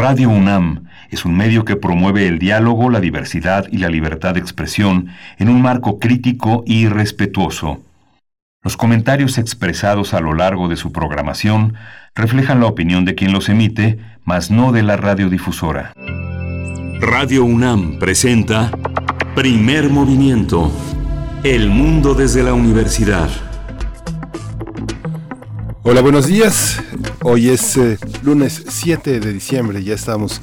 Radio UNAM es un medio que promueve el diálogo, la diversidad y la libertad de expresión en un marco crítico y respetuoso. Los comentarios expresados a lo largo de su programación reflejan la opinión de quien los emite, mas no de la radiodifusora. Radio UNAM presenta Primer Movimiento. El mundo desde la universidad. Hola, buenos días. Hoy es lunes 7 de diciembre, ya estamos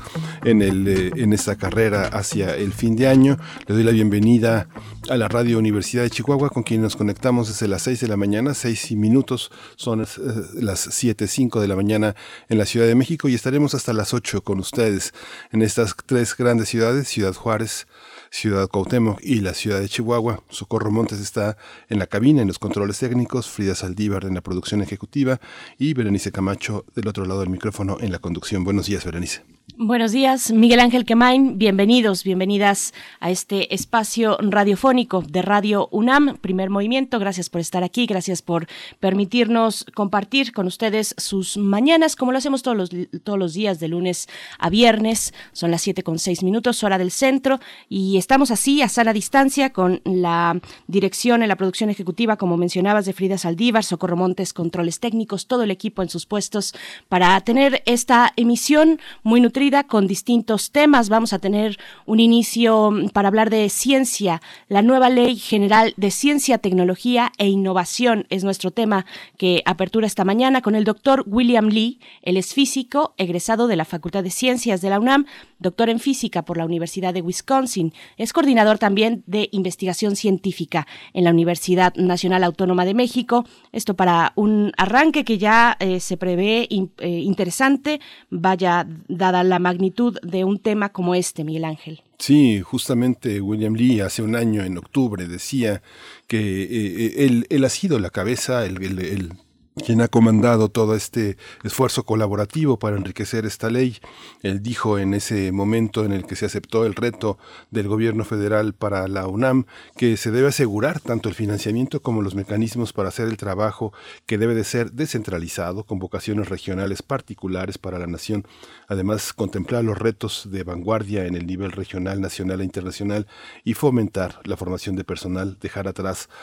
en esta carrera hacia el fin de año. Le doy la bienvenida a la Radio Universidad de Chihuahua, con quien nos conectamos desde las 6 de la mañana, 6:00, son las 7:05 de la mañana en la Ciudad de México, y estaremos hasta las 8 con ustedes en estas tres grandes ciudades, Ciudad Juárez, Ciudad Cuauhtémoc y la Ciudad de Chihuahua. Socorro Montes está en la cabina, en los controles técnicos, Frida Saldívar en la producción ejecutiva y Berenice Camacho del otro lado del micrófono en la conducción. Buenos días, Berenice. Buenos días, Miguel Ángel Quemain. Bienvenidos, bienvenidas a este espacio radiofónico de Radio UNAM, Primer Movimiento. Gracias por estar aquí, gracias por permitirnos compartir con ustedes sus mañanas, como lo hacemos todos los días, de lunes a viernes. Son las 7:06, hora del centro, y estamos así a sana distancia con la dirección en la producción ejecutiva, como mencionabas, de Frida Saldívar, Socorro Montes, controles técnicos, todo el equipo en sus puestos para tener esta emisión muy nutrida con distintos temas. Vamos a tener un inicio para hablar de ciencia. La nueva Ley General de Ciencia, Tecnología e Innovación es nuestro tema que apertura esta mañana con el doctor William Lee. Él es físico, egresado de la Facultad de Ciencias de la UNAM, doctor en física por la Universidad de Wisconsin. Es coordinador también de investigación científica en la Universidad Nacional Autónoma de México. Esto para un arranque que ya se prevé interesante, vaya, dada la magnitud de un tema como este, Miguel Ángel. Sí, justamente William Lee hace un año, en octubre, decía que él ha sido la cabeza, quien ha comandado todo este esfuerzo colaborativo para enriquecer esta ley. Él dijo en ese momento en el que se aceptó el reto del gobierno federal para la UNAM que se debe asegurar tanto el financiamiento como los mecanismos para hacer el trabajo, que debe de ser descentralizado, con vocaciones regionales particulares para la nación. Además, contemplar los retos de vanguardia en el nivel regional, nacional e internacional, y fomentar la formación de personal, dejar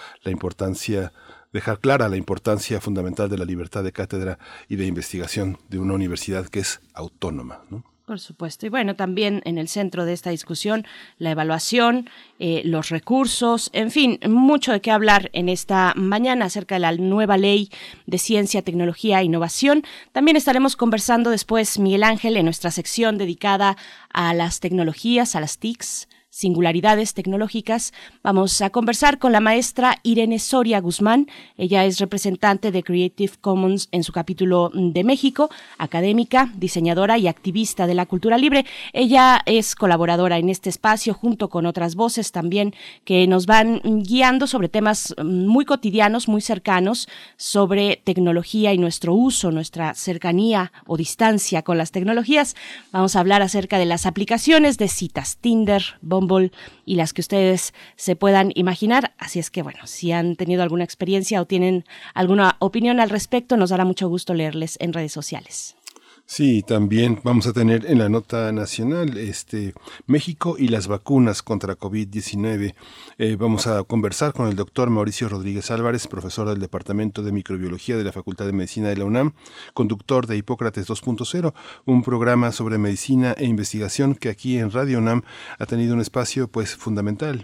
clara la importancia fundamental de la libertad de cátedra y de investigación de una universidad que es autónoma, ¿no? Por supuesto. Y bueno, también en el centro de esta discusión, la evaluación, los recursos, en fin, mucho de qué hablar en esta mañana acerca de la nueva Ley de Ciencia, Tecnología e Innovación. También estaremos conversando después, Miguel Ángel, en nuestra sección dedicada a las tecnologías, a las TICs, singularidades tecnológicas. Vamos a conversar con la maestra Irene Soria Guzmán. Ella es representante de Creative Commons en su capítulo de México, académica, diseñadora y activista de la cultura libre. Ella es colaboradora en este espacio junto con otras voces también que nos van guiando sobre temas muy cotidianos, muy cercanos, sobre tecnología y nuestro uso, nuestra cercanía o distancia con las tecnologías. Vamos a hablar acerca de las aplicaciones de citas, Tinder, Bumble y las que ustedes se puedan imaginar. Así es que, bueno, si han tenido alguna experiencia o tienen alguna opinión al respecto, nos dará mucho gusto leerles en redes sociales. Sí, también vamos a tener en la nota nacional México y las vacunas contra COVID-19. Vamos a conversar con el doctor Mauricio Rodríguez Álvarez, profesor del Departamento de Microbiología de la Facultad de Medicina de la UNAM, conductor de Hipócrates 2.0, un programa sobre medicina e investigación que aquí en Radio UNAM ha tenido un espacio pues fundamental.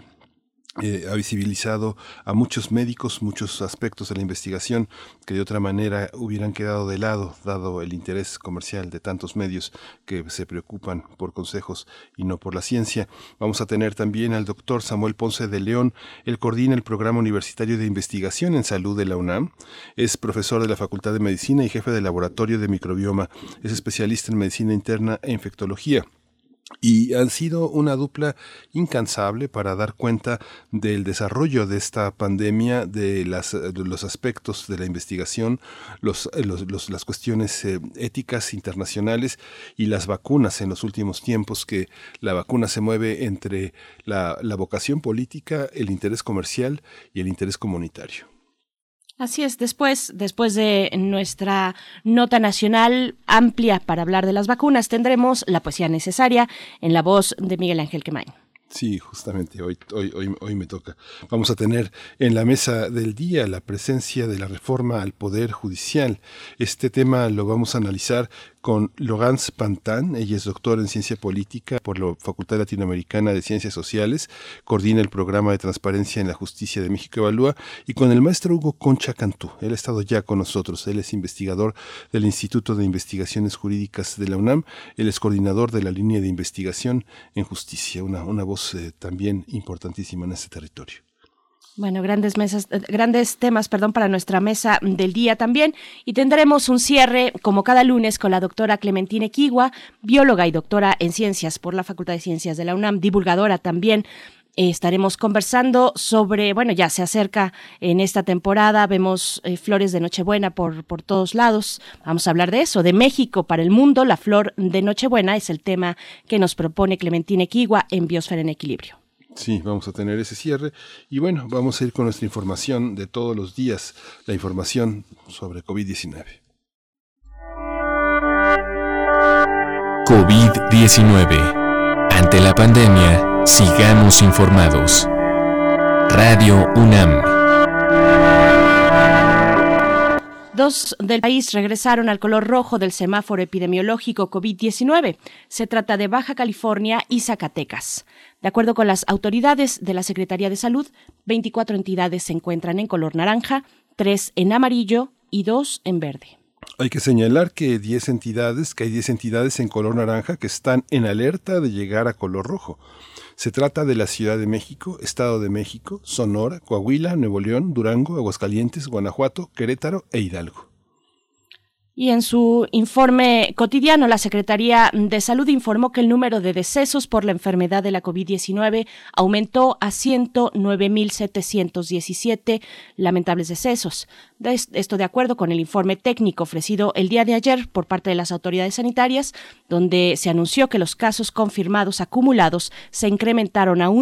Ha visibilizado a muchos médicos, muchos aspectos de la investigación que de otra manera hubieran quedado de lado, dado el interés comercial de tantos medios que se preocupan por consejos y no por la ciencia. Vamos a tener también al doctor Samuel Ponce de León. Él coordina el Programa Universitario de Investigación en Salud de la UNAM. Es profesor de la Facultad de Medicina y jefe del Laboratorio de Microbioma. Es especialista en medicina interna e infectología. Y han sido una dupla incansable para dar cuenta del desarrollo de esta pandemia, de los aspectos de la investigación, las cuestiones éticas internacionales y las vacunas en los últimos tiempos, que la vacuna se mueve entre la vocación política, el interés comercial y el interés comunitario. Así es, después de nuestra nota nacional amplia para hablar de las vacunas, tendremos la poesía necesaria en la voz de Miguel Ángel Quemain. Sí, justamente hoy me toca. Vamos a tener en la mesa del día la presencia de la reforma al Poder Judicial. Este tema lo vamos a analizar con Laurence Pantin. Ella es doctora en Ciencia Política por la Facultad Latinoamericana de Ciencias Sociales, coordina el programa de Transparencia en la Justicia de México Evalúa, y con el maestro Hugo Concha Cantú. Él ha estado ya con nosotros. Él es investigador del Instituto de Investigaciones Jurídicas de la UNAM. Él es coordinador de la línea de investigación en justicia, una voz también importantísima en este territorio. Bueno, grandes temas, para nuestra mesa del día también. Y tendremos un cierre, como cada lunes, con la doctora Clementina Equigua, bióloga y doctora en ciencias por la Facultad de Ciencias de la UNAM, divulgadora también. Estaremos conversando sobre, ya se acerca en esta temporada, vemos flores de Nochebuena por todos lados. Vamos a hablar de eso, de México para el mundo. La flor de Nochebuena es el tema que nos propone Clementina Equigua en Biosfera en Equilibrio. Sí, vamos a tener ese cierre y vamos a ir con nuestra información de todos los días, la información sobre COVID-19. COVID-19. Ante la pandemia, sigamos informados. Radio UNAM. 2 del país regresaron al color rojo del semáforo epidemiológico COVID-19. Se trata de Baja California y Zacatecas. De acuerdo con las autoridades de la Secretaría de Salud, 24 entidades se encuentran en color naranja, 3 en amarillo y 2 en verde. Hay que señalar que hay 10 entidades en color naranja que están en alerta de llegar a color rojo. Se trata de la Ciudad de México, Estado de México, Sonora, Coahuila, Nuevo León, Durango, Aguascalientes, Guanajuato, Querétaro e Hidalgo. Y en su informe cotidiano, la Secretaría de Salud informó que el número de decesos por la enfermedad de la COVID-19 aumentó a 109,717 lamentables decesos. Esto de acuerdo con el informe técnico ofrecido el día de ayer por parte de las autoridades sanitarias, donde se anunció que los casos confirmados acumulados se incrementaron a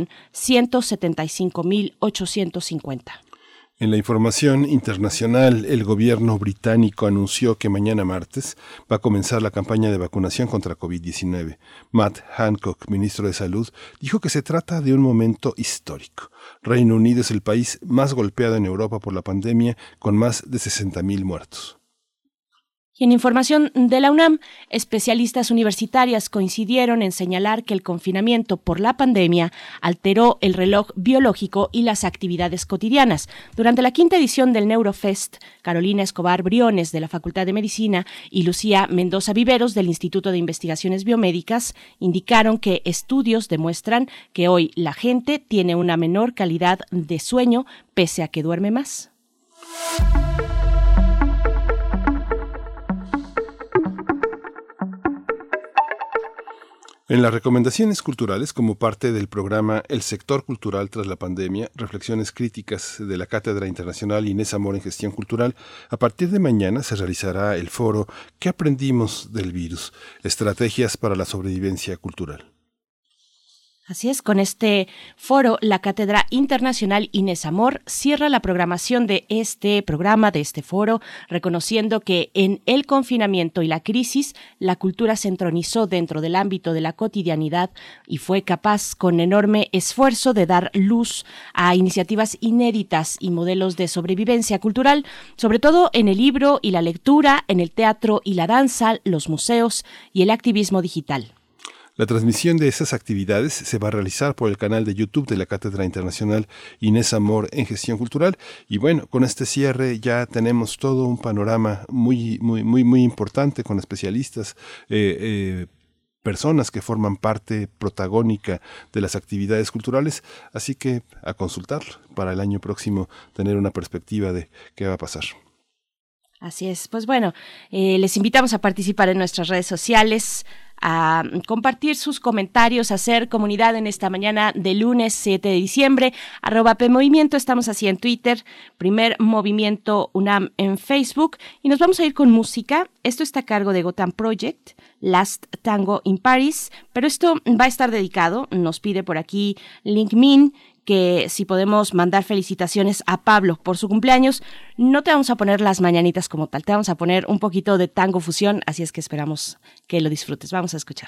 1,175,850. En la información internacional, el gobierno británico anunció que mañana martes va a comenzar la campaña de vacunación contra COVID-19. Matt Hancock, ministro de Salud, dijo que se trata de un momento histórico. Reino Unido es el país más golpeado en Europa por la pandemia, con más de 60,000 muertos. Y en información de la UNAM, especialistas universitarias coincidieron en señalar que el confinamiento por la pandemia alteró el reloj biológico y las actividades cotidianas. Durante la 5ª edición del Neurofest, Carolina Escobar Briones de la Facultad de Medicina y Lucía Mendoza Viveros del Instituto de Investigaciones Biomédicas indicaron que estudios demuestran que hoy la gente tiene una menor calidad de sueño pese a que duerme más. En las recomendaciones culturales, como parte del programa El sector cultural tras la pandemia, reflexiones críticas de la Cátedra Internacional Inés Amor en Gestión Cultural, a partir de mañana se realizará el foro ¿Qué aprendimos del virus? Estrategias para la sobrevivencia cultural. Así es, con este foro, la Cátedra Internacional Inés Amor cierra la programación de este programa, de este foro, reconociendo que en el confinamiento y la crisis, la cultura se entronizó dentro del ámbito de la cotidianidad y fue capaz, con enorme esfuerzo, de dar luz a iniciativas inéditas y modelos de sobrevivencia cultural, sobre todo en el libro y la lectura, en el teatro y la danza, los museos y el activismo digital. La transmisión de esas actividades se va a realizar por el canal de YouTube de la Cátedra Internacional Inés Amor en Gestión Cultural. Y con este cierre ya tenemos todo un panorama muy importante con especialistas, personas que forman parte protagónica de las actividades culturales. Así que a consultarlo para el año próximo, tener una perspectiva de qué va a pasar. Así es. Pues les invitamos a participar en nuestras redes sociales, a compartir sus comentarios, a hacer comunidad en esta mañana de lunes 7 de diciembre, @PMovimiento, estamos así en Twitter, Primer Movimiento UNAM en Facebook, y nos vamos a ir con música. Esto está a cargo de Gotham Project, Last Tango in Paris, pero esto va a estar dedicado, nos pide por aquí Link Min, que si podemos mandar felicitaciones a Pablo por su cumpleaños. No te vamos a poner las mañanitas como tal, te vamos a poner un poquito de tango fusión, así es que esperamos que lo disfrutes. Vamos a escuchar.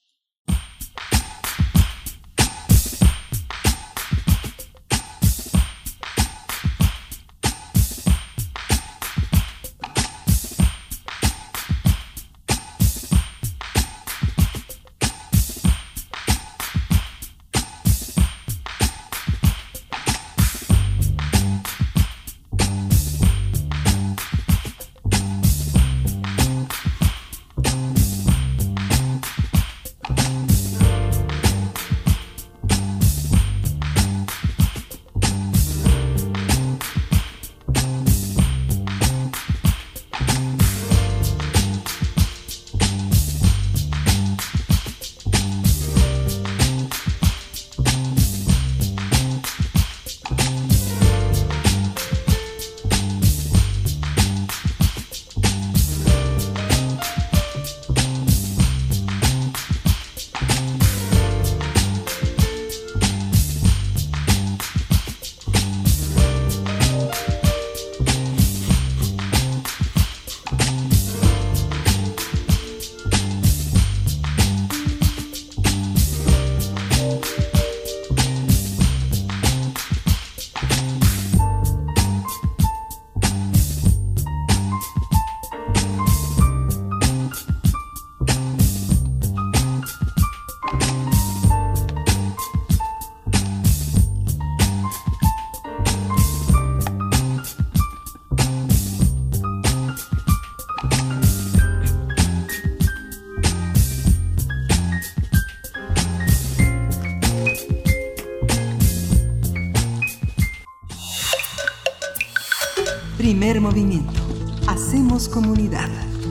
Primer movimiento. Hacemos comunidad.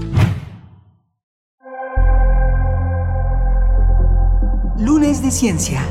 Lunes de Ciencia.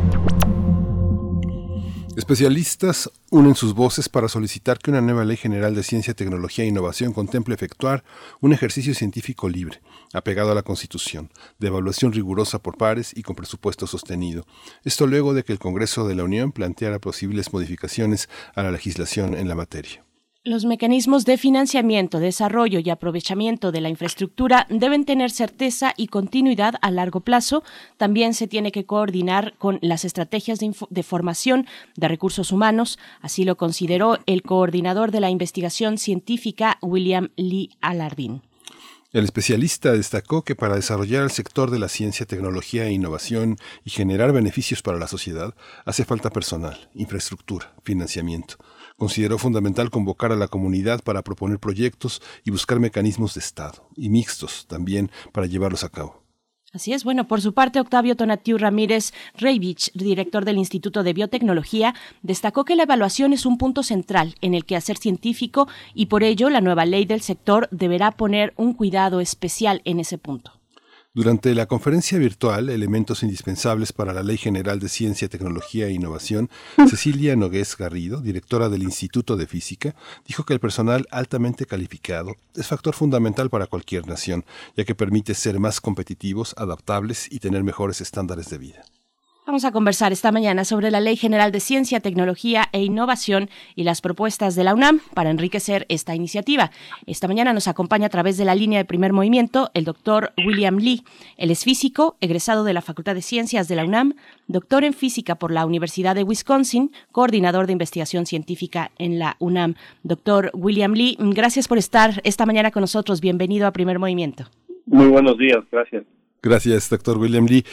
Especialistas unen sus voces para solicitar que una nueva Ley General de Ciencia, Tecnología e Innovación contemple efectuar un ejercicio científico libre, apegado a la Constitución, de evaluación rigurosa por pares y con presupuesto sostenido. Esto luego de que el Congreso de la Unión planteara posibles modificaciones a la legislación en la materia. Los mecanismos de financiamiento, desarrollo y aprovechamiento de la infraestructura deben tener certeza y continuidad a largo plazo. También se tiene que coordinar con las estrategias de formación de recursos humanos. Así lo consideró el coordinador de la investigación científica, William Lee Alardin. El especialista destacó que para desarrollar el sector de la ciencia, tecnología e innovación y generar beneficios para la sociedad, hace falta personal, infraestructura, financiamiento. Consideró fundamental convocar a la comunidad para proponer proyectos y buscar mecanismos de Estado, y mixtos también, para llevarlos a cabo. Así es. Bueno, por su parte, Octavio Tonatiu Ramírez Reivich, director del Instituto de Biotecnología, destacó que la evaluación es un punto central en el quehacer científico y por ello la nueva ley del sector deberá poner un cuidado especial en ese punto. Durante la conferencia virtual Elementos indispensables para la Ley General de Ciencia, Tecnología e Innovación, Cecilia Nogués Garrido, directora del Instituto de Física, dijo que el personal altamente calificado es factor fundamental para cualquier nación, ya que permite ser más competitivos, adaptables y tener mejores estándares de vida. Vamos a conversar esta mañana sobre la Ley General de Ciencia, Tecnología e Innovación y las propuestas de la UNAM para enriquecer esta iniciativa. Esta mañana nos acompaña a través de la línea de Primer Movimiento el doctor William Lee. Él es físico, egresado de la Facultad de Ciencias de la UNAM, doctor en física por la Universidad de Wisconsin, coordinador de investigación científica en la UNAM. Doctor William Lee, gracias por estar esta mañana con nosotros. Bienvenido a Primer Movimiento. Muy buenos días, gracias. Gracias, doctor William Lee.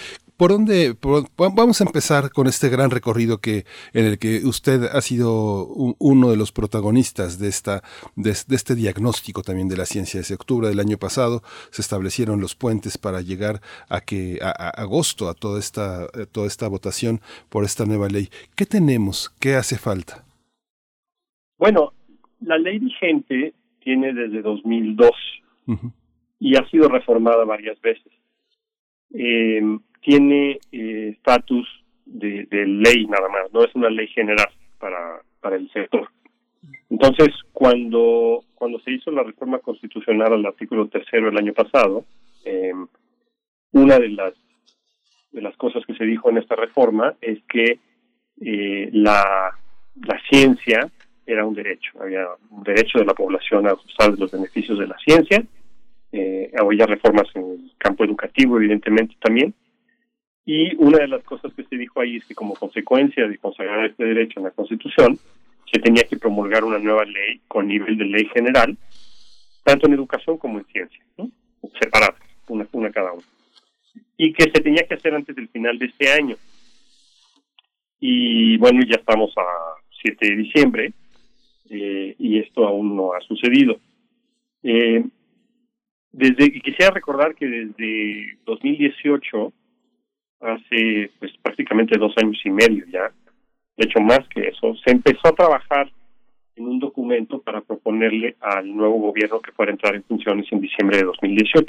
Vamos a empezar con este gran recorrido en el que usted ha sido uno de los protagonistas de este diagnóstico también de la ciencia. Desde octubre del año pasado se establecieron los puentes para llegar a agosto a toda esta votación por esta nueva ley. ¿Qué tenemos? ¿Qué hace falta? Bueno, la ley vigente tiene desde 2002 y ha sido reformada varias veces. Tiene estatus de ley nada más, no es una ley general para el sector. Entonces, cuando se hizo la reforma constitucional al artículo 3º el año pasado, una de las cosas que se dijo en esta reforma es que la ciencia era un derecho, había un derecho de la población a gozar de los beneficios de la ciencia. Había reformas en el campo educativo, evidentemente, también. Y una de las cosas que se dijo ahí es que como consecuencia de consagrar este derecho en la Constitución, se tenía que promulgar una nueva ley con nivel de ley general, tanto en educación como en ciencia, ¿no? Separadas, una cada una. Y que se tenía que hacer antes del final de este año. Y bueno, ya estamos a 7 de diciembre, y esto aún no ha sucedido. Quisiera recordar que desde 2018, hace pues prácticamente 2 años y medio ya, de hecho más que eso, se empezó a trabajar en un documento para proponerle al nuevo gobierno que fuera a entrar en funciones en diciembre de 2018,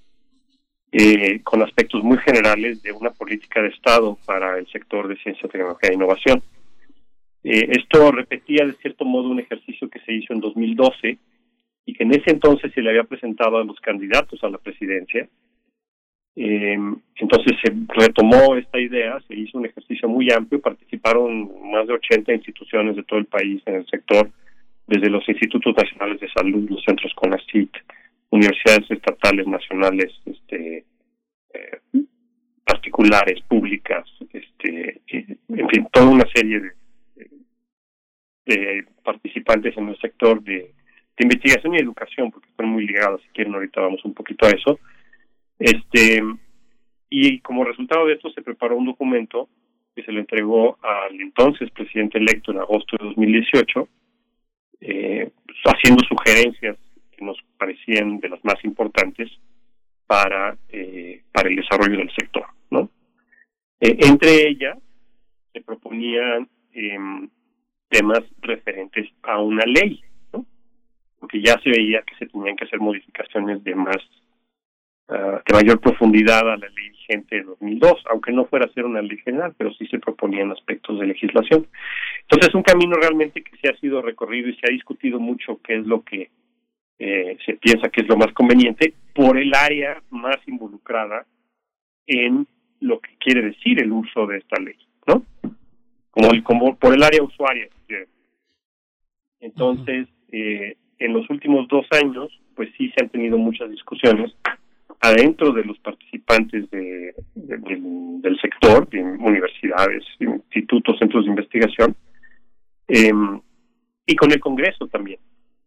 con aspectos muy generales de una política de Estado para el sector de ciencia, tecnología e innovación. Esto repetía de cierto modo un ejercicio que se hizo en 2012 y que en ese entonces se le había presentado a los candidatos a la presidencia. Entonces se retomó esta idea, se hizo un ejercicio muy amplio, participaron más de 80 instituciones de todo el país en el sector, desde los institutos nacionales de salud, los centros CONACYT, universidades estatales, nacionales, particulares, públicas, en fin, toda una serie de participantes en el sector de investigación y educación, porque están muy ligadas, si quieren ahorita vamos un poquito a eso. Y como resultado de esto se preparó un documento que se le entregó al entonces presidente electo en agosto de 2018, haciendo sugerencias que nos parecían de las más importantes para el desarrollo del sector, ¿no? Entre ellas se proponían temas referentes a una ley, ¿no? Porque ya se veía que se tenían que hacer modificaciones de mayor profundidad a la ley vigente de 2002, aunque no fuera a ser una ley general, pero sí se proponían aspectos de legislación. Entonces, un camino realmente que se ha sido recorrido y se ha discutido mucho qué es lo que se piensa que es lo más conveniente por el área más involucrada en lo que quiere decir el uso de esta ley, ¿no? Como por el área usuaria, si quiere. Entonces, en los últimos 2 años, pues sí se han tenido muchas discusiones adentro de los participantes del sector, de universidades, institutos, centros de investigación, y con el Congreso también.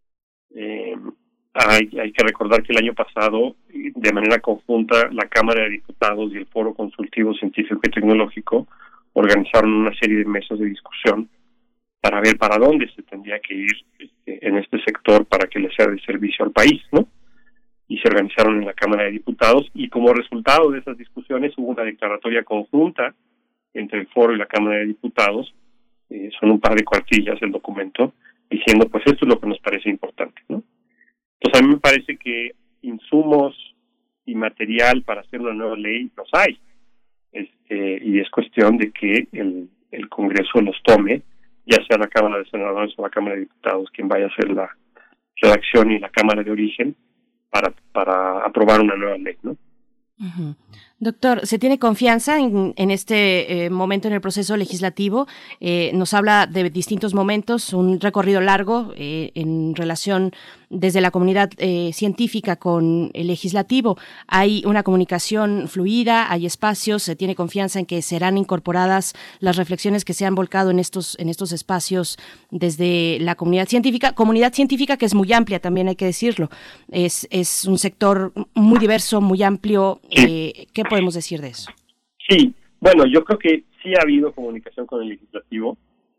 Hay que recordar que el año pasado, de manera conjunta, la Cámara de Diputados y el Foro Consultivo Científico y Tecnológico organizaron una serie de mesas de discusión para ver para dónde se tendría que ir en este sector para que le sea de servicio al país, ¿no? Y se organizaron en la Cámara de Diputados, y como resultado de esas discusiones hubo una declaratoria conjunta entre el Foro y la Cámara de Diputados, son un par de cuartillas el documento, diciendo pues esto es lo que nos parece importante, ¿no? Entonces a mí me parece que insumos y material para hacer una nueva ley los hay, y es cuestión de que el Congreso los tome, ya sea la Cámara de Senadores o la Cámara de Diputados quien vaya a hacer la redacción y la Cámara de Origen para aprobar una nueva ley, ¿no? Uh-huh. Doctor, ¿se tiene confianza en este momento en el proceso legislativo? Nos habla de distintos momentos, un recorrido largo en relación desde la comunidad científica con el legislativo. Hay una comunicación fluida, hay espacios, se tiene confianza en que serán incorporadas las reflexiones que se han volcado en estos espacios desde la comunidad científica que es muy amplia, también hay que decirlo. Es un sector muy diverso, muy amplio. ¿Qué podemos decir de eso? Sí, bueno, yo creo que sí ha habido comunicación con el legislativo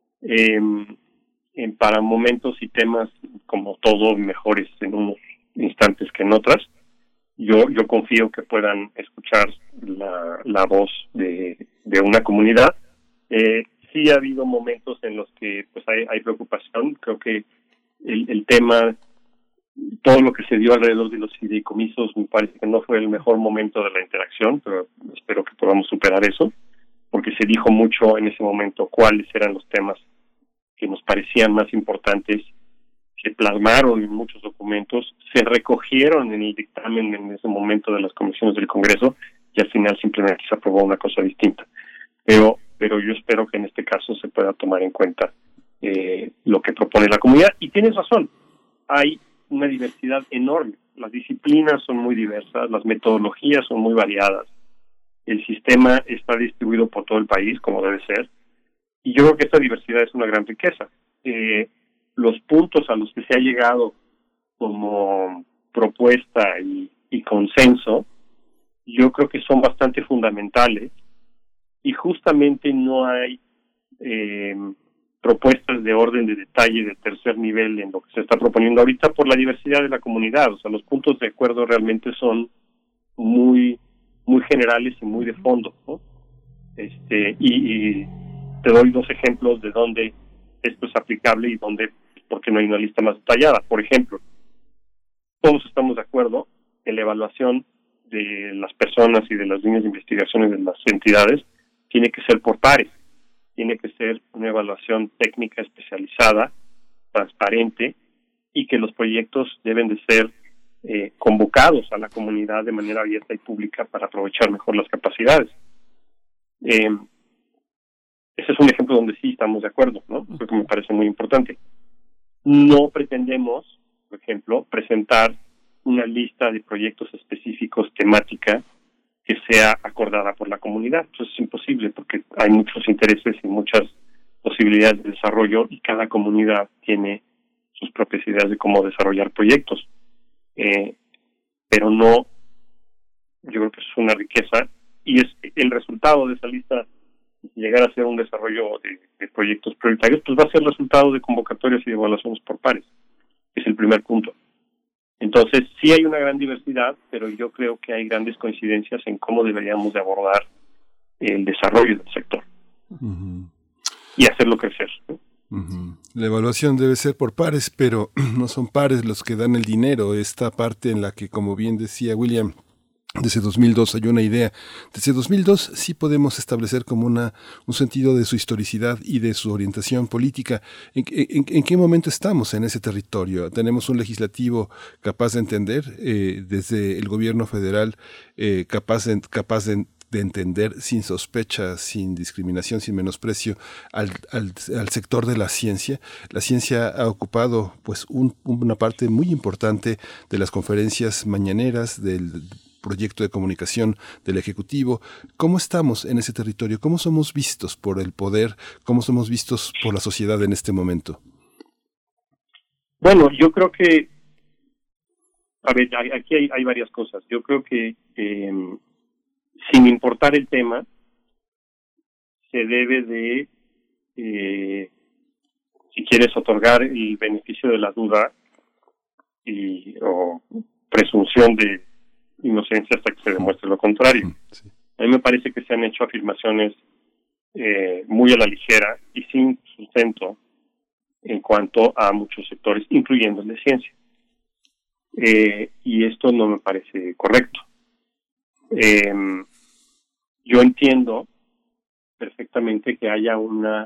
para momentos y temas, como todo, mejores en unos instantes que en otras. Yo confío que puedan escuchar la voz de una comunidad. Sí ha habido momentos en los que pues hay preocupación. Creo que el tema, todo lo que se dio alrededor de los fideicomisos, me parece que no fue el mejor momento de la interacción, pero espero que podamos superar eso, porque se dijo mucho en ese momento cuáles eran los temas que nos parecían más importantes, se plasmaron en muchos documentos, se recogieron en el dictamen en ese momento de las comisiones del Congreso, y al final simplemente se aprobó una cosa distinta. Pero pero yo espero que en este caso se pueda tomar en cuenta lo que propone la comunidad. Y tienes razón, hay una diversidad enorme, las disciplinas son muy diversas, las metodologías son muy variadas, el sistema está distribuido por todo el país como debe ser, y yo creo que esta diversidad es una gran riqueza. Los puntos a los que se ha llegado como propuesta y consenso, yo creo que son bastante fundamentales, y justamente no hay propuestas de orden de detalle de tercer nivel en lo que se está proponiendo ahorita por la diversidad de la comunidad. O sea, los puntos de acuerdo realmente son muy generales y muy de fondo, ¿no? Y te doy 2 ejemplos de donde esto es aplicable y donde, porque no hay una lista más detallada. Por ejemplo, todos estamos de acuerdo en la evaluación de las personas y de las líneas de investigaciones de las entidades tiene que ser por pares, tiene que ser una evaluación técnica especializada, transparente, y que los proyectos deben de ser convocados a la comunidad de manera abierta y pública para aprovechar mejor las capacidades. Ese es un ejemplo donde sí estamos de acuerdo, ¿no? Porque me parece muy importante. No pretendemos, por ejemplo, presentar una lista de proyectos específicos temática que sea acordada por la comunidad. Eso es imposible porque hay muchos intereses y muchas posibilidades de desarrollo y cada comunidad tiene sus propias ideas de cómo desarrollar proyectos. Pero no, yo creo que es una riqueza y es el resultado de esa lista. Llegar a ser un desarrollo de proyectos prioritarios, pues va a ser resultado de convocatorias y de evaluaciones por pares. Es el primer punto. Entonces, sí hay una gran diversidad, pero yo creo que hay grandes coincidencias en cómo deberíamos de abordar el desarrollo del sector y hacerlo crecer, ¿no? La evaluación debe ser por pares, pero no son pares los que dan el dinero. Esta parte en la que, como bien decía William, desde 2002 hay una idea. Desde 2002 sí podemos establecer como un sentido de su historicidad y de su orientación política. ¿En qué momento estamos en ese territorio? ¿Tenemos un legislativo capaz de entender, desde el gobierno federal, capaz de entender sin sospecha, sin discriminación, sin menosprecio al sector de la ciencia? La ciencia ha ocupado pues una parte muy importante de las conferencias mañaneras, del proyecto de comunicación del Ejecutivo. ¿Cómo estamos en ese territorio? ¿Cómo somos vistos por el poder? ¿Cómo somos vistos por la sociedad en este momento? Bueno, yo creo que, a ver, aquí hay varias cosas. Yo creo que sin importar el tema, se debe de, si quieres otorgar el beneficio de la duda o presunción de inocencia hasta que se demuestre lo contrario. Sí. A mí me parece que se han hecho afirmaciones muy a la ligera y sin sustento en cuanto a muchos sectores, incluyendo el de ciencia. Y esto no me parece correcto. Yo entiendo perfectamente que haya una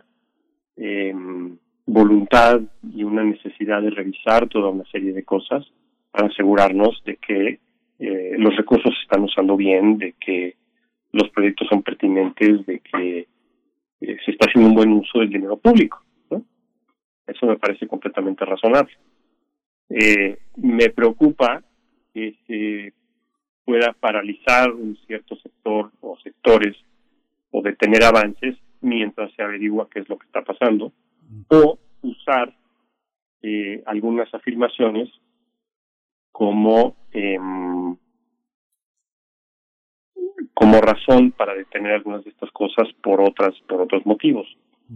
voluntad y una necesidad de revisar toda una serie de cosas para asegurarnos de que los recursos se están usando bien, de que los proyectos son pertinentes, de que se está haciendo un buen uso del dinero público, ¿no? Eso me parece completamente razonable. Me preocupa que se pueda paralizar un cierto sector o sectores o detener avances mientras se averigua qué es lo que está pasando, o usar algunas afirmaciones como razón para detener algunas de estas cosas por otros motivos.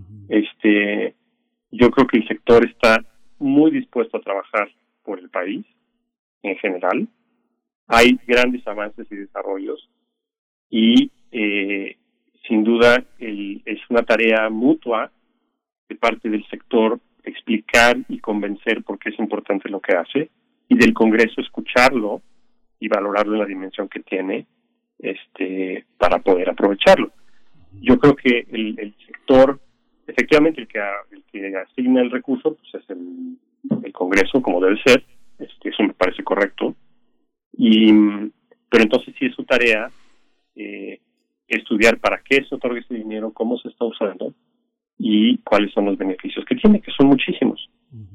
Yo creo que el sector está muy dispuesto a trabajar por el país en general. Hay grandes avances y desarrollos y sin duda es una tarea mutua de parte del sector explicar y convencer por qué es importante lo que hace, y del Congreso escucharlo y valorarlo en la dimensión que tiene para poder aprovecharlo. Yo creo que el sector, efectivamente el que asigna el recurso pues es el Congreso, como debe ser. Eso me parece correcto, pero entonces sí es su tarea estudiar para qué se otorga ese dinero, cómo se está usando y cuáles son los beneficios que tiene, que son muchísimos.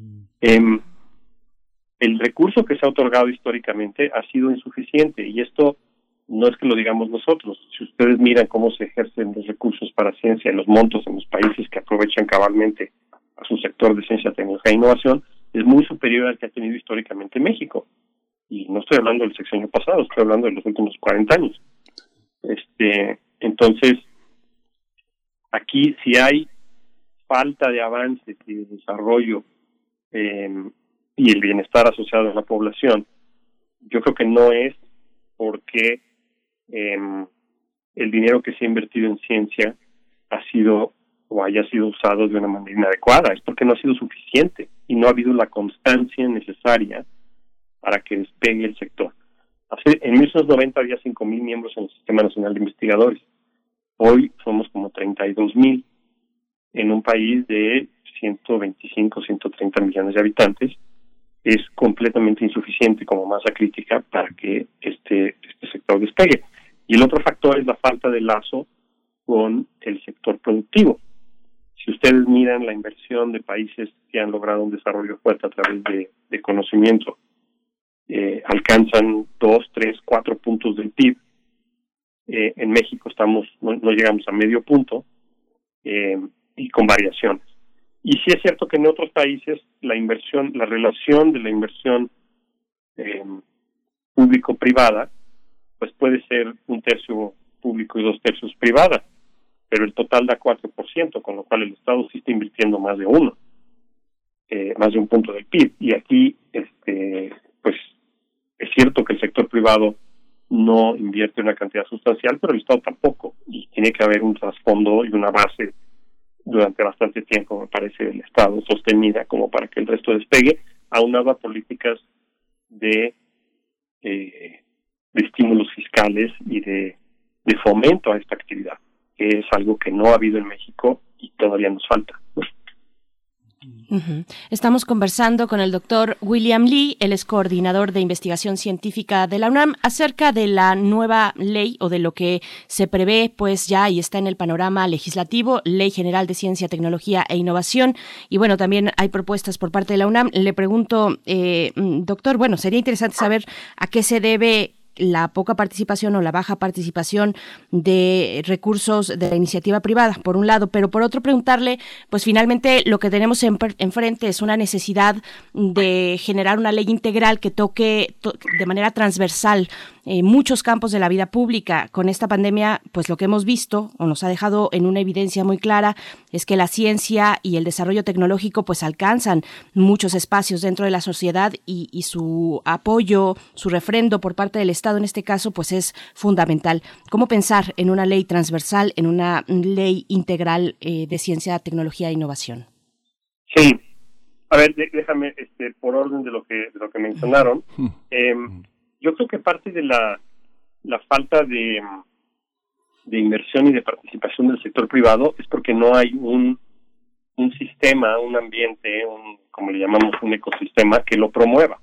El recurso que se ha otorgado históricamente ha sido insuficiente, y esto no es que lo digamos nosotros. Si ustedes miran cómo se ejercen los recursos para ciencia en los montos en los países que aprovechan cabalmente a su sector de ciencia, tecnología e innovación, es muy superior al que ha tenido históricamente México. Y no estoy hablando del sexenio pasado, estoy hablando de los últimos 40 años. Entonces, aquí si hay falta de avance y de desarrollo y el bienestar asociado a la población, yo creo que no es porque el dinero que se ha invertido en ciencia ha sido o haya sido usado de una manera inadecuada, es porque no ha sido suficiente y no ha habido la constancia necesaria para que despegue el sector. En 1990 había 5,000 miembros en el Sistema Nacional de Investigadores. Hoy somos como 32,000 en un país de 125, 130 millones de habitantes. Es completamente insuficiente como masa crítica para que este sector despegue. Y el otro factor es la falta de lazo con el sector productivo. Si ustedes miran la inversión de países que han logrado un desarrollo fuerte a través de conocimiento, alcanzan 2, 3, 4 puntos del PIB. En México no llegamos a medio punto, y con variaciones. Y sí es cierto que en otros países la relación de la inversión público-privada, pues puede ser 1/3 público y 2/3 privada, pero el total da 4%, con lo cual el Estado sí está invirtiendo más de un punto del PIB. Y aquí, pues es cierto que el sector privado no invierte una cantidad sustancial, pero el Estado tampoco, y tiene que haber un trasfondo y una base durante bastante tiempo, me parece, del Estado sostenida como para que el resto despegue, aunado a políticas de estímulos fiscales y de fomento a esta actividad, que es algo que no ha habido en México y todavía nos falta. Estamos conversando con el doctor William Li, él es coordinador de investigación científica de la UNAM, acerca de la nueva ley o de lo que se prevé, pues ya y está en el panorama legislativo, Ley General de Ciencia, Tecnología e Innovación. Y bueno, también hay propuestas por parte de la UNAM. Le pregunto, doctor, bueno, sería interesante saber a qué se debe la poca participación o la baja participación de recursos de la iniciativa privada, por un lado, pero por otro preguntarle, pues finalmente lo que tenemos enfrente es una necesidad de generar una ley integral que toque de manera transversal muchos campos de la vida pública. Con esta pandemia, pues lo que hemos visto o nos ha dejado en una evidencia muy clara es que la ciencia y el desarrollo tecnológico pues alcanzan muchos espacios dentro de la sociedad y su apoyo, su refrendo por parte del Estado en este caso pues es fundamental. ¿Cómo pensar en una ley transversal, en una ley integral de ciencia, tecnología e innovación? Sí. A ver, déjame por orden de lo que mencionaron. Yo creo que parte de la falta de inversión y de participación del sector privado es porque no hay un sistema, un ambiente, como le llamamos, un ecosistema que lo promueva.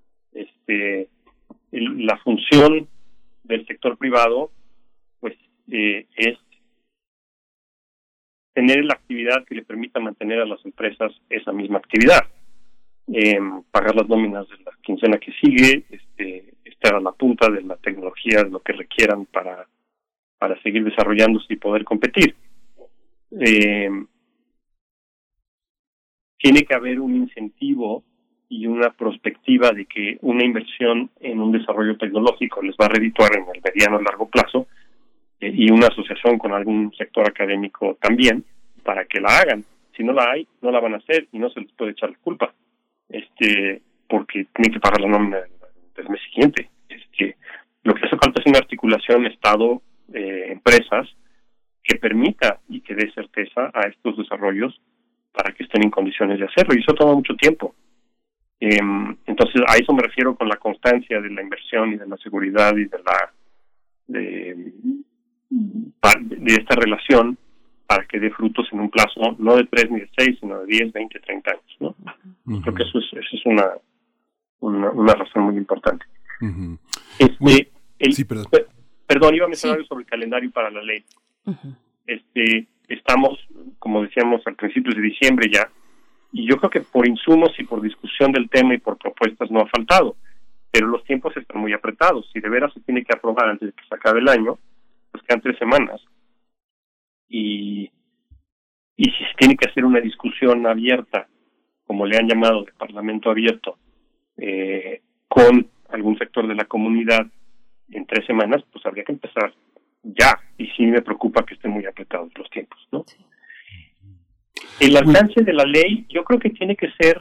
La función del sector privado, pues, es tener la actividad que le permita mantener a las empresas esa misma actividad, pagar las nóminas de la quincena que sigue, estar a la punta de la tecnología, de lo que requieran para seguir desarrollándose y poder competir. Tiene que haber un incentivo y una perspectiva de que una inversión en un desarrollo tecnológico les va a redituar en el mediano y largo plazo, y una asociación con algún sector académico también, para que la hagan. Si no la hay, no la van a hacer y no se les puede echar la culpa, porque tienen que pagar la nómina del mes siguiente. Lo que hace falta es una articulación Estado-empresas que permita y que dé certeza a estos desarrollos para que estén en condiciones de hacerlo, y eso toma mucho tiempo. Entonces, a eso me refiero con la constancia de la inversión y de la seguridad y de esta relación para que dé frutos en un plazo no de 3 ni de 6, sino de 10, 20, 30 años, ¿no? Uh-huh. Creo que eso es una razón muy importante. Uh-huh. Sí, perdón. Perdón, iba a mencionar algo sobre el calendario para la ley. Uh-huh. Estamos, como decíamos, al principios de diciembre ya, y yo creo que por insumos y por discusión del tema y por propuestas no ha faltado, pero los tiempos están muy apretados. Si de veras se tiene que aprobar antes de que se acabe el año, pues quedan 3 semanas. Y si se tiene que hacer una discusión abierta, como le han llamado, de parlamento abierto, con algún sector de la comunidad en 3 semanas, pues habría que empezar ya. Y sí me preocupa que estén muy apretados los tiempos, ¿no? Sí. El alcance de la ley, yo creo que tiene que ser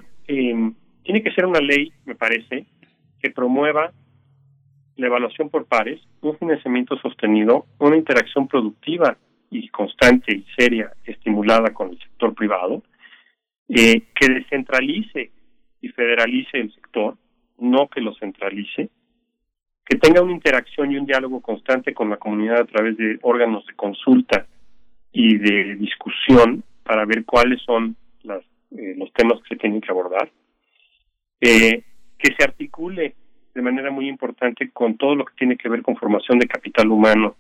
una ley, me parece, que promueva la evaluación por pares, un financiamiento sostenido, una interacción productiva y constante y seria, estimulada con el sector privado, que descentralice y federalice el sector, no que lo centralice, que tenga una interacción y un diálogo constante con la comunidad a través de órganos de consulta y de discusión para ver cuáles son los temas que se tienen que abordar, que se articule de manera muy importante con todo lo que tiene que ver con formación de capital humano,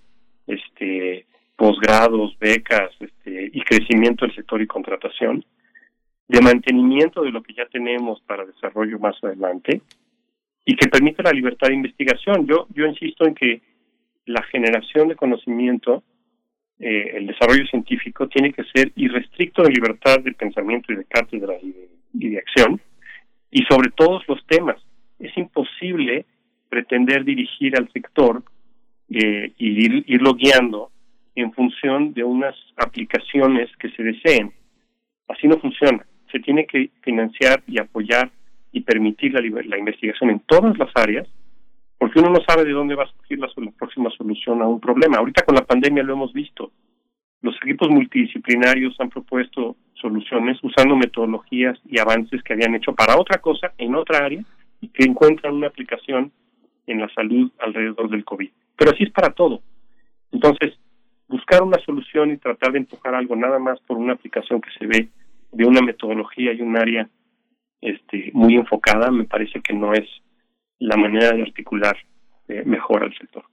posgrados, becas, y crecimiento del sector y contratación, de mantenimiento de lo que ya tenemos para desarrollo más adelante, y que permita la libertad de investigación. Yo insisto en que la generación de conocimiento, el desarrollo científico, tiene que ser irrestricto de libertad de pensamiento y de cátedra y de acción, y sobre todos los temas. Es imposible pretender dirigir al sector y irlo guiando en función de unas aplicaciones que se deseen. Así no funciona. Se tiene que financiar y apoyar y permitir la investigación en todas las áreas, porque uno no sabe de dónde va a surgir la próxima solución a un problema. Ahorita con la pandemia lo hemos visto. Los equipos multidisciplinarios han propuesto soluciones usando metodologías y avances que habían hecho para otra cosa en otra área y que encuentran una aplicación en la salud alrededor del COVID. Pero así es para todo. Entonces, buscar una solución y tratar de empujar algo nada más por una aplicación que se ve de una metodología y un área muy enfocada, me parece que no es la manera de articular mejor al sector.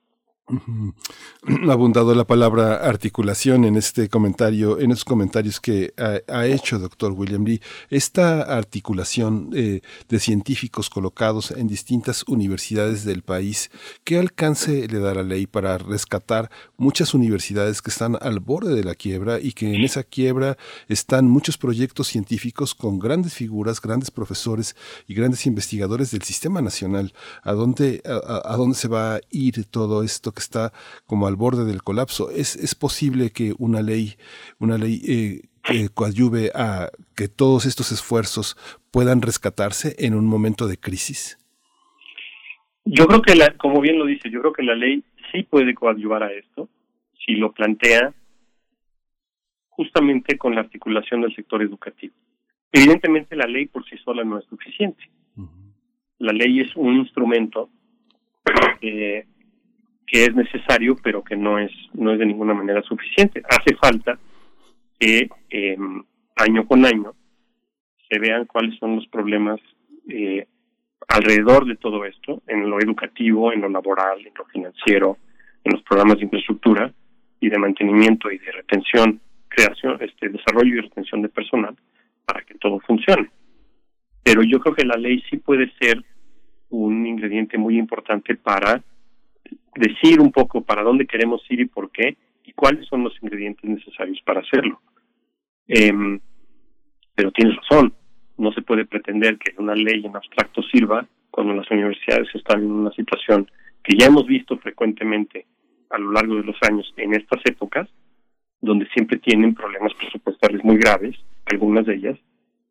Ha abundado la palabra articulación en este comentario, en esos comentarios que ha hecho doctor William Li. Esta articulación de científicos colocados en distintas universidades del país, ¿qué alcance le da la ley para rescatar muchas universidades que están al borde de la quiebra y que en esa quiebra están muchos proyectos científicos con grandes figuras, grandes profesores y grandes investigadores del sistema nacional? ¿A dónde se va a ir todo esto que está como al borde del colapso? ¿Es posible que una ley que coadyuve a que todos estos esfuerzos puedan rescatarse en un momento de crisis? Yo creo que, como bien lo dice, yo creo que la ley sí puede coadyuvar a esto, si lo plantea justamente con la articulación del sector educativo. Evidentemente la ley por sí sola no es suficiente. Uh-huh. La ley es un instrumento que es necesario, pero que no es de ninguna manera suficiente. Hace falta que año con año se vean cuáles son los problemas alrededor de todo esto, en lo educativo, en lo laboral, en lo financiero, en los programas de infraestructura y de mantenimiento y de retención, creación, desarrollo y retención de personal, para que todo funcione. Pero yo creo que la ley sí puede ser un ingrediente muy importante para decir un poco para dónde queremos ir y por qué, y cuáles son los ingredientes necesarios para hacerlo. Pero tienes razón, no se puede pretender que una ley en abstracto sirva cuando las universidades están en una situación que ya hemos visto frecuentemente a lo largo de los años en estas épocas, donde siempre tienen problemas presupuestarios muy graves, algunas de ellas,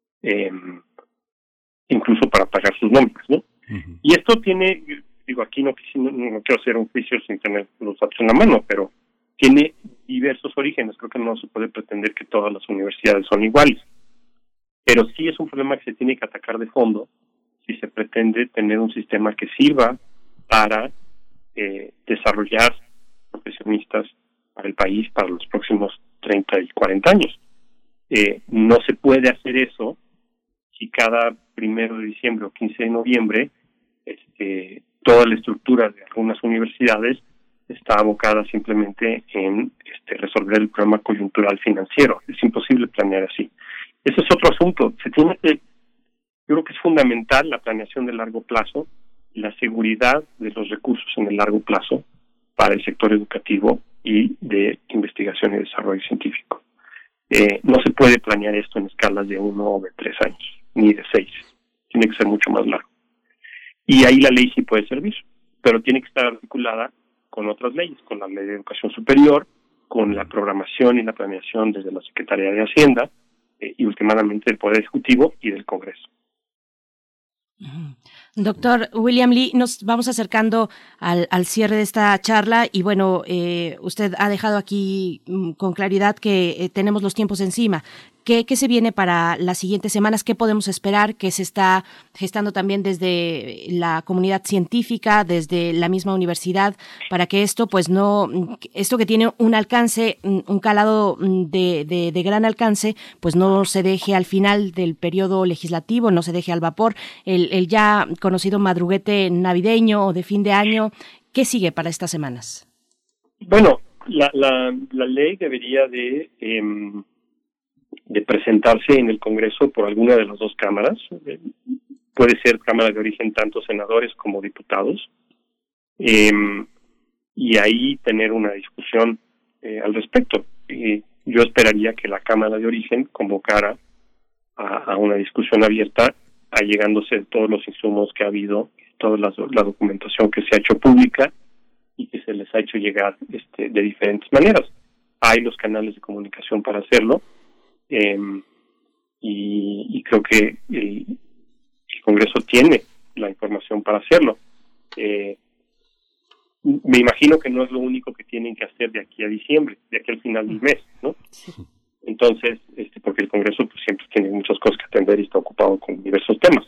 incluso para pagar sus nóminas, ¿no? Uh-huh. Y esto tiene, digo, aquí no quiero hacer un juicio sin tener los datos en la mano, pero tiene diversos orígenes. Creo que no se puede pretender que todas las universidades son iguales. Pero sí es un problema que se tiene que atacar de fondo si se pretende tener un sistema que sirva para desarrollar profesionistas para el país para los próximos 30 y 40 años. No se puede hacer eso si cada 1 de diciembre o 15 de noviembre toda la estructura de algunas universidades está abocada simplemente en resolver el problema coyuntural financiero. Es imposible planear así. Ese es otro asunto. Yo creo que es fundamental la planeación de largo plazo, la seguridad de los recursos en el largo plazo para el sector educativo y de investigación y desarrollo científico. No se puede planear esto en escalas de 1 o de 3 años, ni de 6. Tiene que ser mucho más largo. Y ahí la ley sí puede servir, pero tiene que estar articulada con otras leyes, con la Ley de Educación Superior, con la programación y la planeación desde la Secretaría de Hacienda y últimamente del Poder Ejecutivo y del Congreso. Doctor William Li, nos vamos acercando al cierre de esta charla y bueno, usted ha dejado aquí con claridad que tenemos los tiempos encima. ¿Qué se viene para las siguientes semanas? ¿Qué podemos esperar? ¿Qué se está gestando también desde la comunidad científica, desde la misma universidad, para que esto que tiene un alcance, un calado de gran alcance, pues no se deje al final del periodo legislativo, no se deje al vapor, el ya conocido madruguete navideño o de fin de año? ¿Qué sigue para estas semanas? Bueno, la ley debería de presentarse en el Congreso por alguna de las dos cámaras. Puede ser Cámara de Origen tanto senadores como diputados, y ahí tener una discusión al respecto. Yo esperaría que la Cámara de Origen convocara a una discusión abierta, allegándose todos los insumos que ha habido, toda la documentación que se ha hecho pública y que se les ha hecho llegar de diferentes maneras. Hay los canales de comunicación para hacerlo. Y creo que el Congreso tiene la información para hacerlo. Me imagino que no es lo único que tienen que hacer de aquí a diciembre, de aquí al final del mes, ¿no? Entonces, porque el Congreso pues, siempre tiene muchas cosas que atender y está ocupado con diversos temas.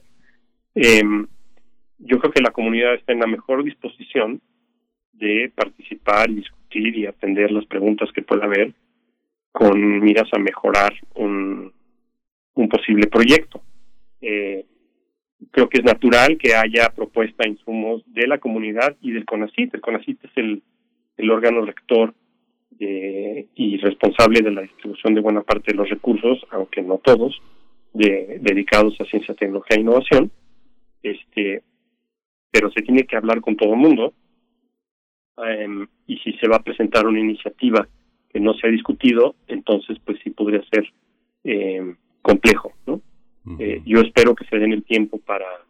Yo creo que la comunidad está en la mejor disposición de participar y discutir y atender las preguntas que pueda haber con miras a mejorar un posible proyecto. Creo que es natural que haya propuesta de insumos de la comunidad y del CONACYT. El CONACYT es el órgano rector y responsable de la distribución de buena parte de los recursos, aunque no todos, dedicados a ciencia, tecnología e innovación. Pero se tiene que hablar con todo el mundo, y si se va a presentar una iniciativa que no se ha discutido, entonces pues sí podría ser complejo, ¿no? Yo espero que se den el tiempo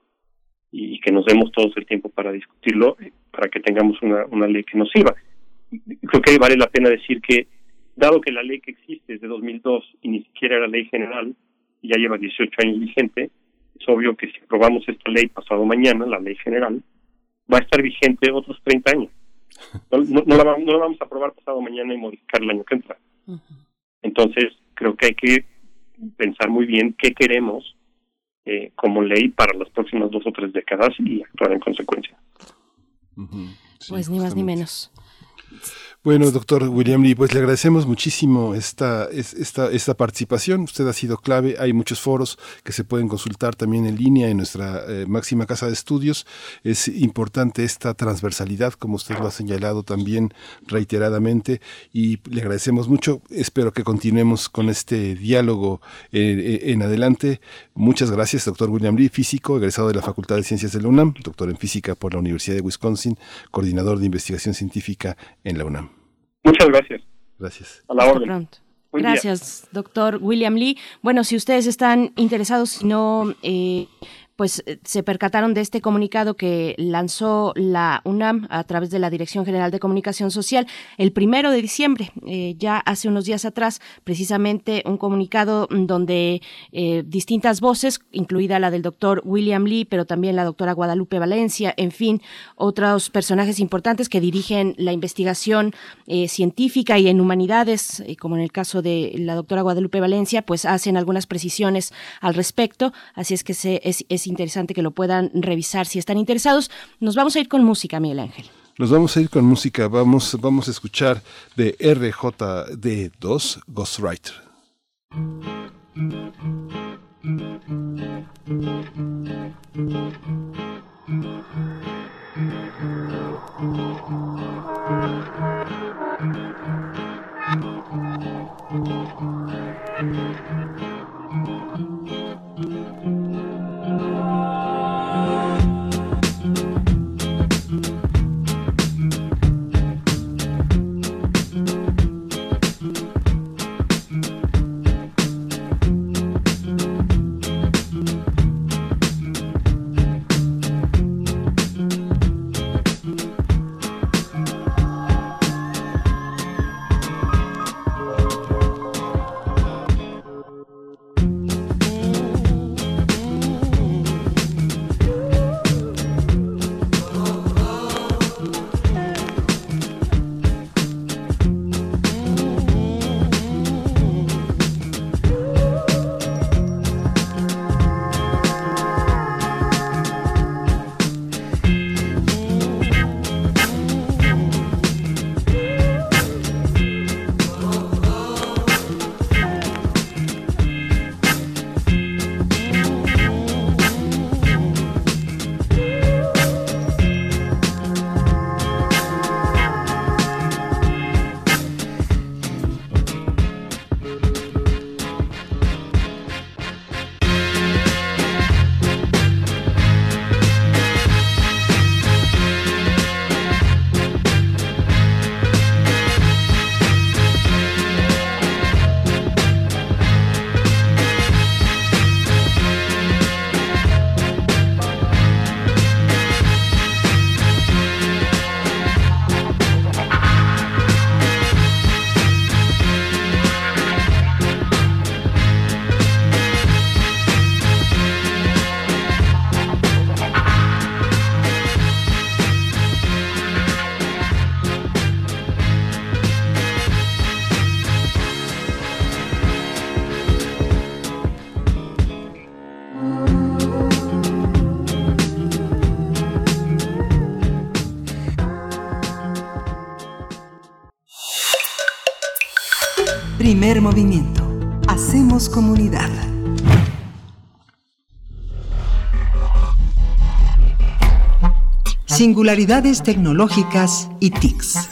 y que nos demos todos el tiempo para discutirlo, para que tengamos una ley que nos sirva. Creo que vale la pena decir que, dado que la ley que existe es de 2002 y ni siquiera era ley general, y ya lleva 18 años vigente, es obvio que si aprobamos esta ley pasado mañana, la ley general, va a estar vigente otros 30 años. No la vamos a aprobar pasado mañana y modificar el año que entra. Entonces, creo que hay que pensar muy bien qué queremos como ley para las próximas 2 o 3 décadas y actuar en consecuencia. Sí, pues ni más ni menos. Bueno, doctor William Li, pues le agradecemos muchísimo esta participación. Usted ha sido clave. Hay muchos foros que se pueden consultar también en línea en nuestra máxima casa de estudios. Es importante esta transversalidad, como usted lo ha señalado también reiteradamente, y le agradecemos mucho. Espero que continuemos con este diálogo en adelante. Muchas gracias, doctor William Li, físico, egresado de la Facultad de Ciencias de la UNAM, doctor en física por la Universidad de Wisconsin, coordinador de investigación científica en la UNAM. Muchas gracias. Gracias. A la Hasta orden. pronto. Gracias, doctor William Li. Bueno, si ustedes están interesados, si no, pues se percataron de este comunicado que lanzó la UNAM a través de la Dirección General de Comunicación Social el 1 de diciembre, ya hace unos días atrás, precisamente un comunicado donde distintas voces, incluida la del doctor William Li, pero también la doctora Guadalupe Valencia, en fin, otros personajes importantes que dirigen la investigación científica y en humanidades, como en el caso de la doctora Guadalupe Valencia, pues hacen algunas precisiones al respecto, así es que es interesante que lo puedan revisar si están interesados. Nos vamos a ir con música, Miguel Ángel. Nos vamos a ir con música, vamos a escuchar de RJD2, Ghostwriter. Primer movimiento. Hacemos comunidad. Singularidades tecnológicas y TICs.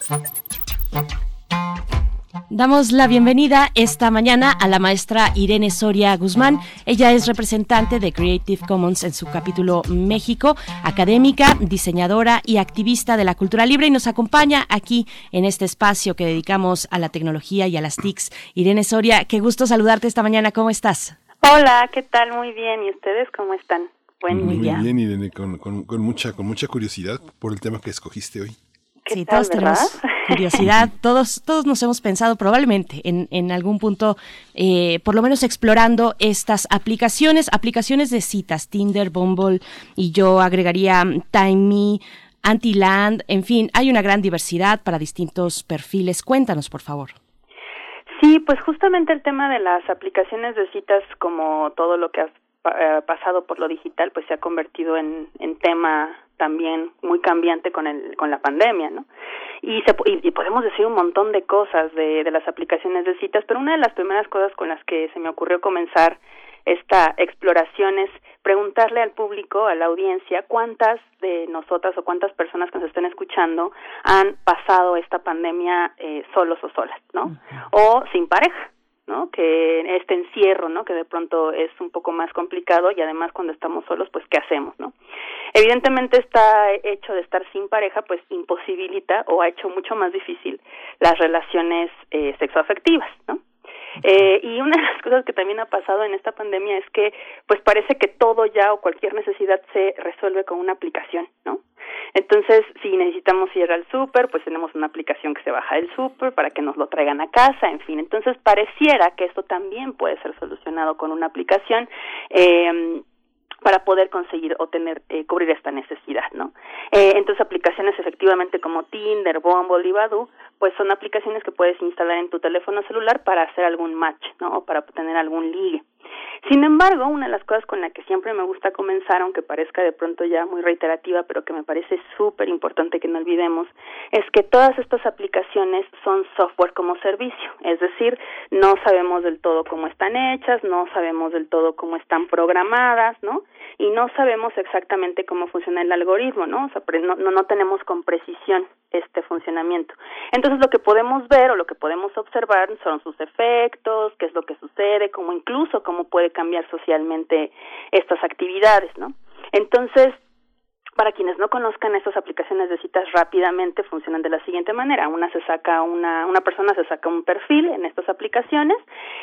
Damos la bienvenida esta mañana a la maestra Irene Soria Guzmán. Ella es representante de Creative Commons en su capítulo México, académica, diseñadora y activista de la cultura libre, y nos acompaña aquí en este espacio que dedicamos a la tecnología y a las TICs. Irene Soria, qué gusto saludarte esta mañana. ¿Cómo estás? Hola, ¿qué tal? Muy bien. ¿Y ustedes cómo están? Muy bien, Irene, con mucha curiosidad por el tema que escogiste hoy. Sí, todos tenemos curiosidad, todos nos hemos pensado probablemente en algún punto, por lo menos explorando estas aplicaciones de citas, Tinder, Bumble, y yo agregaría Time.me, Antiland, en fin, hay una gran diversidad para distintos perfiles. Cuéntanos, por favor. Sí, pues justamente el tema de las aplicaciones de citas, como todo lo que ha pasado por lo digital, pues se ha convertido en tema también muy cambiante con la pandemia, ¿no? Y podemos decir un montón de cosas de las aplicaciones de citas, pero una de las primeras cosas con las que se me ocurrió comenzar esta exploración es preguntarle al público, a la audiencia, cuántas de nosotras o cuántas personas que nos estén escuchando han pasado esta pandemia solos o solas, ¿no? O sin pareja, ¿no? Que este encierro, ¿no? Que de pronto es un poco más complicado, y además cuando estamos solos, pues ¿qué hacemos, no? Evidentemente este hecho de estar sin pareja pues imposibilita o ha hecho mucho más difícil las relaciones sexoafectivas, ¿no? Y una de las cosas que también ha pasado en esta pandemia es que pues parece que todo ya o cualquier necesidad se resuelve con una aplicación, ¿no? Entonces, si necesitamos ir al súper, pues tenemos una aplicación que se baja del súper para que nos lo traigan a casa, en fin. Entonces, pareciera que esto también puede ser solucionado con una aplicación para poder conseguir o cubrir esta necesidad, ¿no? Entonces, aplicaciones efectivamente como Tinder, Bumble y Badoo, pues son aplicaciones que puedes instalar en tu teléfono celular para hacer algún match, ¿no? O para tener algún ligue. Sin embargo, una de las cosas con la que siempre me gusta comenzar, aunque parezca de pronto ya muy reiterativa, pero que me parece súper importante que no olvidemos, es que todas estas aplicaciones son software como servicio, es decir, no sabemos del todo cómo están hechas, no sabemos del todo cómo están programadas, ¿no? Y no sabemos exactamente cómo funciona el algoritmo, ¿no? O sea, no tenemos con precisión este funcionamiento. Entonces, lo que podemos ver o lo que podemos observar son sus efectos, qué es lo que sucede, cómo puede cambiar socialmente estas actividades, ¿no? Entonces, para quienes no conozcan estas aplicaciones de citas, rápidamente funcionan de la siguiente manera. Una persona se saca un perfil en estas aplicaciones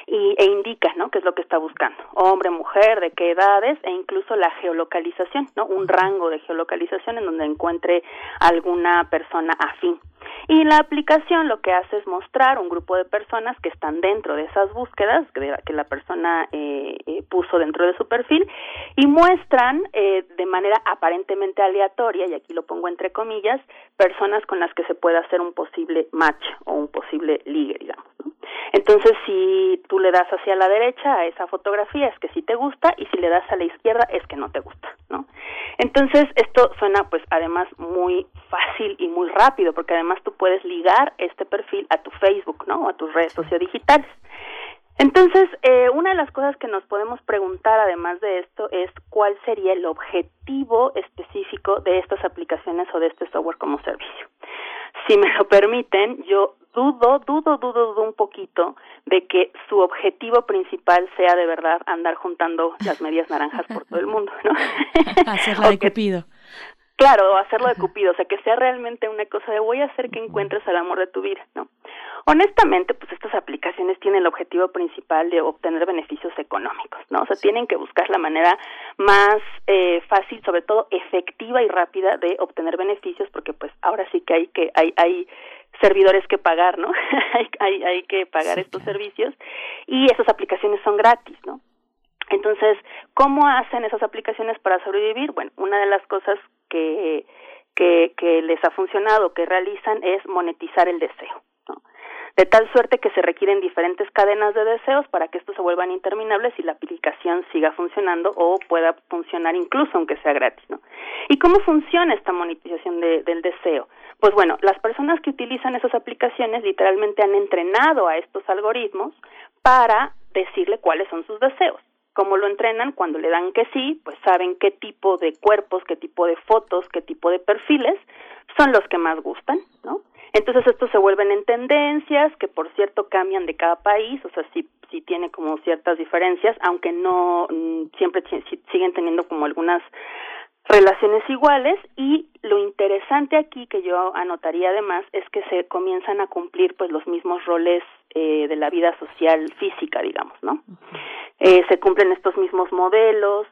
e indica, ¿no?, qué es lo que está buscando. Hombre, mujer, de qué edades, e incluso la geolocalización, ¿no?, un rango de geolocalización en donde encuentre alguna persona afín. Y la aplicación lo que hace es mostrar un grupo de personas que están dentro de esas búsquedas que la persona puso dentro de su perfil, y muestran de manera aparentemente aleatoria, y aquí lo pongo entre comillas, personas con las que se puede hacer un posible match o un posible ligue, digamos, ¿no? Entonces, si tú le das hacia la derecha a esa fotografía, es que sí te gusta, y si le das a la izquierda, es que no te gusta, ¿no? Entonces, esto suena, pues, además muy fácil y muy rápido, porque además tú puedes ligar este perfil a tu Facebook, ¿no?, o a tus redes sociodigitales. Entonces, una de las cosas que nos podemos preguntar, además de esto, es cuál sería el objetivo específico de estas aplicaciones o de este software como servicio. Si me lo permiten, yo dudo un poquito de que su objetivo principal sea de verdad andar juntando las medias naranjas por todo el mundo, ¿no? Hacerla de Cupido. Claro, hacerlo de Cupido, o sea, que sea realmente una cosa de voy a hacer que encuentres al amor de tu vida, ¿no? Honestamente, pues estas aplicaciones tienen el objetivo principal de obtener beneficios económicos, ¿no? O sea, tienen que buscar la manera más fácil, sobre todo efectiva y rápida de obtener beneficios, porque pues ahora sí que hay servidores que pagar, ¿no? hay que pagar estos servicios, y esas aplicaciones son gratis, ¿no? Entonces, ¿cómo hacen esas aplicaciones para sobrevivir? Bueno, una de las cosas que les ha funcionado, que realizan, es monetizar el deseo, ¿no? De tal suerte que se requieren diferentes cadenas de deseos para que estos se vuelvan interminables y la aplicación siga funcionando o pueda funcionar incluso aunque sea gratis, ¿no? ¿Y cómo funciona esta monetización del deseo? Pues bueno, las personas que utilizan esas aplicaciones literalmente han entrenado a estos algoritmos para decirle cuáles son sus deseos. ¿Cómo lo entrenan? Cuando le dan que sí, pues saben qué tipo de cuerpos, qué tipo de fotos, qué tipo de perfiles son los que más gustan, ¿no? Entonces estos se vuelven en tendencias, que por cierto cambian de cada país, o sea, sí tiene como ciertas diferencias, aunque no siempre siguen teniendo como algunas relaciones iguales. Y lo interesante aquí que yo anotaría además es que se comienzan a cumplir pues los mismos roles de la vida social física, digamos, ¿no? Se cumplen estos mismos modelos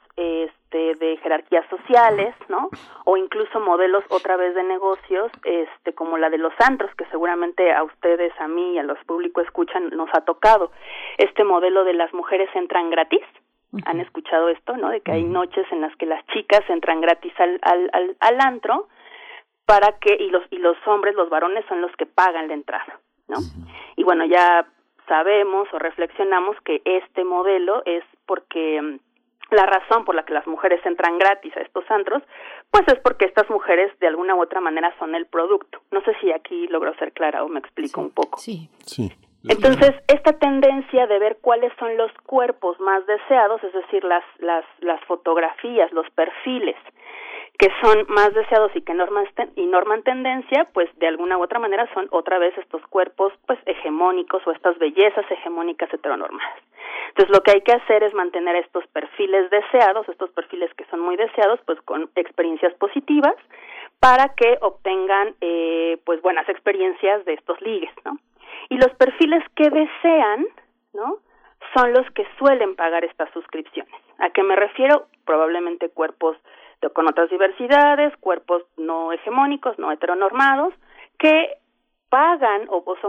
de jerarquías sociales, ¿no? O incluso modelos otra vez de negocios, como la de los antros, que seguramente a ustedes, a mí y a los públicos escuchan, nos ha tocado. Este modelo de las mujeres entran gratis. ¿Han escuchado esto, no? De que hay noches en las que las chicas entran gratis al antro para que y los hombres, los varones son los que pagan la entrada, ¿no? Y bueno, ya sabemos o reflexionamos que este modelo es porque la razón por la que las mujeres entran gratis a estos antros, pues es porque estas mujeres de alguna u otra manera son el producto. No sé si aquí logro ser clara o me explico un poco. Sí. Entonces, esta tendencia de ver cuáles son los cuerpos más deseados, es decir, las fotografías, los perfiles que son más deseados y que norman tendencia, pues de alguna u otra manera son otra vez estos cuerpos pues hegemónicos o estas bellezas hegemónicas heteronormadas. Entonces lo que hay que hacer es mantener estos perfiles deseados, estos perfiles que son muy deseados, pues con experiencias positivas para que obtengan pues buenas experiencias de estos ligues, ¿no? Y los perfiles que desean, ¿no?, son los que suelen pagar estas suscripciones. ¿A qué me refiero? Probablemente cuerpos con otras diversidades, cuerpos no hegemónicos, no heteronormados, que pagan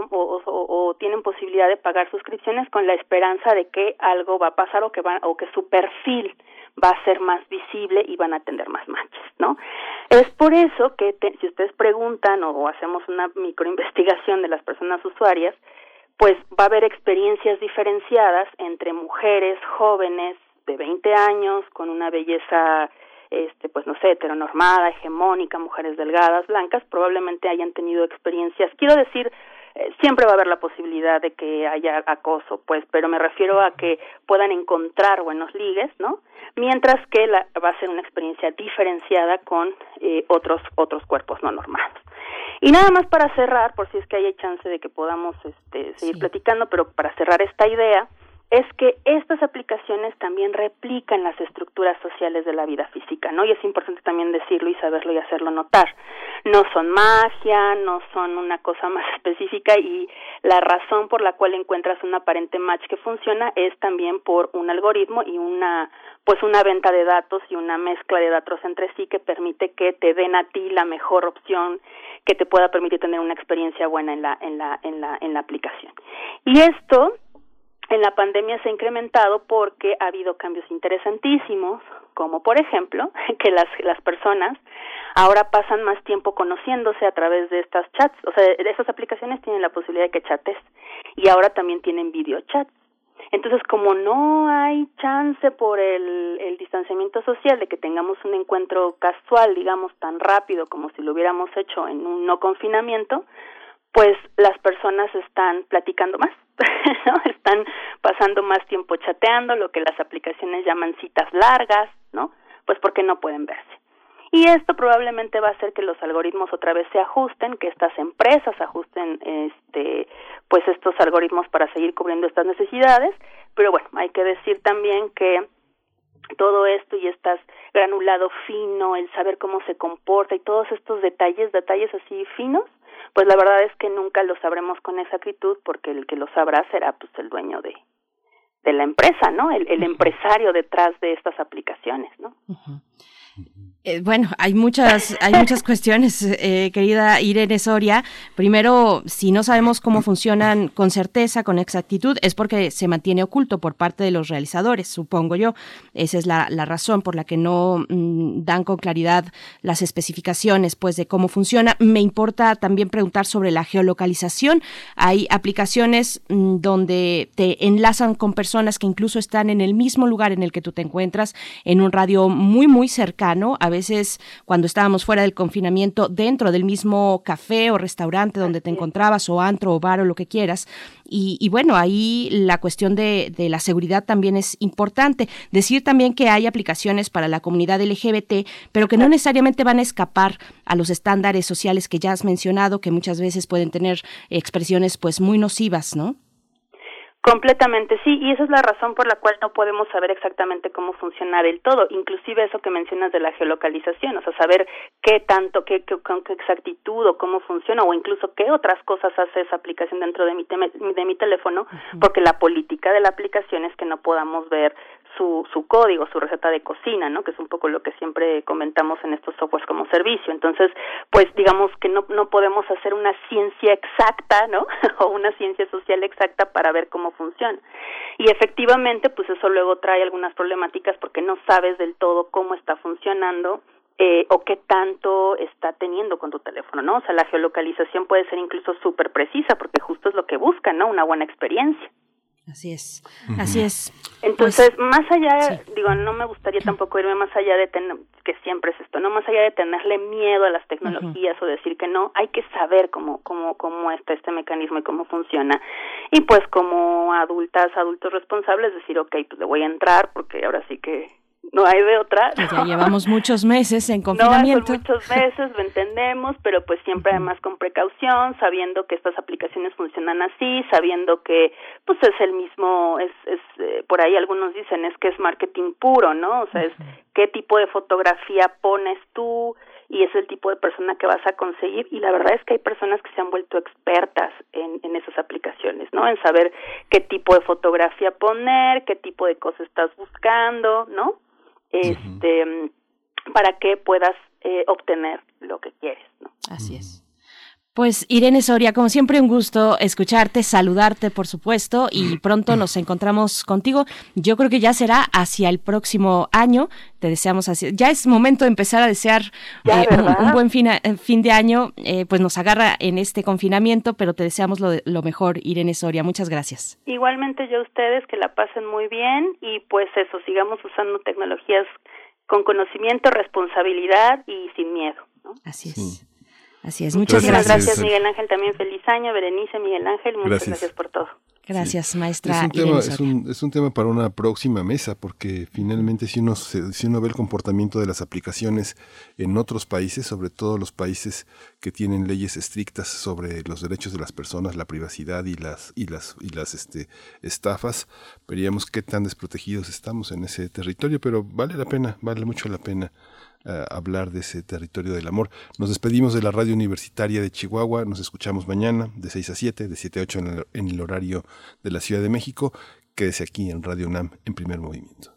o tienen posibilidad de pagar suscripciones con la esperanza de que algo va a pasar o que su perfil va a ser más visible y van a tener más matches, ¿no? Es por eso que si ustedes preguntan o hacemos una microinvestigación de las personas usuarias, pues va a haber experiencias diferenciadas entre mujeres jóvenes de 20 años con una belleza pues no sé, heteronormada, hegemónica, mujeres delgadas, blancas, probablemente hayan tenido experiencias, quiero decir, siempre va a haber la posibilidad de que haya acoso, pues, pero me refiero a que puedan encontrar buenos ligues, ¿no? Mientras que va a ser una experiencia diferenciada con otros cuerpos no normados. Y nada más para cerrar, por si es que hay chance de que podamos seguir platicando, pero para cerrar esta idea, es que estas aplicaciones también replican las estructuras sociales de la vida física, ¿no? Y es importante también decirlo y saberlo y hacerlo notar. No son magia, no son una cosa más específica, y la razón por la cual encuentras un aparente match que funciona es también por un algoritmo y una venta de datos y una mezcla de datos entre sí que permite que te den a ti la mejor opción que te pueda permitir tener una experiencia buena en la aplicación. Y esto en la pandemia se ha incrementado porque ha habido cambios interesantísimos, como por ejemplo que las personas ahora pasan más tiempo conociéndose a través de estas chats. O sea, estas aplicaciones tienen la posibilidad de que chates y ahora también tienen videochats. Entonces, como no hay chance por el distanciamiento social de que tengamos un encuentro casual, digamos, tan rápido como si lo hubiéramos hecho en un no confinamiento, pues las personas están platicando más, ¿no? Están pasando más tiempo chateando, lo que las aplicaciones llaman citas largas, ¿no? Pues porque no pueden verse. Y esto probablemente va a hacer que los algoritmos otra vez se ajusten, que estas empresas ajusten pues estos algoritmos para seguir cubriendo estas necesidades, pero bueno, hay que decir también que todo esto y estas granulado fino, el saber cómo se comporta y todos estos detalles así finos, pues la verdad es que nunca lo sabremos con exactitud, porque el que lo sabrá será pues el dueño de la empresa, ¿no? El empresario detrás de estas aplicaciones, ¿no? Uh-huh. Bueno, hay muchas cuestiones, querida Irene Soria. Primero, si no sabemos cómo funcionan con certeza, con exactitud, es porque se mantiene oculto por parte de los realizadores, supongo yo. Esa es la razón por la que no dan con claridad las especificaciones, pues, de cómo funciona. Me importa también preguntar sobre la geolocalización. Hay aplicaciones donde te enlazan con personas que incluso están en el mismo lugar en el que tú te encuentras, en un radio muy, muy cercano. A veces, cuando estábamos fuera del confinamiento, dentro del mismo café o restaurante donde te encontrabas, o antro o bar o lo que quieras. Y bueno, ahí la cuestión de la seguridad también es importante. Decir también que hay aplicaciones para la comunidad LGBT, pero que no necesariamente van a escapar a los estándares sociales que ya has mencionado, que muchas veces pueden tener expresiones pues muy nocivas, ¿no? Completamente, sí, y esa es la razón por la cual no podemos saber exactamente cómo funciona del todo, inclusive eso que mencionas de la geolocalización, o sea, saber qué tanto, con qué exactitud o cómo funciona, o incluso qué otras cosas hace esa aplicación dentro de mi teléfono, porque la política de la aplicación es que no podamos ver su código, su receta de cocina, ¿no? Que es un poco lo que siempre comentamos en estos softwares como servicio. Entonces, pues digamos que no podemos hacer una ciencia exacta, ¿no? O una ciencia social exacta para ver cómo funciona. Y efectivamente, pues eso luego trae algunas problemáticas porque no sabes del todo cómo está funcionando o qué tanto está teniendo con tu teléfono, ¿no? O sea, la geolocalización puede ser incluso súper precisa porque justo es lo que busca, ¿no? Una buena experiencia. Así es, así es. Entonces, más allá, digo, no me gustaría tampoco irme más allá de que siempre es esto, no más allá de tenerle miedo a las tecnologías o decir que no, hay que saber cómo está este mecanismo y cómo funciona. Y pues como adultos responsables, decir, okay, pues le voy a entrar porque ahora sí que no hay de otra. Pues ya llevamos muchos meses en confinamiento. No, son muchos meses, lo entendemos, pero pues siempre además con precaución, sabiendo que estas aplicaciones funcionan así, sabiendo que pues es el mismo, por ahí algunos dicen es que es marketing puro, ¿no? O sea, es qué tipo de fotografía pones tú y es el tipo de persona que vas a conseguir, y la verdad es que hay personas que se han vuelto expertas en esas aplicaciones, ¿no? En saber qué tipo de fotografía poner, qué tipo de cosas estás buscando, ¿no? Para que puedas obtener lo que quieres, ¿no? Así es. Pues Irene Soria, como siempre un gusto escucharte, saludarte por supuesto, y pronto nos encontramos contigo. Yo creo que ya será hacia el próximo año. Te deseamos ya es momento de empezar a desear un buen fin de año. Pues nos agarra en este confinamiento, pero te deseamos lo mejor, Irene Soria. Muchas gracias. Igualmente yo a ustedes, que la pasen muy bien y pues eso, sigamos usando tecnologías con conocimiento, responsabilidad y sin miedo, ¿no? Así es. Sí. Así es, muchas gracias. Gracias, Miguel Ángel, también feliz año. Berenice, Miguel Ángel, muchas gracias por todo. Gracias, maestra. Es un tema para una próxima mesa, porque finalmente si uno ve el comportamiento de las aplicaciones en otros países, sobre todo los países que tienen leyes estrictas sobre los derechos de las personas, la privacidad y las estafas, veríamos qué tan desprotegidos estamos en ese territorio, pero vale mucho la pena hablar de ese territorio del amor. Nos despedimos de la Radio Universitaria de Chihuahua, nos escuchamos mañana de 6 a 7, de 7 a 8 en el horario de la Ciudad de México. Quédese aquí en Radio UNAM en Primer Movimiento.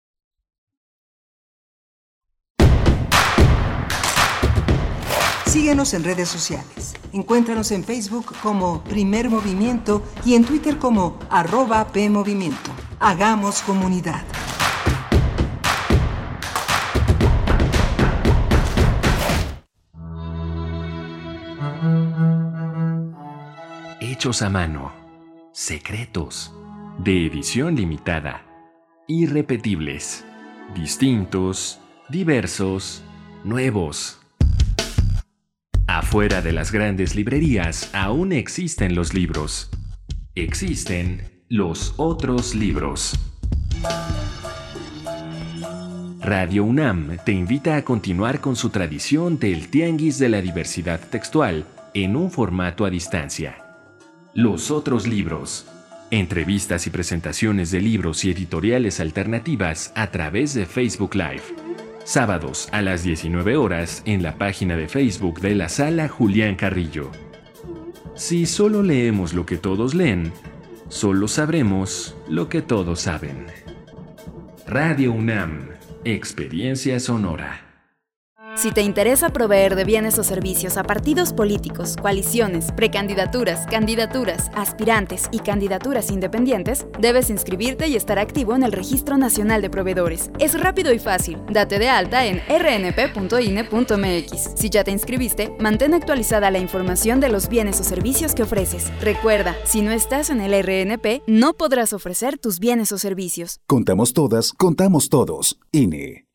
Síguenos en redes sociales. Encuéntranos en Facebook como Primer Movimiento y en Twitter como @PMovimiento. Hagamos comunidad. Hechos a mano, secretos, de edición limitada, irrepetibles, distintos, diversos, nuevos. Afuera de las grandes librerías aún existen los libros. Existen los otros libros. Radio UNAM te invita a continuar con su tradición del Tianguis de la Diversidad Textual en un formato a distancia. Los otros libros. Entrevistas y presentaciones de libros y editoriales alternativas a través de Facebook Live. Sábados a las 19 horas en la página de Facebook de la Sala Julián Carrillo. Si solo leemos lo que todos leen, solo sabremos lo que todos saben. Radio UNAM, experiencia sonora. Si te interesa proveer de bienes o servicios a partidos políticos, coaliciones, precandidaturas, candidaturas, aspirantes y candidaturas independientes, debes inscribirte y estar activo en el Registro Nacional de Proveedores. Es rápido y fácil. Date de alta en rnp.ine.mx. Si ya te inscribiste, mantén actualizada la información de los bienes o servicios que ofreces. Recuerda, si no estás en el RNP, no podrás ofrecer tus bienes o servicios. Contamos todas, contamos todos. INE.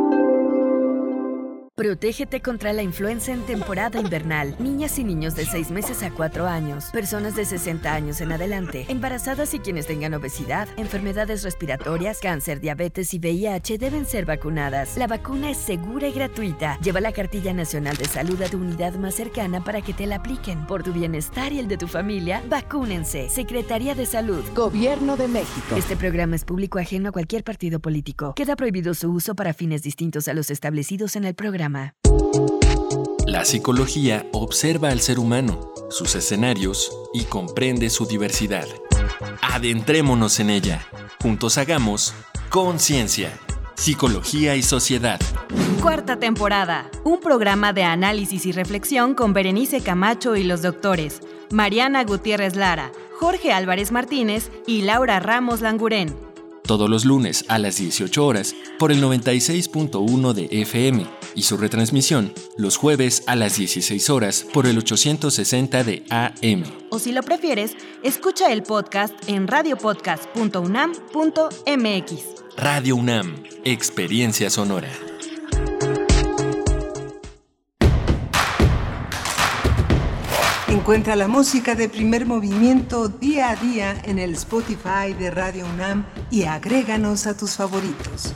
Protégete contra la influenza en temporada invernal. Niñas y niños de 6 meses a 4 años, personas de 60 años en adelante, embarazadas y quienes tengan obesidad, enfermedades respiratorias, cáncer, diabetes y VIH deben ser vacunadas. La vacuna es segura y gratuita. Lleva la cartilla nacional de salud a tu unidad más cercana para que te la apliquen. Por tu bienestar y el de tu familia, vacúnense. Secretaría de Salud. Gobierno de México. Este programa es público ajeno a cualquier partido político. Queda prohibido su uso para fines distintos a los establecidos en el programa. La psicología observa al ser humano, sus escenarios y comprende su diversidad. Adentrémonos en ella. Juntos hagamos Conciencia, Psicología y Sociedad. Cuarta temporada. Un programa de análisis y reflexión con Berenice Camacho y los doctores Mariana Gutiérrez Lara, Jorge Álvarez Martínez y Laura Ramos Langurén. Todos los lunes a las 18 horas por el 96.1 de FM y su retransmisión los jueves a las 16 horas por el 860 de AM. O si lo prefieres, escucha el podcast en radiopodcast.unam.mx. Radio UNAM, experiencia sonora. Encuentra la música de Primer Movimiento día a día en el Spotify de Radio UNAM y agréganos a tus favoritos.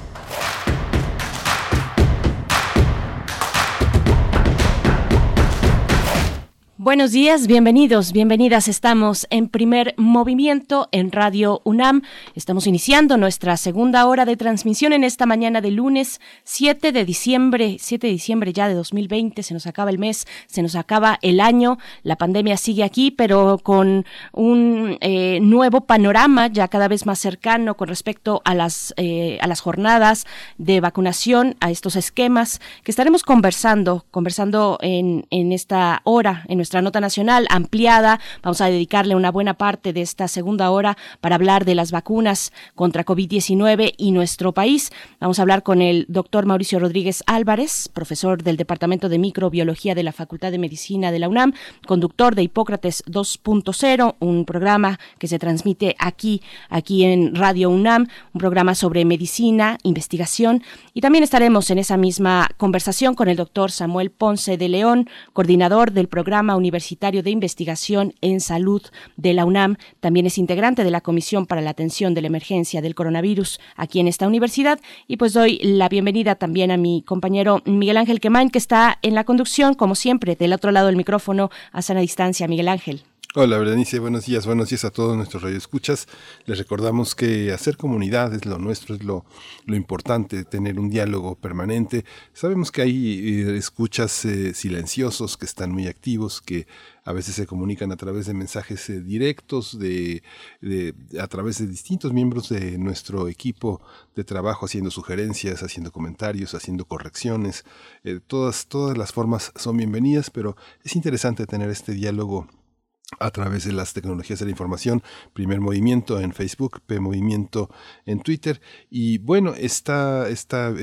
Buenos días, bienvenidos, bienvenidas. Estamos en Primer Movimiento en Radio UNAM. Estamos iniciando nuestra segunda hora de transmisión en esta mañana de lunes 7 de diciembre ya de 2020. Se nos acaba el mes, se nos acaba el año. La pandemia sigue aquí, pero con un nuevo panorama ya cada vez más cercano con respecto a las jornadas de vacunación, a estos esquemas que estaremos conversando en esta hora, en nuestra nuestra nota nacional ampliada. Vamos a dedicarle una buena parte de esta segunda hora para hablar de las vacunas contra COVID-19 y nuestro país. Vamos a hablar con el doctor Mauricio Rodríguez Álvarez, profesor del Departamento de Microbiología de la Facultad de Medicina de la UNAM, conductor de Hipócrates 2.0, un programa que se transmite aquí en Radio UNAM, un programa sobre medicina, investigación, y también estaremos en esa misma conversación con el doctor Samuel Ponce de León, coordinador del Programa Universitario de Investigación en Salud de la UNAM. También es integrante de la Comisión para la Atención de la Emergencia del Coronavirus aquí en esta universidad. Y pues doy la bienvenida también a mi compañero Miguel Ángel Quemain, que está en la conducción, como siempre, del otro lado del micrófono, a sana distancia. Miguel Ángel. Hola, Berenice, buenos días a todos nuestros radioescuchas. Les recordamos que hacer comunidad es lo nuestro, es lo importante, tener un diálogo permanente. Sabemos que hay escuchas silenciosos que están muy activos, que a veces se comunican a través de mensajes directos, a través de distintos miembros de nuestro equipo de trabajo, haciendo sugerencias, haciendo comentarios, haciendo correcciones. Todas las formas son bienvenidas, pero es interesante tener este diálogo a través de las tecnologías de la información. Primer Movimiento en Facebook, P Movimiento en Twitter. Y bueno, estas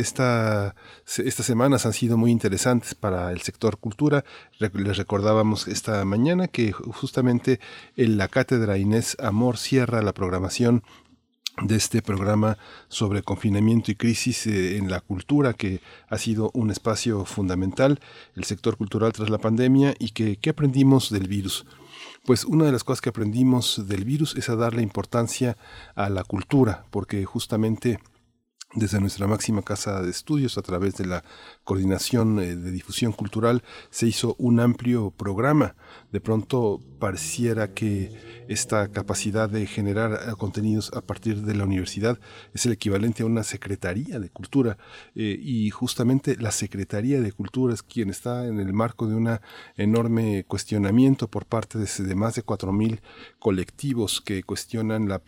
semanas han sido muy interesantes para el sector cultura. Les recordábamos esta mañana que justamente en la Cátedra Inés Amor cierra la programación de este programa sobre confinamiento y crisis en la cultura, que ha sido un espacio fundamental, el sector cultural tras la pandemia. Y ¿qué aprendimos del virus? Pues una de las cosas que aprendimos del virus es a darle importancia a la cultura, porque justamente desde nuestra máxima casa de estudios, a través de la Coordinación de Difusión Cultural, se hizo un amplio programa. De pronto pareciera que esta capacidad de generar contenidos a partir de la universidad es el equivalente a una Secretaría de Cultura, y justamente la Secretaría de Cultura es quien está en el marco de un enorme cuestionamiento por parte de más de 4,000 colectivos que cuestionan la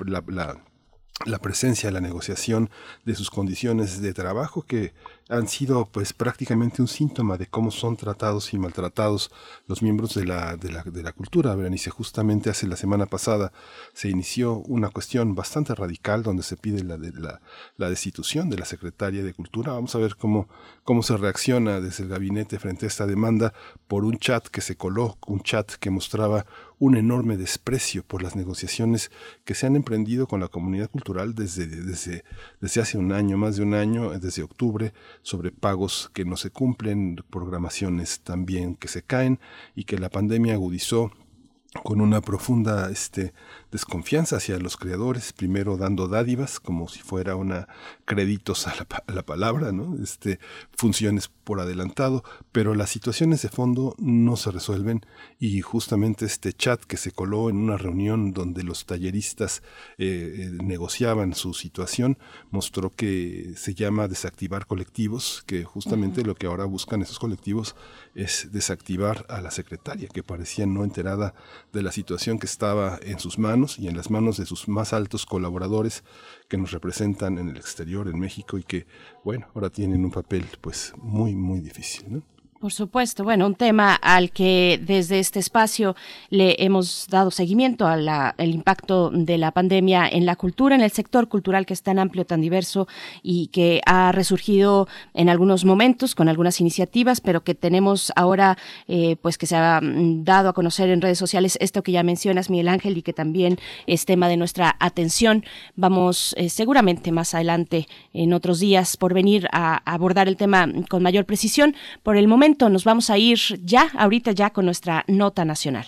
presencia, la negociación de sus condiciones de trabajo, que han sido pues prácticamente un síntoma de cómo son tratados y maltratados los miembros de la cultura. Berenice, justamente hace la semana pasada se inició una cuestión bastante radical donde se pide la destitución de la Secretaria de Cultura. Vamos a ver cómo se reacciona desde el gabinete frente a esta demanda por un chat que se coló, un chat que mostraba un enorme desprecio por las negociaciones que se han emprendido con la comunidad cultural desde hace un año, más de un año, desde octubre, sobre pagos que no se cumplen, programaciones también que se caen, y que la pandemia agudizó con una profunda desconfianza hacia los creadores, primero dando dádivas como si fuera créditos a la palabra, ¿no? Funciones por adelantado, pero las situaciones de fondo no se resuelven, y justamente este chat que se coló en una reunión donde los talleristas negociaban su situación mostró que se llama desactivar colectivos, que justamente lo que ahora buscan esos colectivos es desactivar a la secretaria, que parecía no enterada de la situación que estaba en sus manos y en las manos de sus más altos colaboradores que nos representan en el exterior, en México, y que, bueno, ahora tienen un papel pues muy, muy difícil, ¿no? Por supuesto, bueno, un tema al que desde este espacio le hemos dado seguimiento al impacto de la pandemia en la cultura, en el sector cultural, que es tan amplio, tan diverso, y que ha resurgido en algunos momentos con algunas iniciativas, pero que tenemos ahora, pues que se ha dado a conocer en redes sociales, esto que ya mencionas, Miguel Ángel, y que también es tema de nuestra atención. Vamos seguramente más adelante, en otros días por venir, a abordar el tema con mayor precisión. Por el momento nos vamos a ir ahorita con nuestra nota nacional.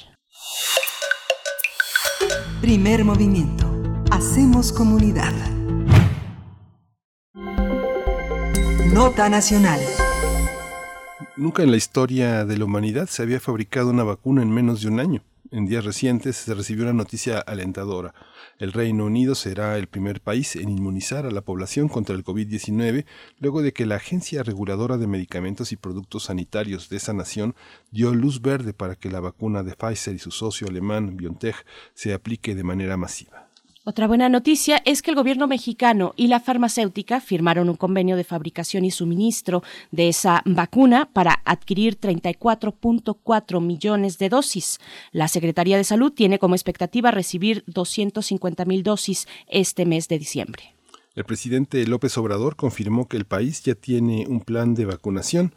Primer movimiento. Hacemos comunidad. Nota nacional. Nunca en la historia de la humanidad se había fabricado una vacuna en menos de un año. En días recientes se recibió una noticia alentadora. El Reino Unido será el primer país en inmunizar a la población contra el COVID-19, luego de que la Agencia Reguladora de Medicamentos y Productos Sanitarios de esa nación dio luz verde para que la vacuna de Pfizer y su socio alemán BioNTech se aplique de manera masiva. Otra buena noticia es que el gobierno mexicano y la farmacéutica firmaron un convenio de fabricación y suministro de esa vacuna para adquirir 34.4 millones de dosis. La Secretaría de Salud tiene como expectativa recibir 250,000 dosis este mes de diciembre. El presidente López Obrador confirmó que el país ya tiene un plan de vacunación,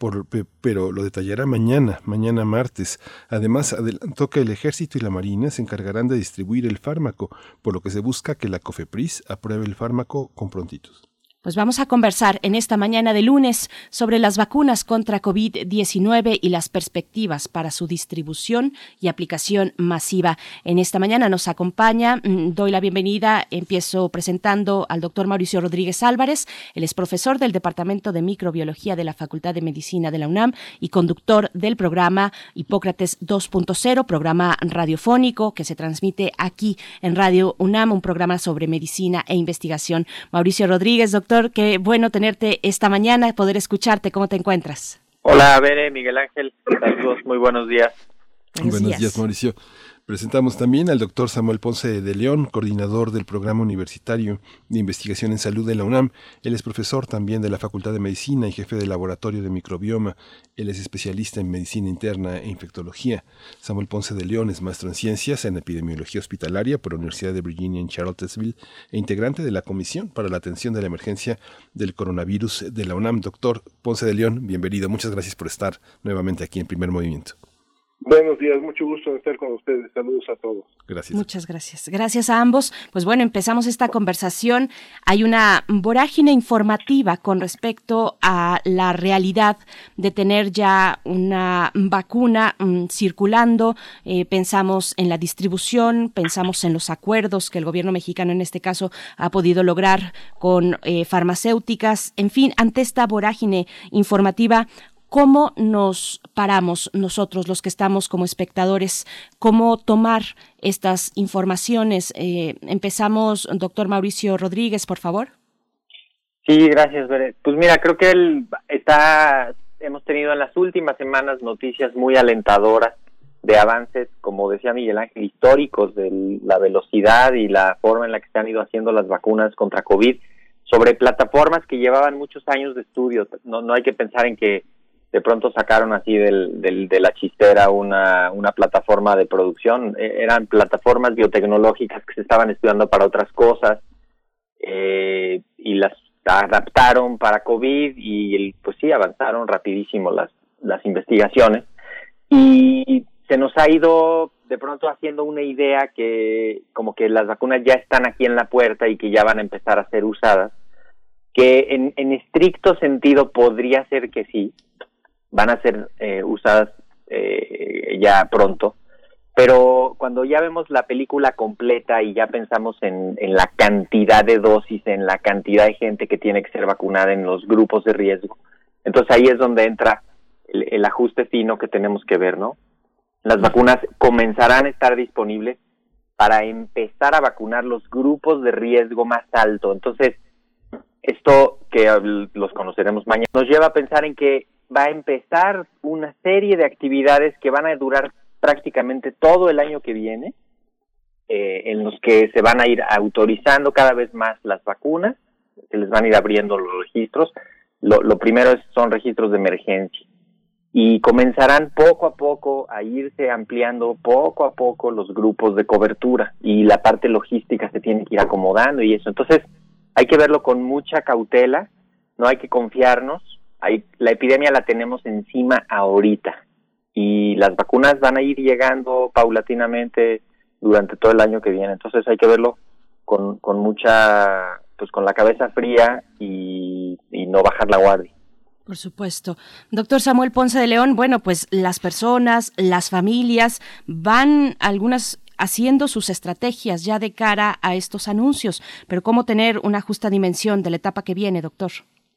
pero lo detallará mañana martes. Además, adelantó que el Ejército y la Marina se encargarán de distribuir el fármaco, por lo que se busca que la COFEPRIS apruebe el fármaco con prontitud. Pues vamos a conversar en esta mañana de lunes sobre las vacunas contra COVID-19 y las perspectivas para su distribución y aplicación masiva. En esta mañana nos acompaña, doy la bienvenida, empiezo presentando al doctor Mauricio Rodríguez Álvarez. Él es profesor del Departamento de Microbiología de la Facultad de Medicina de la UNAM y conductor del programa Hipócrates 2.0, programa radiofónico que se transmite aquí en Radio UNAM, un programa sobre medicina e investigación. Mauricio Rodríguez, doctor, qué bueno tenerte esta mañana, poder escucharte. ¿Cómo te encuentras? Hola, Bere, Miguel Ángel. Saludos, muy buenos días. Buenos días, Mauricio. Presentamos también al doctor Samuel Ponce de León, coordinador del Programa Universitario de Investigación en Salud de la UNAM. Él es profesor también de la Facultad de Medicina y jefe del Laboratorio de Microbioma. Él es especialista en Medicina Interna e Infectología. Samuel Ponce de León es maestro en Ciencias en Epidemiología Hospitalaria por la Universidad de Virginia en Charlottesville e integrante de la Comisión para la Atención de la Emergencia del Coronavirus de la UNAM. Doctor Ponce de León, bienvenido. Muchas gracias por estar nuevamente aquí en Primer Movimiento. Buenos días, mucho gusto de estar con ustedes. Saludos a todos. Gracias. Muchas gracias. Gracias a ambos. Pues bueno, empezamos esta conversación. Hay una vorágine informativa con respecto a la realidad de tener ya una vacuna circulando. Pensamos en la distribución, pensamos en los acuerdos que el gobierno mexicano en este caso ha podido lograr con farmacéuticas. En fin, ante esta vorágine informativa, ¿cómo nos paramos nosotros, los que estamos como espectadores? ¿Cómo tomar estas informaciones? Empezamos, doctor Mauricio Rodríguez, por favor. Sí, gracias, Bere. Pues mira, creo que hemos tenido en las últimas semanas noticias muy alentadoras de avances, como decía Miguel Ángel, históricos de la velocidad y la forma en la que se han ido haciendo las vacunas contra COVID, sobre plataformas que llevaban muchos años de estudio. No hay que pensar en que de pronto sacaron así de la chistera una plataforma de producción. Eran plataformas biotecnológicas que se estaban estudiando para otras cosas y las adaptaron para COVID y pues sí, avanzaron rapidísimo las investigaciones y se nos ha ido de pronto haciendo una idea que como que las vacunas ya están aquí en la puerta y que ya van a empezar a ser usadas, que en estricto sentido podría ser que sí, van a ser usadas ya pronto, pero cuando ya vemos la película completa y ya pensamos en la cantidad de dosis, en la cantidad de gente que tiene que ser vacunada en los grupos de riesgo, entonces ahí es donde entra el ajuste fino que tenemos que ver, ¿no? Las vacunas comenzarán a estar disponibles para empezar a vacunar los grupos de riesgo más alto. Entonces, esto que los conoceremos mañana nos lleva a pensar en que va a empezar una serie de actividades que van a durar prácticamente todo el año que viene, en los que se van a ir autorizando cada vez más las vacunas, se les van a ir abriendo los registros. Lo primero son registros de emergencia y comenzarán poco a poco a irse ampliando poco a poco los grupos de cobertura y la parte logística se tiene que ir acomodando y eso. Entonces hay que verlo con mucha cautela, no hay que confiarnos. La epidemia la tenemos encima ahorita y las vacunas van a ir llegando paulatinamente durante todo el año que viene. Entonces hay que verlo con mucha, pues con la cabeza fría y no bajar la guardia. Por supuesto. Doctor Samuel Ponce de León, bueno, pues las personas, las familias van algunas haciendo sus estrategias ya de cara a estos anuncios, pero ¿cómo tener una justa dimensión de la etapa que viene, doctor?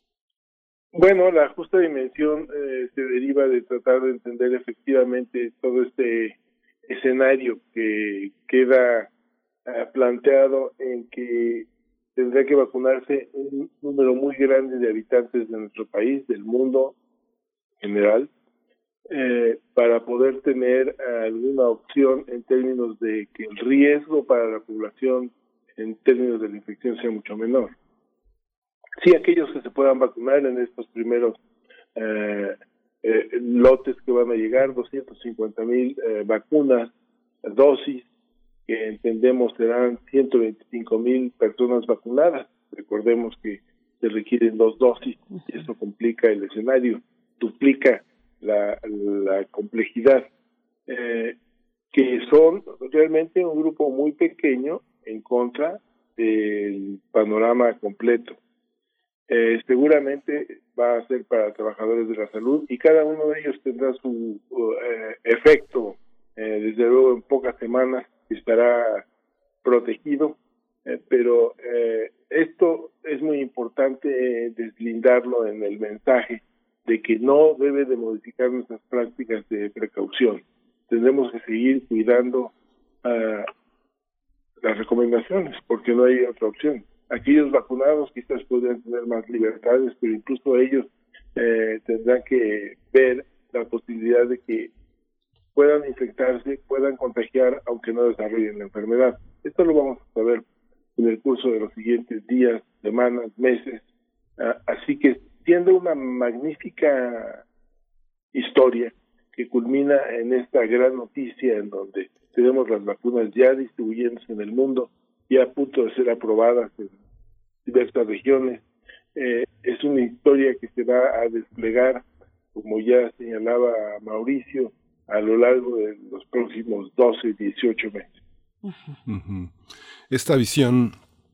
Bueno, la justa dimensión se deriva de tratar de entender efectivamente todo este escenario que queda planteado en que tendrá que vacunarse un número muy grande de habitantes de nuestro país, del mundo en general, para poder tener alguna opción en términos de que el riesgo para la población en términos de la infección sea mucho menor. Sí, aquellos que se puedan vacunar en estos primeros lotes que van a llegar, 250,000 vacunas, dosis, que entendemos serán 125,000 personas vacunadas. Recordemos que se requieren 2 dosis y eso complica el escenario, duplica la complejidad, que son realmente un grupo muy pequeño en contra del panorama completo. Seguramente va a ser para trabajadores de la salud y cada uno de ellos tendrá su efecto, desde luego en pocas semanas estará protegido, pero esto es muy importante deslindarlo en el mensaje de que no debe de modificar nuestras prácticas de precaución. Tendremos que seguir cuidando las recomendaciones porque no hay otra opción. Aquellos vacunados quizás podrían tener más libertades, pero incluso ellos tendrán que ver la posibilidad de que puedan infectarse, puedan contagiar, aunque no desarrollen la enfermedad. Esto lo vamos a saber en el curso de los siguientes días, semanas, meses. Así que siendo una magnífica historia que culmina en esta gran noticia en donde tenemos las vacunas ya distribuyéndose en el mundo y a punto de ser aprobadas en diversas regiones. Es una historia que se va a desplegar, como ya señalaba Mauricio, a lo largo de los próximos 12, 18 meses. Uh-huh. Esta visión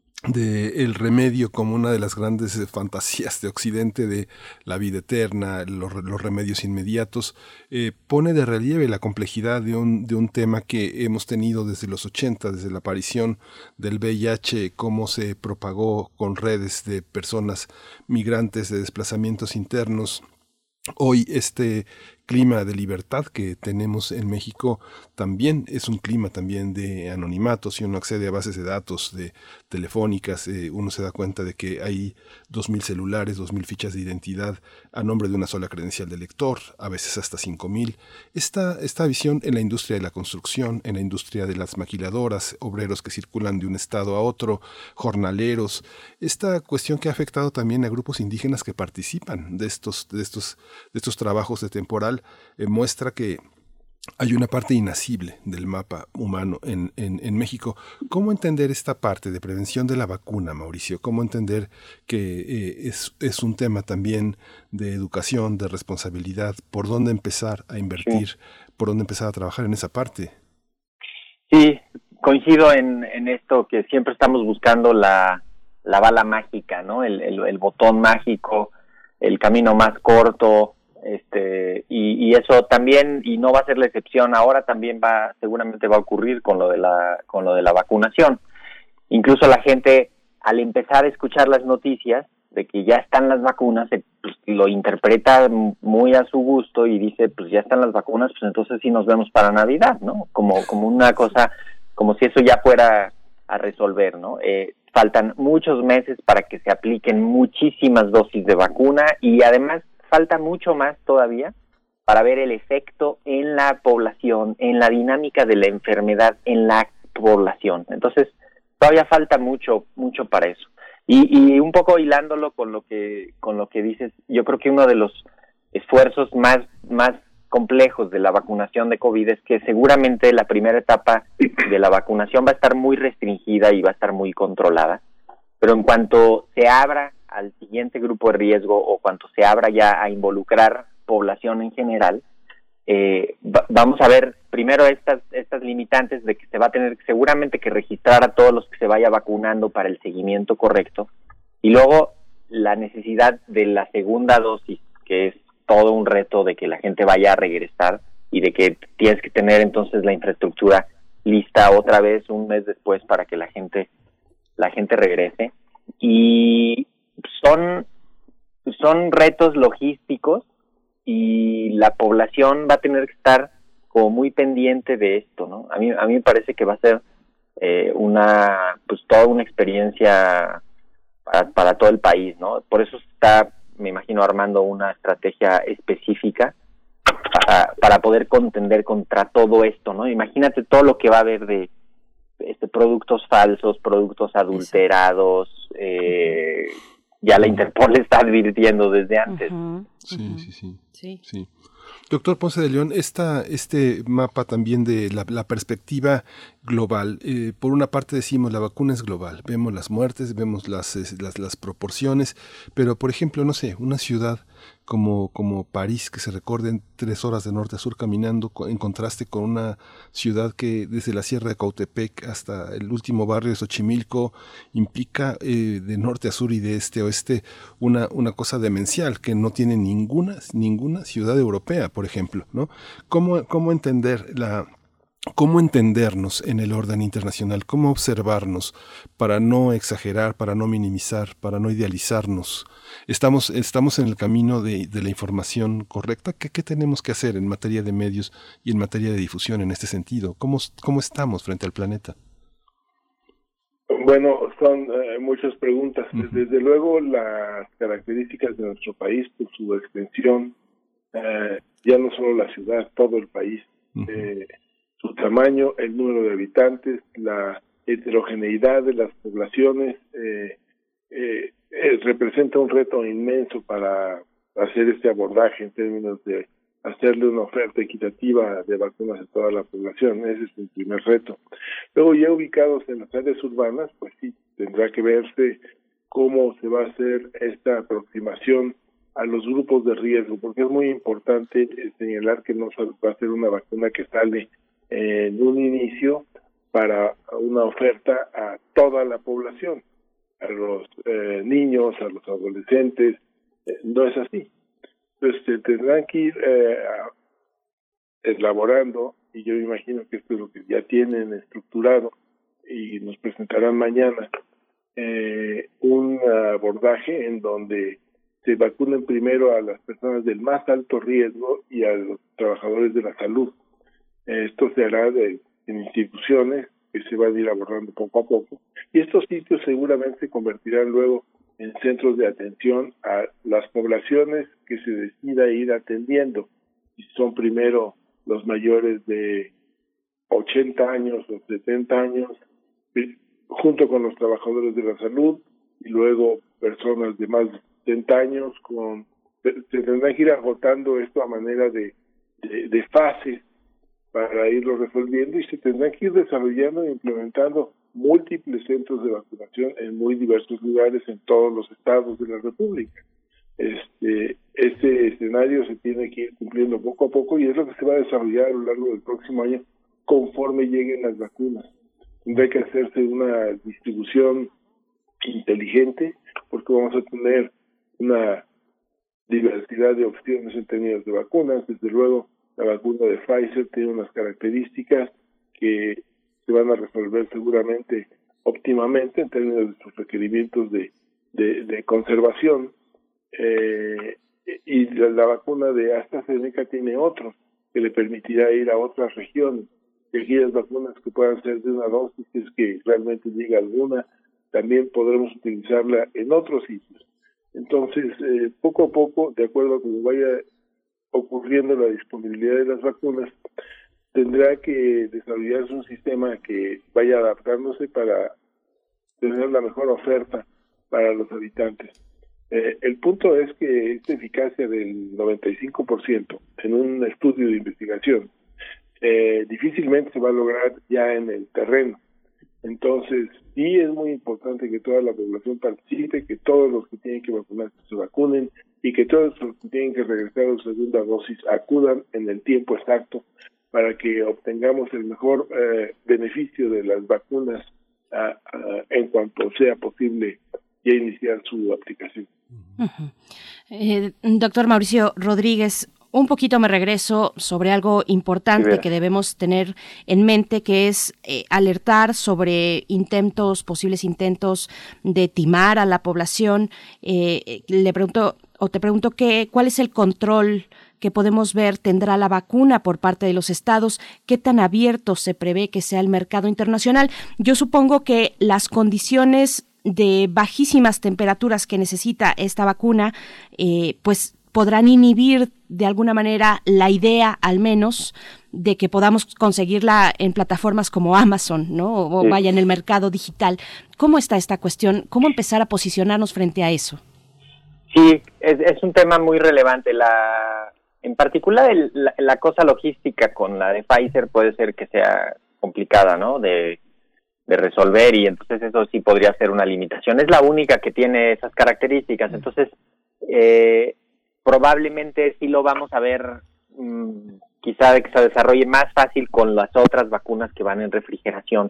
de el remedio como una de las grandes fantasías de Occidente, de la vida eterna, los remedios inmediatos, pone de relieve la complejidad de un tema que hemos tenido desde los 80, desde la aparición del VIH, cómo se propagó con redes de personas migrantes de desplazamientos internos. Hoy este clima de libertad que tenemos en México también es un clima también de anonimato. Si uno accede a bases de datos de telefónicas, uno se da cuenta de que hay 2,000 celulares, 2,000 fichas de identidad a nombre de una sola credencial de lector, a veces hasta 5,000. Esta visión en la industria de la construcción, en la industria de las maquiladoras, obreros que circulan de un estado a otro, jornaleros, esta cuestión que ha afectado también a grupos indígenas que participan de estos trabajos de temporal, muestra que hay una parte inasible del mapa humano en México. ¿Cómo entender esta parte de prevención de la vacuna, Mauricio? ¿Cómo entender que es un tema también de educación, de responsabilidad? ¿Por dónde empezar a invertir? Sí. ¿Por dónde empezar a trabajar en esa parte? Sí, coincido en esto, que siempre estamos buscando la bala mágica, ¿no? El botón mágico, el camino más corto, y eso también, y no va a ser la excepción ahora, también seguramente va a ocurrir con lo de la vacunación. Incluso la gente, al empezar a escuchar las noticias de que ya están las vacunas, pues, lo interpreta muy a su gusto y dice, pues ya están las vacunas, pues entonces sí nos vemos para Navidad, ¿no? Como una cosa, como si eso ya fuera a resolver, ¿no? Faltan muchos meses para que se apliquen muchísimas dosis de vacuna y además falta mucho más todavía para ver el efecto en la población, en la dinámica de la enfermedad en la población. Entonces, todavía falta mucho para eso. Y un poco hilándolo con lo que dices, yo creo que uno de los esfuerzos más complejos de la vacunación de COVID es que seguramente la primera etapa de la vacunación va a estar muy restringida y va a estar muy controlada. Pero en cuanto se abra al siguiente grupo de riesgo o cuanto se abra ya a involucrar población en general, vamos a ver primero estas limitantes de que se va a tener seguramente que registrar a todos los que se vaya vacunando para el seguimiento correcto, y luego la necesidad de la segunda dosis, que es todo un reto de que la gente vaya a regresar y de que tienes que tener entonces la infraestructura lista otra vez un mes después para que la gente regrese. Y son retos logísticos y la población va a tener que estar como muy pendiente de esto, ¿no? A mí me parece que va a ser toda una experiencia para todo el país, ¿no? Por eso está, me imagino, armando una estrategia específica para poder contender contra todo esto, ¿no? Imagínate todo lo que va a haber de productos falsos, productos adulterados, ya la Interpol está advirtiendo desde antes. Sí. Doctor Ponce de León, este mapa también de la perspectiva global, por una parte decimos la vacuna es global, vemos las muertes, vemos las proporciones, pero por ejemplo, no sé, una ciudad como París, que se recorre en 3 horas de norte a sur caminando, en contraste con una ciudad que desde la Sierra de Cautepec hasta el último barrio de Xochimilco implica de norte a sur y de este a oeste una cosa demencial que no tiene ninguna ciudad europea, por ejemplo, ¿no? ¿Cómo entendernos en el orden internacional? ¿Cómo observarnos para no exagerar, para no minimizar, para no idealizarnos? ¿Estamos en el camino de la información correcta? ¿Qué tenemos que hacer en materia de medios y en materia de difusión en este sentido? ¿Cómo estamos frente al planeta? Bueno, son muchas preguntas. Desde luego, las características de nuestro país, por su extensión, ya no solo la ciudad, todo el país, su tamaño, el número de habitantes, la heterogeneidad de las poblaciones, representa un reto inmenso para hacer este abordaje en términos de hacerle una oferta equitativa de vacunas a toda la población. Ese es el primer reto. Luego, ya ubicados en las áreas urbanas, pues sí, tendrá que verse cómo se va a hacer esta aproximación a los grupos de riesgo, porque es muy importante señalar que no va a ser una vacuna que sale en un inicio para una oferta a toda la población, a los niños, a los adolescentes. No es así. Entonces tendrán que ir elaborando, y yo me imagino que esto es lo que ya tienen estructurado y nos presentarán mañana, un abordaje en donde se vacunen primero a las personas del más alto riesgo y a los trabajadores de la salud. Esto se hará en instituciones que se van a ir abordando poco a poco, y estos sitios seguramente se convertirán luego en centros de atención a las poblaciones que se decida ir atendiendo. Si son primero los mayores de 80 años o 70 años, junto con los trabajadores de la salud, y luego personas de más de 70 años, se tendrá que ir agotando esto a manera de fases para irlo resolviendo, y se tendrán que ir desarrollando e implementando múltiples centros de vacunación en muy diversos lugares en todos los estados de la República. Este escenario se tiene que ir cumpliendo poco a poco, y es lo que se va a desarrollar a lo largo del próximo año conforme lleguen las vacunas. Tendrá que hacerse una distribución inteligente, porque vamos a tener una diversidad de opciones en términos de vacunas. Desde luego, la vacuna de Pfizer tiene unas características que se van a resolver seguramente óptimamente en términos de sus requerimientos de conservación, y la vacuna de AstraZeneca tiene otros que le permitirá ir a otras regiones. Y aquellas vacunas que puedan ser de una dosis, si es que realmente llega alguna, también podremos utilizarla en otros sitios. Entonces, poco a poco, de acuerdo a cómo vaya ocurriendo la disponibilidad de las vacunas, tendrá que desarrollarse un sistema que vaya adaptándose para tener la mejor oferta para los habitantes. El punto es que esta eficacia del 95% en un estudio de investigación difícilmente se va a lograr ya en el terreno. Entonces, sí es muy importante que toda la población participe, que todos los que tienen que vacunarse se vacunen, y que todos los que tienen que regresar a su segunda dosis acudan en el tiempo exacto para que obtengamos el mejor beneficio de las vacunas en cuanto sea posible ya iniciar su aplicación. Doctor Mauricio Rodríguez, un poquito me regreso sobre algo importante que debemos tener en mente, que es alertar sobre posibles intentos de timar a la población. Te pregunto, ¿cuál es el control que podemos ver tendrá la vacuna por parte de los estados? ¿Qué tan abierto se prevé que sea el mercado internacional? Yo supongo que las condiciones de bajísimas temperaturas que necesita esta vacuna, pues podrán inhibir de alguna manera la idea, al menos, de que podamos conseguirla en plataformas como Amazon, ¿no? O vaya en el mercado digital. ¿Cómo está esta cuestión? ¿Cómo empezar a posicionarnos frente a eso? Sí, es un tema muy relevante. En particular, la cosa logística con la de Pfizer puede ser que sea complicada, ¿no? De resolver, y entonces eso sí podría ser una limitación. Es la única que tiene esas características. Entonces, probablemente sí lo vamos a ver, quizá que se desarrolle más fácil con las otras vacunas que van en refrigeración.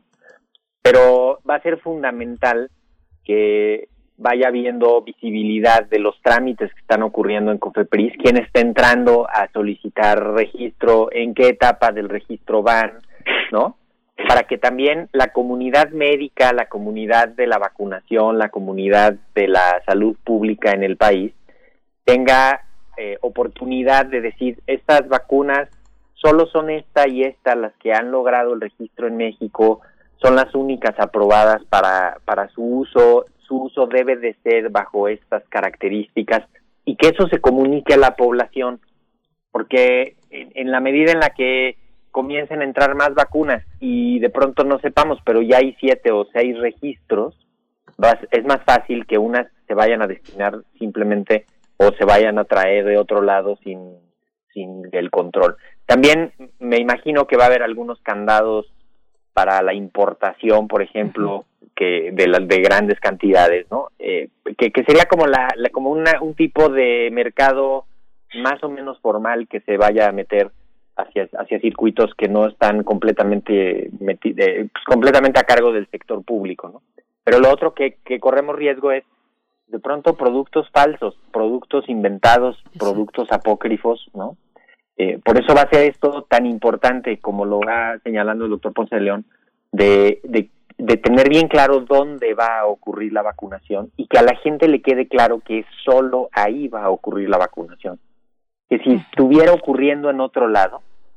Pero va a ser fundamental que vaya habiendo visibilidad de los trámites que están ocurriendo en COFEPRIS, quién está entrando a solicitar registro, en qué etapa del registro van, ¿no? Para que también la comunidad médica, la comunidad de la vacunación, la comunidad de la salud pública en el país tenga oportunidad de decir, estas vacunas solo son esta y esta las que han logrado el registro en México, son las únicas aprobadas para su uso. Su uso debe de ser bajo estas características, y que eso se comunique a la población, porque en la medida en la que comiencen a entrar más vacunas y de pronto no sepamos, pero ya hay 7 o 6 registros, es más fácil que unas se vayan a destinar simplemente o se vayan a traer de otro lado sin el control. También me imagino que va a haber algunos candados para la importación, por ejemplo, que de grandes cantidades, ¿no? Que sería como como un tipo de mercado más o menos formal que se vaya a meter hacia circuitos que no están completamente completamente a cargo del sector público, ¿no? Pero lo otro que corremos riesgo es de pronto productos falsos, productos inventados, productos apócrifos, ¿no? Por eso va a ser esto tan importante, como lo va señalando el doctor Ponce de León, de tener bien claro dónde va a ocurrir la vacunación, y que a la gente le quede claro que solo ahí va a ocurrir la vacunación. Que si estuviera ocurriendo en otro lado,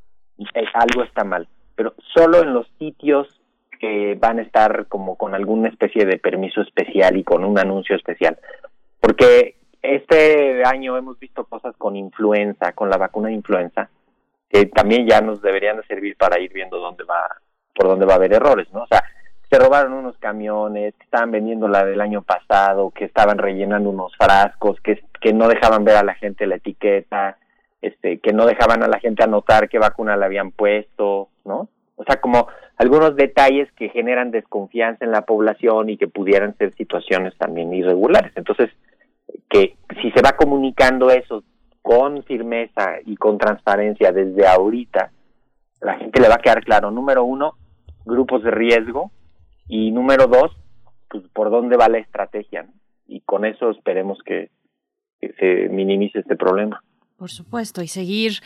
algo está mal, pero solo en los sitios que van a estar como con alguna especie de permiso especial y con un anuncio especial. Porque este año hemos visto cosas con influenza, con la vacuna de influenza, que también ya nos deberían de servir para ir viendo por dónde va a haber errores, ¿no? O sea, se robaron unos camiones, que estaban vendiendo la del año pasado, que estaban rellenando unos frascos, que no dejaban ver a la gente la etiqueta, que no dejaban a la gente anotar qué vacuna le habían puesto, ¿no? O sea, como algunos detalles que generan desconfianza en la población y que pudieran ser situaciones también irregulares. Entonces, que si se va comunicando eso con firmeza y con transparencia desde ahorita, la gente le va a quedar claro, número 1, grupos de riesgo, y número 2, pues por dónde va la estrategia, ¿no? Y con eso esperemos que se minimice este problema. Por supuesto, y seguir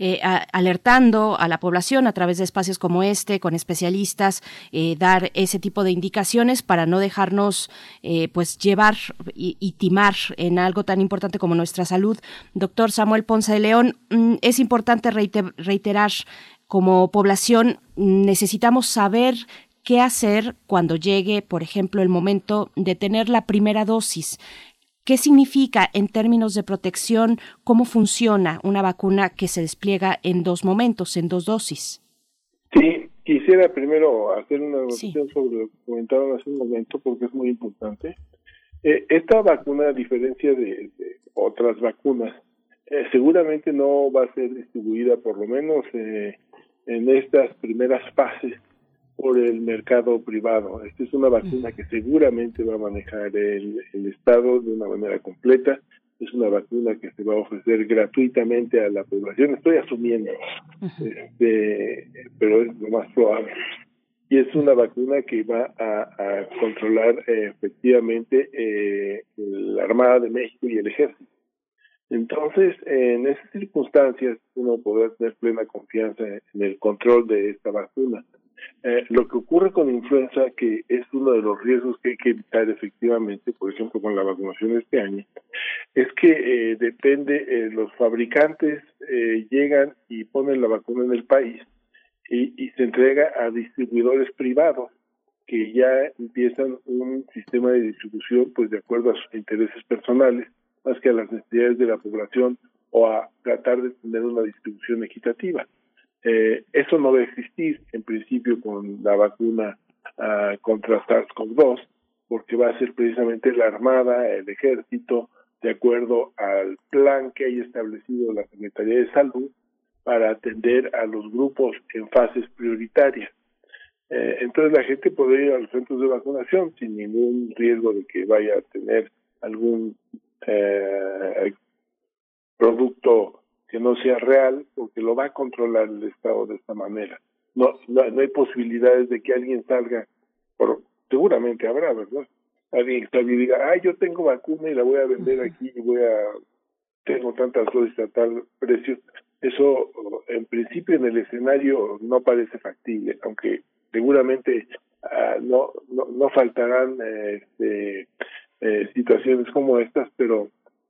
alertando a la población a través de espacios como este, con especialistas, dar ese tipo de indicaciones para no dejarnos pues llevar y timar en algo tan importante como nuestra salud. Doctor Samuel Ponce de León, es importante reiterar, como población necesitamos saber qué hacer cuando llegue, por ejemplo, el momento de tener la primera dosis. ¿Qué significa en términos de protección? ¿Cómo funciona una vacuna que se despliega en 2 momentos, en 2 dosis? Sí, quisiera primero hacer una anotación sobre lo que comentaron hace un momento, porque es muy importante. Esta vacuna, a diferencia de otras vacunas, seguramente no va a ser distribuida, por lo menos en estas primeras fases, por el mercado privado. Esta es una vacuna que seguramente va a manejar el Estado de una manera completa. Es una vacuna que se va a ofrecer gratuitamente a la población. Estoy asumiendo, pero es lo más probable. Y es una vacuna que va a controlar efectivamente la Armada de México y el Ejército. Entonces, en esas circunstancias, uno podrá tener plena confianza en el control de esta vacuna. Lo que ocurre con influenza, que es uno de los riesgos que hay que evitar efectivamente, por ejemplo con la vacunación de este año, es que depende, los fabricantes llegan y ponen la vacuna en el país y se entrega a distribuidores privados que ya empiezan un sistema de distribución pues de acuerdo a sus intereses personales, más que a las necesidades de la población o a tratar de tener una distribución equitativa. Eso no va a existir en principio con la vacuna contra SARS-CoV-2, porque va a ser precisamente la Armada, el Ejército, de acuerdo al plan que haya establecido la Secretaría de Salud para atender a los grupos en fases prioritarias. Entonces la gente puede ir a los centros de vacunación sin ningún riesgo de que vaya a tener algún producto que no sea real, porque lo va a controlar el Estado de esta manera. No hay posibilidades de que alguien salga, seguramente habrá, ¿verdad? Alguien que salga y diga, yo tengo vacuna y la voy a vender aquí y tengo tantas dosis a tal precio. Eso, en principio, en el escenario no parece factible, aunque seguramente no faltarán situaciones como estas, pero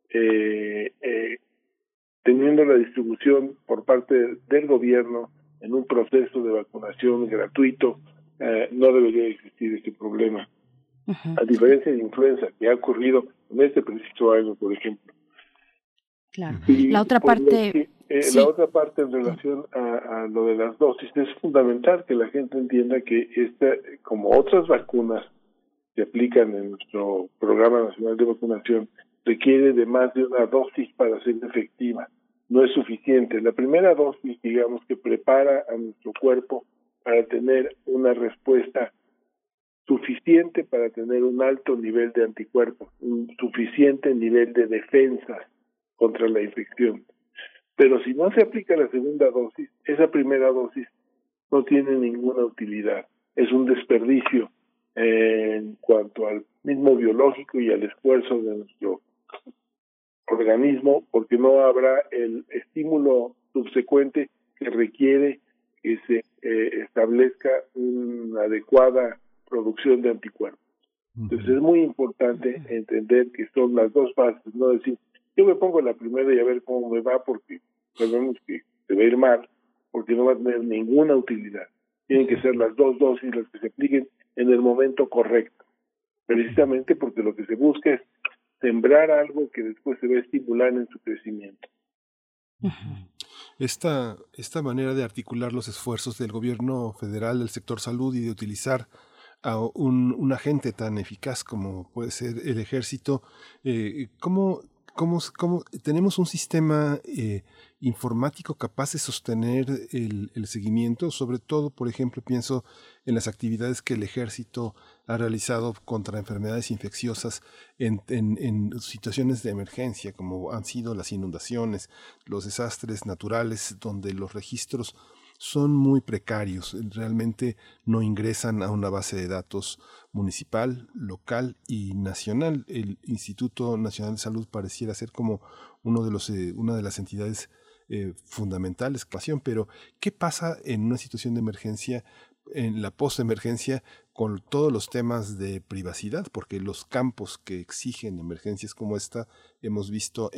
teniendo la distribución por parte del gobierno en un proceso de vacunación gratuito, no debería existir este problema. A diferencia de influenza, que ha ocurrido en este preciso año, por ejemplo. Claro. Y la otra parte... sí. La otra parte en relación a lo de las dosis, es fundamental que la gente entienda que como otras vacunas que aplican en nuestro Programa Nacional de Vacunación, requiere de más de una dosis para ser efectiva. No es suficiente. La primera dosis, digamos, que prepara a nuestro cuerpo para tener una respuesta suficiente para tener un alto nivel de anticuerpos, un suficiente nivel de defensa contra la infección. Pero si no se aplica la segunda dosis, esa primera dosis no tiene ninguna utilidad. Es un desperdicio en cuanto al mismo biológico y al esfuerzo de nuestro organismo, porque no habrá el estímulo subsecuente que requiere que se establezca una adecuada producción de anticuerpos. Entonces es muy importante entender que son las dos fases, no decir, yo me pongo la primera y a ver cómo me va, porque sabemos que se va a ir mal, porque no va a tener ninguna utilidad. Tienen que ser las dos dosis las que se apliquen en el momento correcto, precisamente porque lo que se busca es sembrar algo que después se va a estimular en su crecimiento. Esta manera de articular los esfuerzos del gobierno federal, del sector salud y de utilizar a un agente tan eficaz como puede ser el ejército, ¿cómo tenemos un sistema informático capaz de sostener el seguimiento? Sobre todo, por ejemplo, pienso en las actividades que el ejército ha realizado contra enfermedades infecciosas en situaciones de emergencia, como han sido las inundaciones, los desastres naturales, donde los registros son muy precarios, realmente no ingresan a una base de datos municipal, local y nacional. El Instituto Nacional de Salud pareciera ser como una de las entidades fundamentales, pero ¿qué pasa en una situación de emergencia, en la postemergencia, con todos los temas de privacidad? Porque los campos que exigen emergencias como esta hemos visto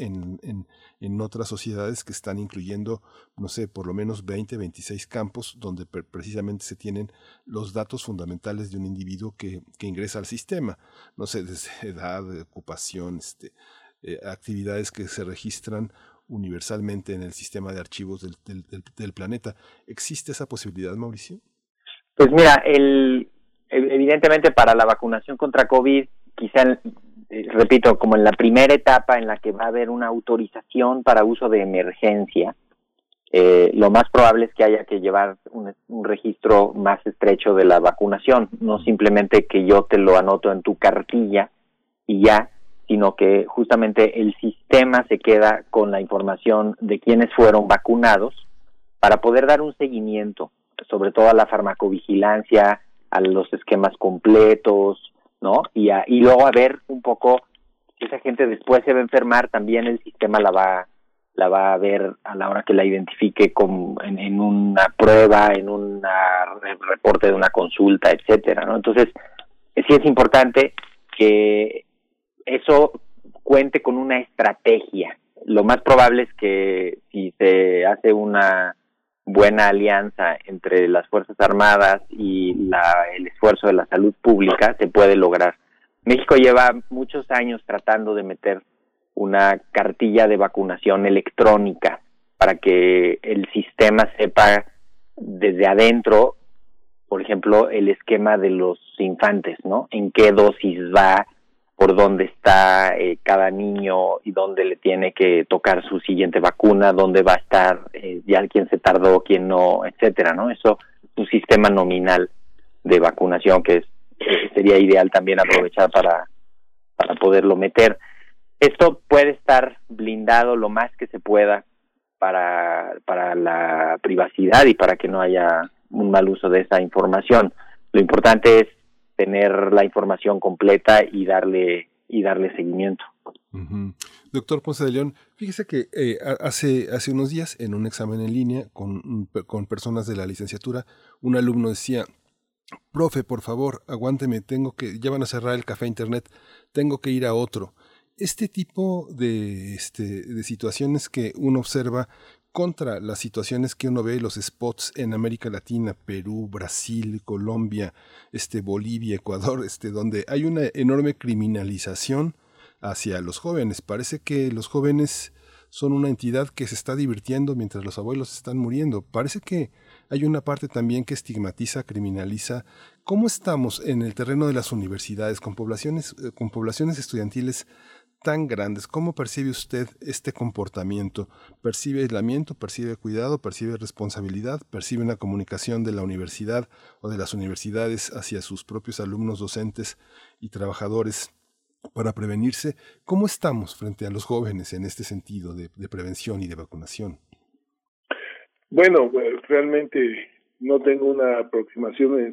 en otras sociedades que están incluyendo, no sé, por lo menos 26 campos donde precisamente se tienen los datos fundamentales de un individuo que ingresa al sistema, no sé, desde edad, ocupación, actividades que se registran universalmente en el sistema de archivos del planeta. ¿Existe esa posibilidad, Mauricio? Pues mira, evidentemente para la vacunación contra COVID, quizá, repito, como en la primera etapa en la que va a haber una autorización para uso de emergencia, lo más probable es que haya que llevar un registro más estrecho de la vacunación, no simplemente que yo te lo anoto en tu cartilla y ya, sino que justamente el sistema se queda con la información de quienes fueron vacunados para poder dar un seguimiento, sobre todo a la farmacovigilancia, a los esquemas completos, ¿no? Y luego a ver un poco si esa gente después se va a enfermar, también el sistema la va a ver a la hora que la identifique en una prueba, en un reporte de una consulta, etcétera, ¿no? Entonces, sí es importante que eso cuente con una estrategia. Lo más probable es que si se hace una buena alianza entre las Fuerzas Armadas y el esfuerzo de la salud pública, se puede lograr. México lleva muchos años tratando de meter una cartilla de vacunación electrónica para que el sistema sepa desde adentro, por ejemplo, el esquema de los infantes, ¿no? En qué dosis va, por dónde está cada niño y dónde le tiene que tocar su siguiente vacuna, dónde va a estar, ya quién se tardó, quién no, etcétera, ¿no? Eso es un sistema nominal de vacunación que sería ideal también aprovechar para poderlo meter. Esto puede estar blindado lo más que se pueda para la privacidad y para que no haya un mal uso de esa información. Lo importante es tener la información completa y darle seguimiento. Uh-huh. Doctor Ponce de León, fíjese que hace unos días en un examen en línea con personas de la licenciatura, un alumno decía: profe, por favor, aguánteme, ya van a cerrar el café internet, tengo que ir a otro. Este tipo de situaciones que uno observa contra las situaciones que uno ve, los spots en América Latina, Perú, Brasil, Colombia, Bolivia, Ecuador, donde hay una enorme criminalización hacia los jóvenes. Parece que los jóvenes son una entidad que se está divirtiendo mientras los abuelos están muriendo. Parece que hay una parte también que estigmatiza, criminaliza. ¿Cómo estamos en el terreno de las universidades con poblaciones estudiantiles tan grandes? ¿Cómo percibe usted este comportamiento? ¿Percibe aislamiento? ¿Percibe cuidado? ¿Percibe responsabilidad? ¿Percibe una comunicación de la universidad o de las universidades hacia sus propios alumnos, docentes y trabajadores para prevenirse? ¿Cómo estamos frente a los jóvenes en este sentido de prevención y de vacunación? Bueno, realmente no tengo una aproximación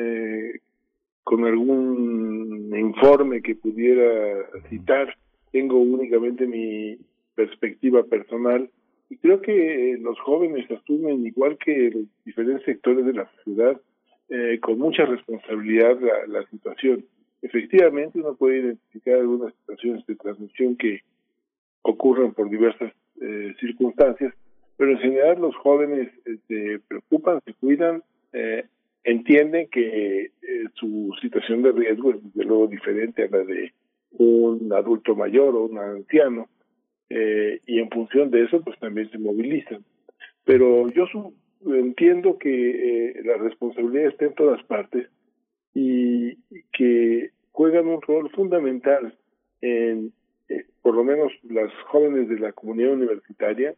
con algún informe que pudiera citar. Tengo únicamente mi perspectiva personal y creo que los jóvenes asumen, igual que los diferentes sectores de la sociedad, con mucha responsabilidad la situación. Efectivamente, uno puede identificar algunas situaciones de transmisión que ocurren por diversas circunstancias, pero en general los jóvenes se preocupan, se cuidan, entienden que su situación de riesgo es desde luego diferente a la de un adulto mayor o un anciano, y en función de eso pues también se movilizan. Pero yo entiendo que la responsabilidad está en todas partes y que juegan un rol fundamental en, por lo menos las jóvenes de la comunidad universitaria,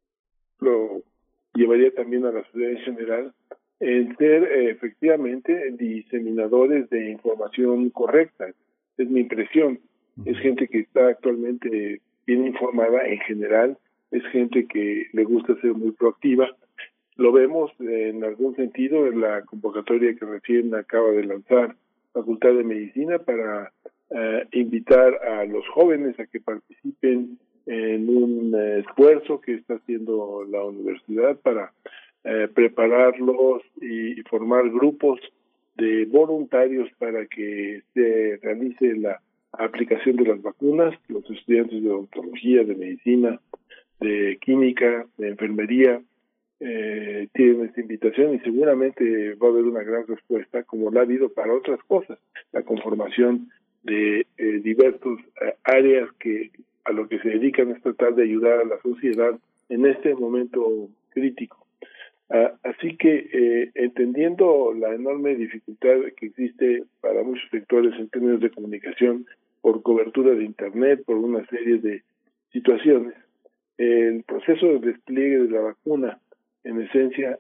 lo llevaría también a la sociedad en general, en ser efectivamente diseminadores de información correcta. Es mi impresión. Es gente que está actualmente bien informada en general, es gente que le gusta ser muy proactiva. Lo vemos en algún sentido en la convocatoria que recién acaba de lanzar Facultad de Medicina para invitar a los jóvenes a que participen en un esfuerzo que está haciendo la universidad para prepararlos y formar grupos de voluntarios para que se realice la aplicación de las vacunas. Los estudiantes de odontología, de medicina, de química, de enfermería tienen esta invitación y seguramente va a haber una gran respuesta, como la ha habido para otras cosas, la conformación de diversas áreas que a lo que se dedican es tratar de ayudar a la sociedad en este momento crítico. Así que entendiendo la enorme dificultad que existe para muchos sectores en términos de comunicación por cobertura de Internet, por una serie de situaciones, el proceso de despliegue de la vacuna en esencia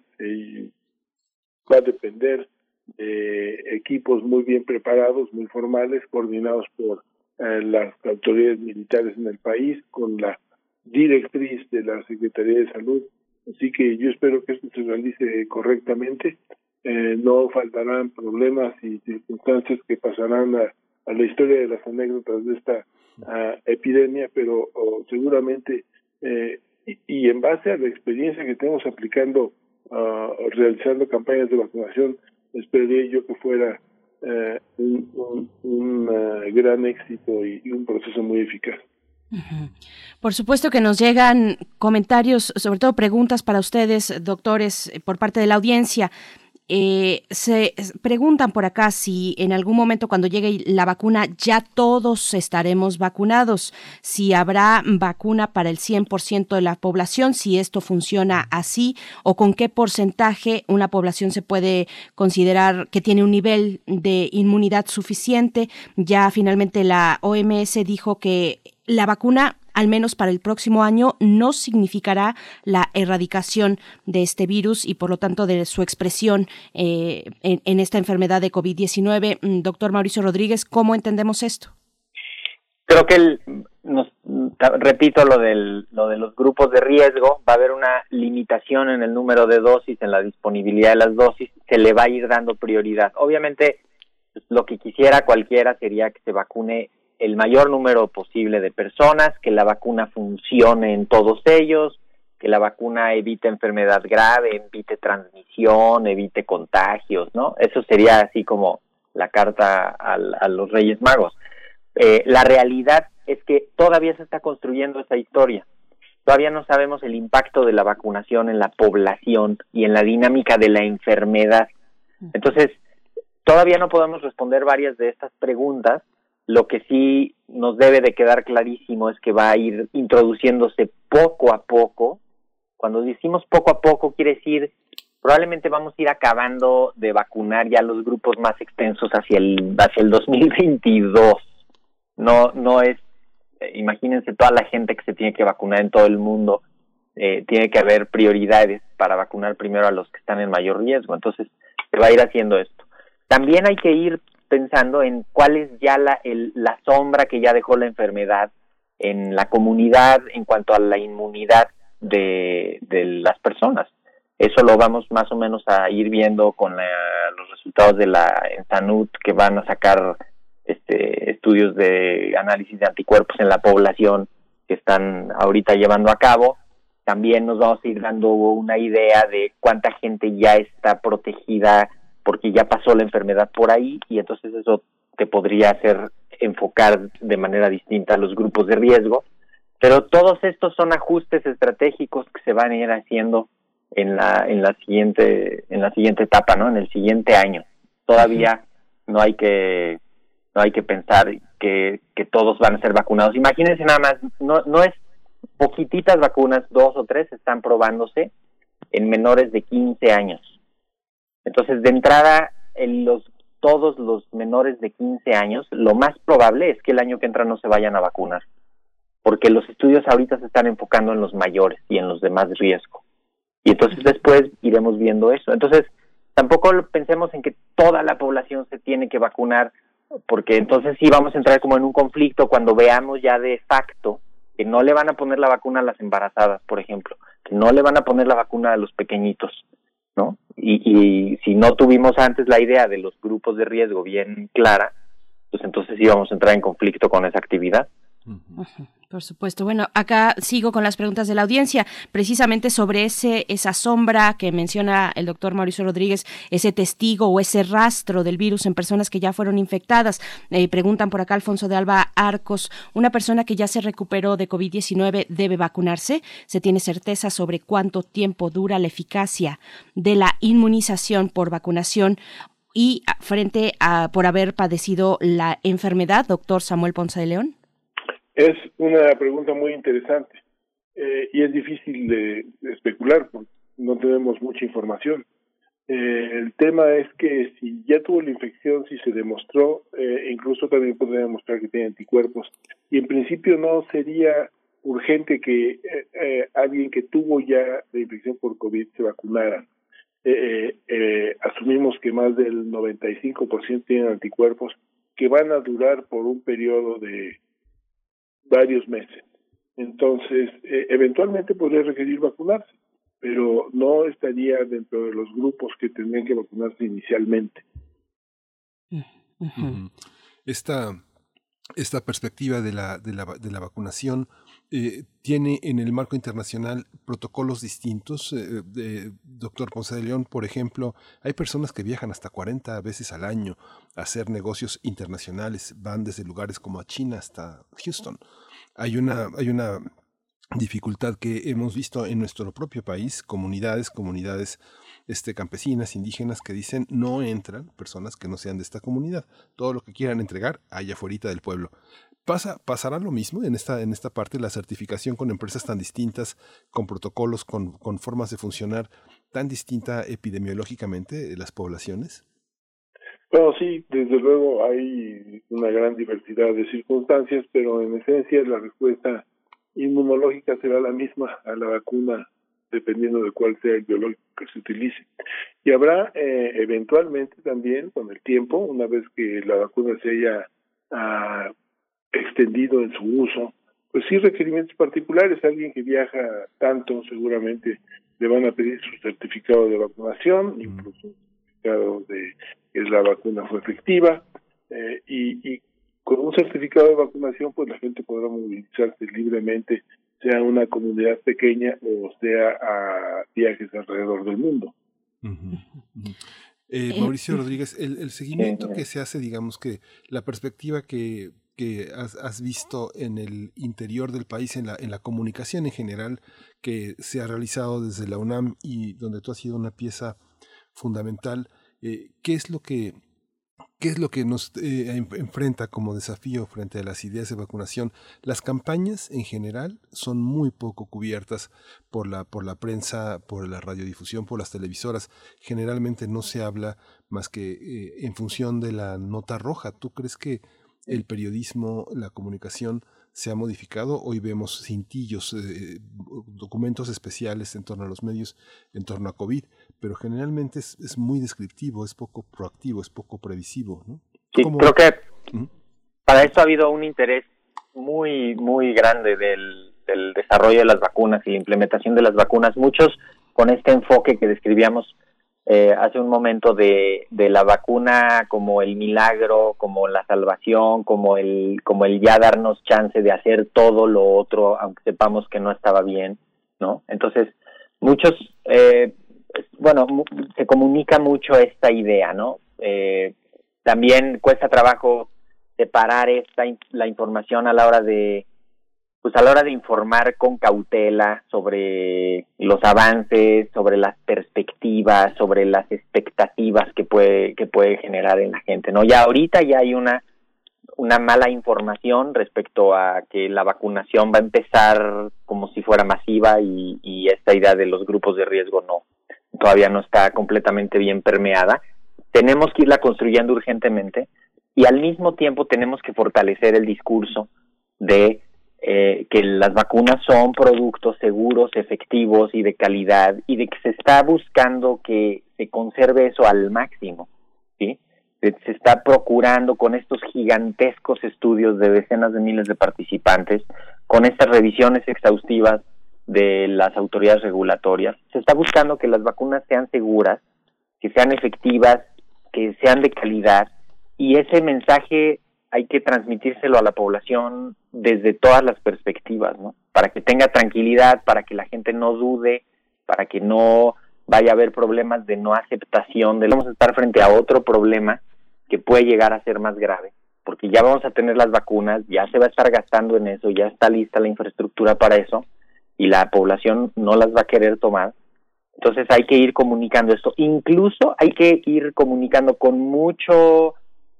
va a depender de equipos muy bien preparados, muy formales, coordinados por las autoridades militares en el país, con la directriz de la Secretaría de Salud. Así que yo espero que esto se realice correctamente. No faltarán problemas y circunstancias que pasarán a la historia de las anécdotas de esta epidemia, pero seguramente y en base a la experiencia que tenemos aplicando, realizando campañas de vacunación, esperaría yo que fuera un gran éxito y un proceso muy eficaz. Por supuesto que nos llegan comentarios, sobre todo preguntas para ustedes, doctores, por parte de la audiencia. Se preguntan por acá si en algún momento cuando llegue la vacuna ya todos estaremos vacunados, si habrá vacuna para el 100% de la población, si esto funciona así o con qué porcentaje una población se puede considerar que tiene un nivel de inmunidad suficiente. Ya finalmente la OMS dijo que la vacuna, al menos para el próximo año, no significará la erradicación de este virus y por lo tanto de su expresión en esta enfermedad de COVID-19. Doctor Mauricio Rodríguez, ¿cómo entendemos esto? Creo que repito lo de los grupos de riesgo, va a haber una limitación en el número de dosis, en la disponibilidad de las dosis, se le va a ir dando prioridad. Obviamente, lo que quisiera cualquiera sería que se vacune el mayor número posible de personas, que la vacuna funcione en todos ellos, que la vacuna evite enfermedad grave, evite transmisión, evite contagios, ¿no? Eso sería así como la carta a los Reyes Magos. La realidad es que todavía se está construyendo esa historia. Todavía no sabemos el impacto de la vacunación en la población y en la dinámica de la enfermedad. Entonces, todavía no podemos responder varias de estas preguntas. Lo que sí nos debe de quedar clarísimo es que va a ir introduciéndose poco a poco. Cuando decimos poco a poco, quiere decir probablemente vamos a ir acabando de vacunar ya los grupos más extensos hacia el 2022. No es, imagínense toda la gente que se tiene que vacunar en todo el mundo. Tiene que haber prioridades para vacunar primero a los que están en mayor riesgo. Entonces, se va a ir haciendo esto. También hay que ir pensando en cuál es ya la sombra que ya dejó la enfermedad en la comunidad en cuanto a la inmunidad de las personas. Eso lo vamos más o menos a ir viendo con los resultados de la Ensanud, que van a sacar estudios de análisis de anticuerpos en la población que están ahorita llevando a cabo. También nos vamos a ir dando una idea de cuánta gente ya está protegida porque ya pasó la enfermedad por ahí, y entonces eso te podría hacer enfocar de manera distinta a los grupos de riesgo. Pero todos estos son ajustes estratégicos que se van a ir haciendo en la siguiente etapa, ¿no? En el siguiente año. Todavía no hay que pensar que todos van a ser vacunados. Imagínense nada más, no es poquititas vacunas, 2 o 3 están probándose en menores de 15 años. Entonces, de entrada, todos los menores de 15 años, lo más probable es que el año que entra no se vayan a vacunar, porque los estudios ahorita se están enfocando en los mayores y en los de más riesgo. Y entonces después iremos viendo eso. Entonces, tampoco pensemos en que toda la población se tiene que vacunar, porque entonces sí vamos a entrar como en un conflicto cuando veamos ya de facto que no le van a poner la vacuna a las embarazadas, por ejemplo, que no le van a poner la vacuna a los pequeñitos, ¿no? Y si no tuvimos antes la idea de los grupos de riesgo bien clara, pues entonces íbamos a entrar en conflicto con esa actividad. Por supuesto. Bueno, acá sigo con las preguntas de la audiencia, precisamente sobre esa sombra que menciona el doctor Mauricio Rodríguez, ese testigo o ese rastro del virus en personas que ya fueron infectadas. Preguntan por acá Alfonso de Alba Arcos, ¿una persona que ya se recuperó de COVID-19 debe vacunarse? ¿Se tiene certeza sobre cuánto tiempo dura la eficacia de la inmunización por vacunación y frente a por haber padecido la enfermedad? Doctor Samuel Ponce de León. Es una pregunta muy interesante y es difícil de especular porque no tenemos mucha información. El tema es que si ya tuvo la infección, si se demostró, incluso también podría demostrar que tiene anticuerpos, y en principio no sería urgente que alguien que tuvo ya la infección por COVID se vacunara. Asumimos que más del 95% tienen anticuerpos que van a durar por un periodo de varios meses. Entonces, eventualmente podría requerir vacunarse, pero no estaría dentro de los grupos que tendrían que vacunarse inicialmente. Esta perspectiva de la vacunación tiene en el marco internacional protocolos distintos. Doctor Ponce de León, por ejemplo, hay personas que viajan hasta 40 veces al año a hacer negocios internacionales, van desde lugares como a China hasta Houston. Hay una dificultad que hemos visto en nuestro propio país, comunidades campesinas, indígenas, que dicen no entran personas que no sean de esta comunidad. Todo lo que quieran entregar, allá afuera del pueblo. ¿Pasará lo mismo en esta parte, la certificación con empresas tan distintas, con protocolos, con formas de funcionar tan distinta epidemiológicamente las poblaciones? Bueno, sí, desde luego hay una gran diversidad de circunstancias, pero en esencia la respuesta inmunológica será la misma a la vacuna, dependiendo de cuál sea el biológico que se utilice. Y habrá eventualmente también, con el tiempo, una vez que la vacuna se haya extendido en su uso, pues sí, requerimientos particulares. Alguien que viaja tanto seguramente le van a pedir su certificado de vacunación, incluso un certificado de que la vacuna fue efectiva, y con un certificado de vacunación pues la gente podrá movilizarse libremente, sea una comunidad pequeña o sea a viajes alrededor del mundo. Mauricio Rodríguez, el seguimiento que se hace, digamos que la perspectiva que has visto en el interior del país, en la comunicación en general que se ha realizado desde la UNAM y donde tú has sido una pieza fundamental, ¿qué es lo que nos enfrenta como desafío frente a las ideas de vacunación? Las campañas en general son muy poco cubiertas por la prensa, por la radiodifusión, por las televisoras. Generalmente no se habla más que en función de la nota roja. ¿Tú crees que el periodismo, la comunicación se ha modificado? Hoy vemos cintillos, documentos especiales en torno a los medios, en torno a COVID, pero generalmente es muy descriptivo, es poco proactivo, es poco previsivo, ¿no? Sí, creo que para esto ha habido un interés muy, muy grande del desarrollo de las vacunas y la implementación de las vacunas, muchos con este enfoque que describíamos hace un momento de la vacuna como el milagro, como la salvación, como el ya darnos chance de hacer todo lo otro, aunque sepamos que no estaba bien, ¿no? Entonces, muchos, se comunica mucho esta idea, ¿no? También cuesta trabajo separar la información a la hora de informar con cautela sobre los avances, sobre las perspectivas, sobre las expectativas que puede generar en la gente, ¿no? Ya ahorita ya hay una mala información respecto a que la vacunación va a empezar como si fuera masiva y esta idea de los grupos de riesgo todavía no está completamente bien permeada. Tenemos que irla construyendo urgentemente y al mismo tiempo tenemos que fortalecer el discurso de que las vacunas son productos seguros, efectivos y de calidad, y de que se está buscando que se conserve eso al máximo, ¿sí? Se está procurando con estos gigantescos estudios de decenas de miles de participantes, con estas revisiones exhaustivas de las autoridades regulatorias, se está buscando que las vacunas sean seguras, que sean efectivas, que sean de calidad, y ese mensaje hay que transmitírselo a la población desde todas las perspectivas, ¿no? Para que tenga tranquilidad, para que la gente no dude, para que no vaya a haber problemas de no aceptación. Vamos a estar frente a otro problema que puede llegar a ser más grave, porque ya vamos a tener las vacunas, ya se va a estar gastando en eso, ya está lista la infraestructura para eso, y la población no las va a querer tomar. Entonces hay que ir comunicando esto. Incluso hay que ir comunicando con mucho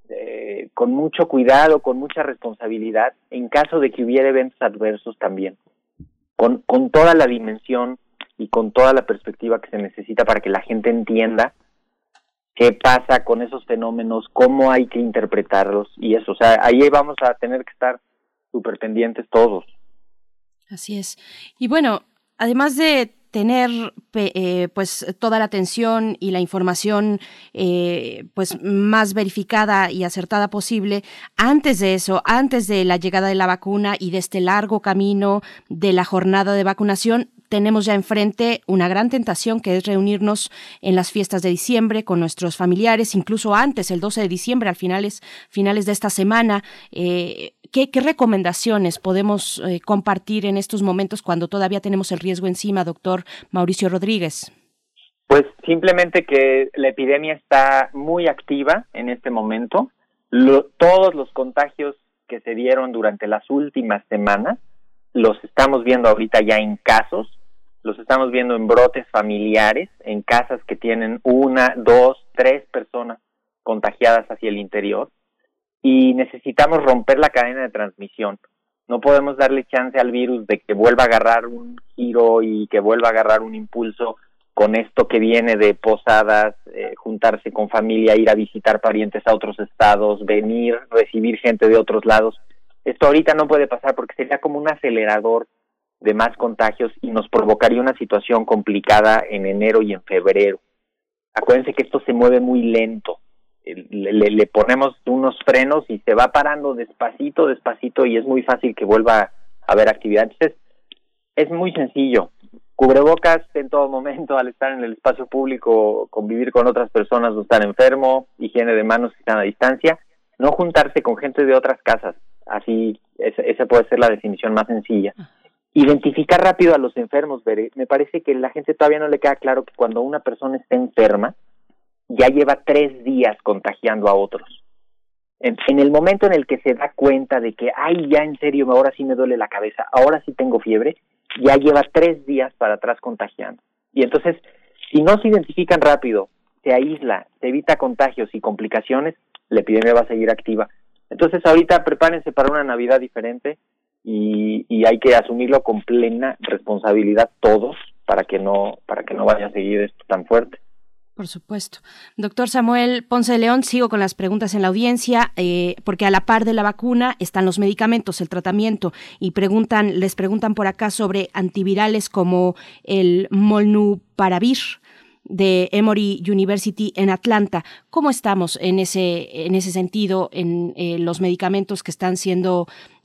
cuidado, con mucha responsabilidad, en caso de que hubiera eventos adversos también, con toda la dimensión y con toda la perspectiva que se necesita para que la gente entienda qué pasa con esos fenómenos, cómo hay que interpretarlos y eso. O sea, ahí vamos a tener que estar súper pendientes todos. Así es. Y bueno, además de tener pues toda la atención y la información pues más verificada y acertada posible, antes de eso, antes de la llegada de la vacuna y de este largo camino de la jornada de vacunación, tenemos ya enfrente una gran tentación, que es reunirnos en las fiestas de diciembre con nuestros familiares, incluso antes, el 12 de diciembre, al finales de esta semana. ¿Qué recomendaciones podemos compartir en estos momentos cuando todavía tenemos el riesgo encima, doctor Mauricio Rodríguez? Pues simplemente que la epidemia está muy activa en este momento. Todos los contagios que se dieron durante las últimas semanas los estamos viendo ahorita ya en casos los estamos viendo en brotes familiares, en casas que tienen 1, 2, 3 personas contagiadas hacia el interior, y necesitamos romper la cadena de transmisión. No podemos darle chance al virus de que vuelva a agarrar un giro y que vuelva a agarrar un impulso con esto que viene de posadas, juntarse con familia, ir a visitar parientes a otros estados, venir, recibir gente de otros lados. Esto ahorita no puede pasar porque sería como un acelerador de más contagios y nos provocaría una situación complicada en enero y en febrero. Acuérdense que esto se mueve muy lento. Le ponemos unos frenos y se va parando despacito y es muy fácil que vuelva a haber actividad. Entonces, es muy sencillo. Cubrebocas en todo momento al estar en el espacio público, convivir con otras personas, no estar enfermo, higiene de manos y sana distancia, no juntarse con gente de otras casas. Así, esa puede ser la definición más sencilla. Identificar rápido a los enfermos, me parece que a la gente todavía no le queda claro que cuando una persona está enferma, ya lleva 3 días contagiando a otros. En el momento en el que se da cuenta de que, ay, ya en serio, ahora sí me duele la cabeza, ahora sí tengo fiebre, ya lleva 3 días para atrás contagiando. Y entonces, si no se identifican rápido, se aísla, se evita contagios y complicaciones, la epidemia va a seguir activa. Entonces, ahorita prepárense para una Navidad diferente y hay que asumirlo con plena responsabilidad todos para que no vaya a seguir esto tan fuerte. Por supuesto. Doctor Samuel Ponce de León, sigo con las preguntas en la audiencia, porque a la par de la vacuna están los medicamentos, el tratamiento, y les preguntan por acá sobre antivirales como el Molnupiravir de Emory University en Atlanta. ¿Cómo estamos en ese sentido en los medicamentos que están siendo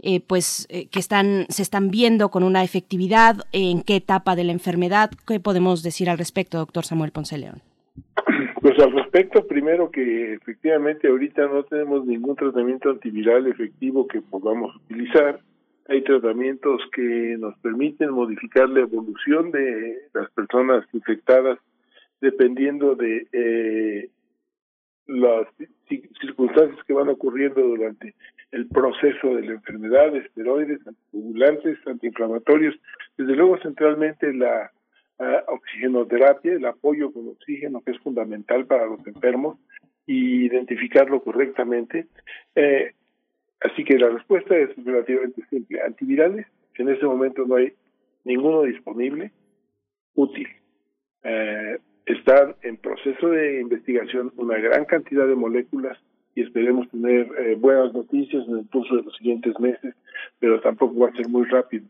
se están viendo con una efectividad? ¿En qué etapa de la enfermedad? ¿Qué podemos decir al respecto, doctor Samuel Ponce de León? Pues al respecto, primero que efectivamente ahorita no tenemos ningún tratamiento antiviral efectivo que podamos utilizar. Hay tratamientos que nos permiten modificar la evolución de las personas infectadas dependiendo de las circunstancias que van ocurriendo durante el proceso de la enfermedad, esteroides, anticoagulantes, antiinflamatorios, desde luego centralmente la oxigenoterapia, el apoyo con oxígeno, que es fundamental para los enfermos, y identificarlo correctamente. Así que la respuesta es relativamente simple. Antivirales, en este momento no hay ninguno disponible, útil. Están en proceso de investigación una gran cantidad de moléculas y esperemos tener buenas noticias en el curso de los siguientes meses, pero tampoco va a ser muy rápido.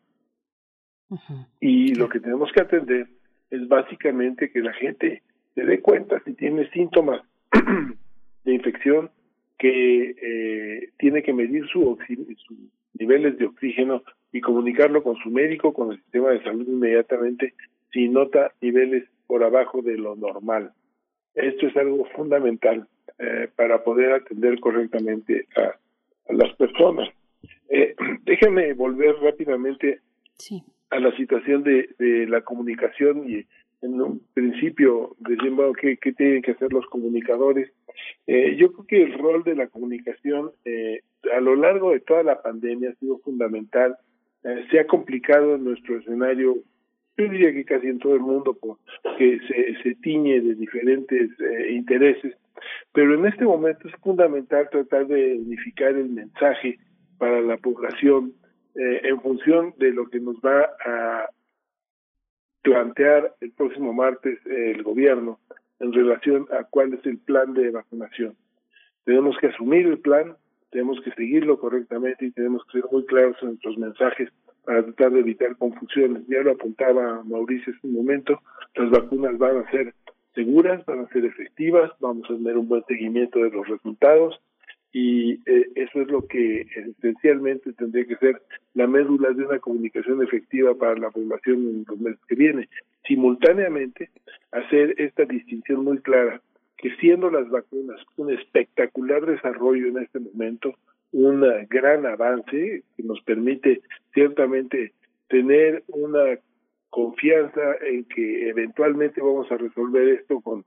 Y lo que tenemos que atender es básicamente que la gente se dé cuenta si tiene síntomas de infección, que tiene que medir sus niveles de oxígeno y comunicarlo con su médico, con el sistema de salud inmediatamente si nota niveles por abajo de lo normal. Esto es algo fundamental para poder atender correctamente a las personas. Déjenme volver rápidamente a la situación de la comunicación y en un principio decían, bueno, ¿qué tienen que hacer los comunicadores? Yo creo que el rol de la comunicación a lo largo de toda la pandemia ha sido fundamental. Se ha complicado en nuestro escenario, yo diría que casi en todo el mundo, porque se tiñe de diferentes intereses, pero en este momento es fundamental tratar de unificar el mensaje para la población en función de lo que nos va a plantear el próximo martes el gobierno en relación a cuál es el plan de vacunación. Tenemos que asumir el plan, tenemos que seguirlo correctamente y tenemos que ser muy claros en nuestros mensajes para tratar de evitar confusiones. Ya lo apuntaba Mauricio hace un momento, las vacunas van a ser seguras, van a ser efectivas, vamos a tener un buen seguimiento de los resultados y eso es lo que esencialmente tendría que ser la médula de una comunicación efectiva para la población en los meses que vienen. Simultáneamente, hacer esta distinción muy clara, que siendo las vacunas un espectacular desarrollo en este momento, un gran avance que nos permite ciertamente tener una confianza en que eventualmente vamos a resolver esto con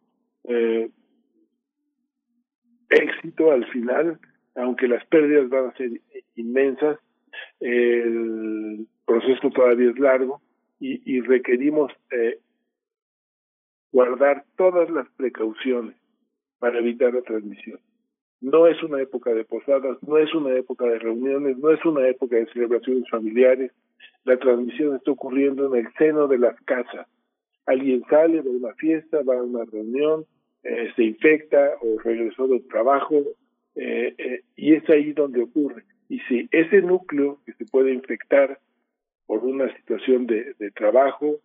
éxito al final, aunque las pérdidas van a ser inmensas, el proceso todavía es largo, y requerimos guardar todas las precauciones para evitar la transmisión. No es una época de posadas, no es una época de reuniones, no es una época de celebraciones familiares. La transmisión está ocurriendo en el seno de las casas. Alguien sale de una fiesta, va a una reunión, se infecta o regresó del trabajo, y es ahí donde ocurre. Y si ese núcleo que se puede infectar por una situación de trabajo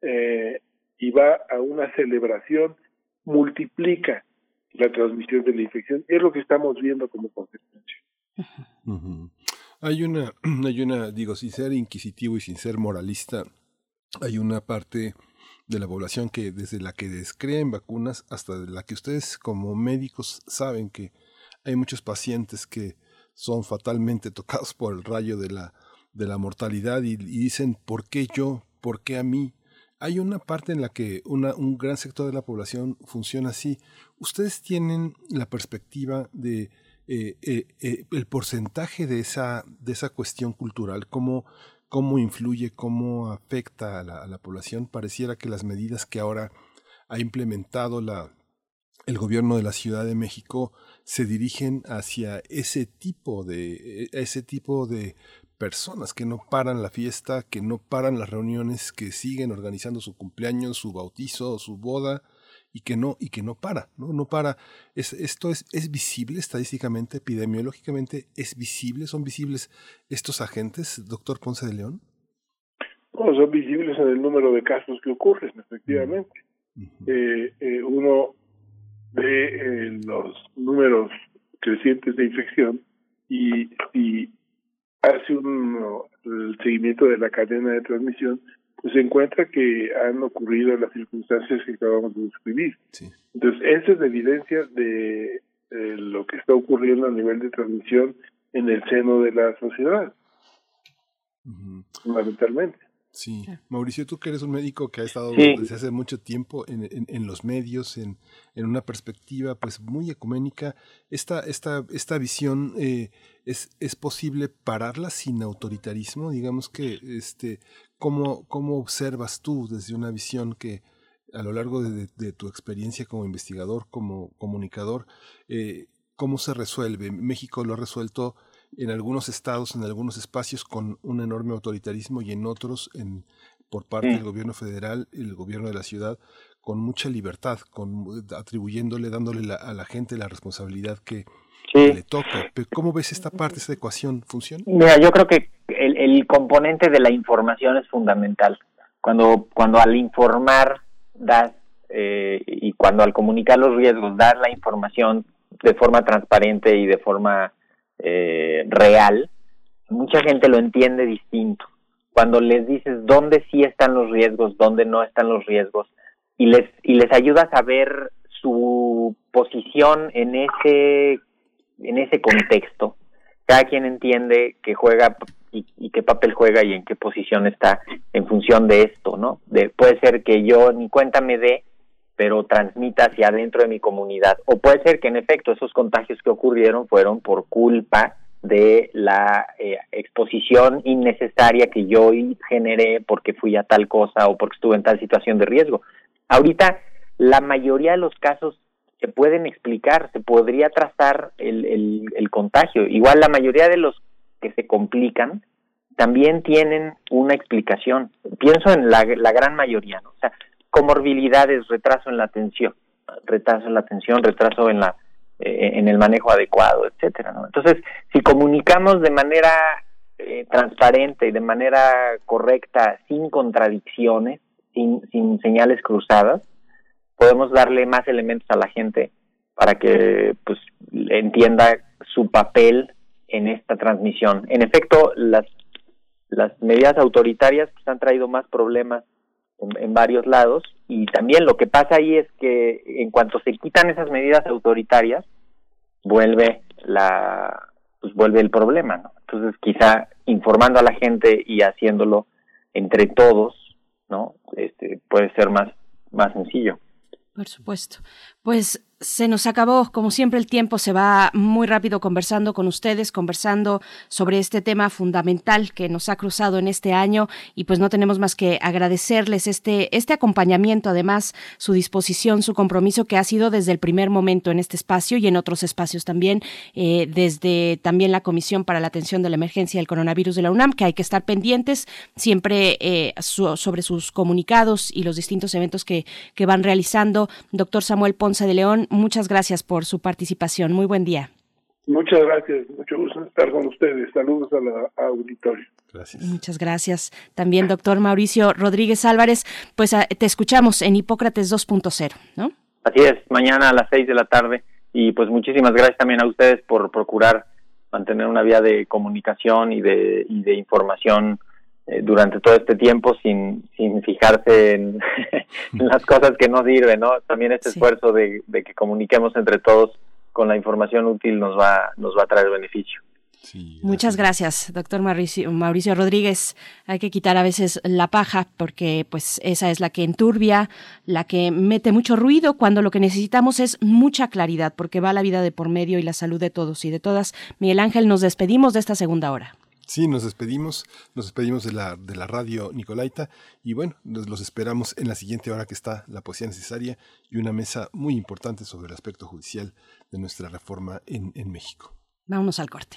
y va a una celebración, multiplica la transmisión de la infección. Es lo que estamos viendo como consecuencia. Uh-huh. Hay una, digo, sin ser inquisitivo y sin ser moralista, hay una parte de la población que desde la que descreen vacunas hasta de la que ustedes como médicos saben que hay muchos pacientes que son fatalmente tocados por el rayo de la mortalidad y dicen, ¿por qué yo? ¿Por qué a mí? Hay una parte en la que un gran sector de la población funciona así. ¿Ustedes tienen la perspectiva de el porcentaje de esa cuestión cultural? ¿Cómo influye, cómo afecta a la población? Pareciera que las medidas que ahora ha implementado el gobierno de la Ciudad de México se dirigen hacia ese tipo de personas que no paran la fiesta, que no paran las reuniones, que siguen organizando su cumpleaños, su bautizo, su boda, y que no para. Esto es visible estadísticamente, epidemiológicamente, son visibles estos agentes, doctor Ponce de León. No, son visibles en el número de casos que ocurren, efectivamente. Uh-huh. Uno ve los números crecientes de infección y hace el seguimiento de la cadena de transmisión, pues se encuentra que han ocurrido las circunstancias que acabamos de describir. Sí. Entonces, esa es la evidencia de lo que está ocurriendo a nivel de transmisión en el seno de la sociedad, fundamentalmente. Sí. Mauricio, tú que eres un médico que ha estado desde hace mucho tiempo en los medios, en una perspectiva pues muy ecuménica, esta visión es posible pararla sin autoritarismo, digamos que ¿cómo observas tú desde una visión que a lo largo de tu experiencia como investigador, como comunicador, cómo se resuelve? México lo ha resuelto en algunos estados, en algunos espacios con un enorme autoritarismo y en otros, por parte del gobierno federal, el gobierno de la ciudad, con mucha libertad, dándole a la gente la responsabilidad que le toca. Pero ¿cómo ves esta parte, esta ecuación? ¿Funciona? Mira, yo creo que el componente de la información es fundamental. Cuando al informar das, y cuando al comunicar los riesgos das la información de forma transparente y de forma real, mucha gente lo entiende distinto. Cuando les dices dónde sí están los riesgos, dónde no están los riesgos, y les ayudas a ver su posición en ese contexto, cada quien entiende que juega y qué papel juega y en qué posición está en función de esto, ¿no? Puede ser que yo ni cuenta me dé, pero transmita hacia adentro de mi comunidad. O puede ser que en efecto esos contagios que ocurrieron fueron por culpa de la exposición innecesaria que yo generé porque fui a tal cosa o porque estuve en tal situación de riesgo. Ahorita la mayoría de los casos se pueden explicar, se podría trazar el contagio. Igual la mayoría de los que se complican también tienen una explicación. Pienso en la gran mayoría, ¿no? O sea, comorbilidades, retraso en la atención, retraso en el manejo adecuado, etcétera, ¿no? Entonces, si comunicamos de manera transparente y de manera correcta, sin contradicciones, sin señales cruzadas, podemos darle más elementos a la gente para que pues entienda su papel en esta transmisión. En efecto, las medidas autoritarias pues, han traído más problemas en varios lados, y también lo que pasa ahí es que en cuanto se quitan esas medidas autoritarias vuelve el problema, ¿no? Entonces quizá informando a la gente y haciéndolo entre todos, ¿no? Puede ser más sencillo. Por supuesto. Pues se nos acabó, como siempre el tiempo se va muy rápido conversando con ustedes, conversando sobre este tema fundamental que nos ha cruzado en este año, y pues no tenemos más que agradecerles este acompañamiento, además su disposición, su compromiso que ha sido desde el primer momento en este espacio y en otros espacios también, desde también la Comisión para la Atención de la Emergencia del Coronavirus de la UNAM, que hay que estar pendientes siempre sobre sus comunicados y los distintos eventos que van realizando. Doctor Samuel Ponce de León, muchas gracias por su participación. Muy buen día. Muchas gracias. Mucho gusto estar con ustedes. Saludos a la auditorio. Gracias. Muchas gracias. También, doctor Mauricio Rodríguez Álvarez, pues te escuchamos en Hipócrates 2.0, ¿no? Así es, mañana a las 6 de la tarde. Y pues muchísimas gracias también a ustedes por procurar mantener una vía de comunicación y de información durante todo este tiempo sin fijarse en las cosas que no sirven, ¿no? También este esfuerzo de que comuniquemos entre todos con la información útil nos va a traer beneficio. Sí, muchas gracias, doctor Mauricio Rodríguez. Hay que quitar a veces la paja porque pues esa es la que enturbia, la que mete mucho ruido, cuando lo que necesitamos es mucha claridad, porque va la vida de por medio y la salud de todos y de todas. Miguel Ángel, nos despedimos de esta segunda hora. Sí, nos despedimos de la radio Nicolaita, y bueno, los esperamos en la siguiente hora, que está la poesía necesaria y una mesa muy importante sobre el aspecto judicial de nuestra reforma en México. Vámonos al corte.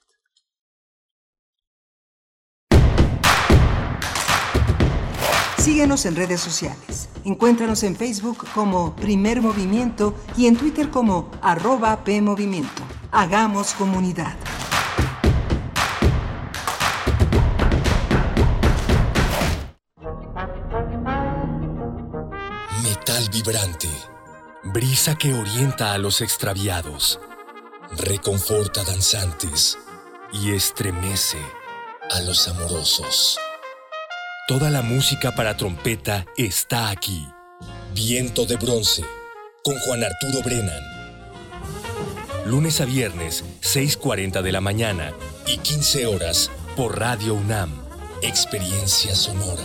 Síguenos en redes sociales. Encuéntranos en Facebook como Primer Movimiento y en Twitter como @PMovimiento. Hagamos comunidad. Metal vibrante, brisa que orienta a los extraviados, reconforta danzantes y estremece a los amorosos. Toda la música para trompeta está aquí. Viento de bronce, con Juan Arturo Brennan. Lunes a viernes, 6:40 de la mañana y 15 horas por Radio UNAM. Experiencia sonora.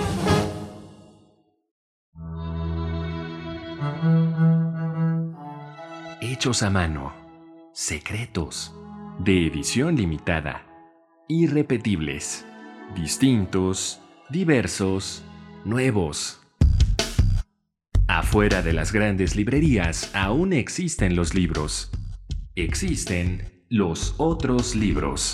Hechos a mano, secretos, de edición limitada, irrepetibles, distintos, diversos, nuevos. Afuera de las grandes librerías aún existen los libros. Existen los otros libros.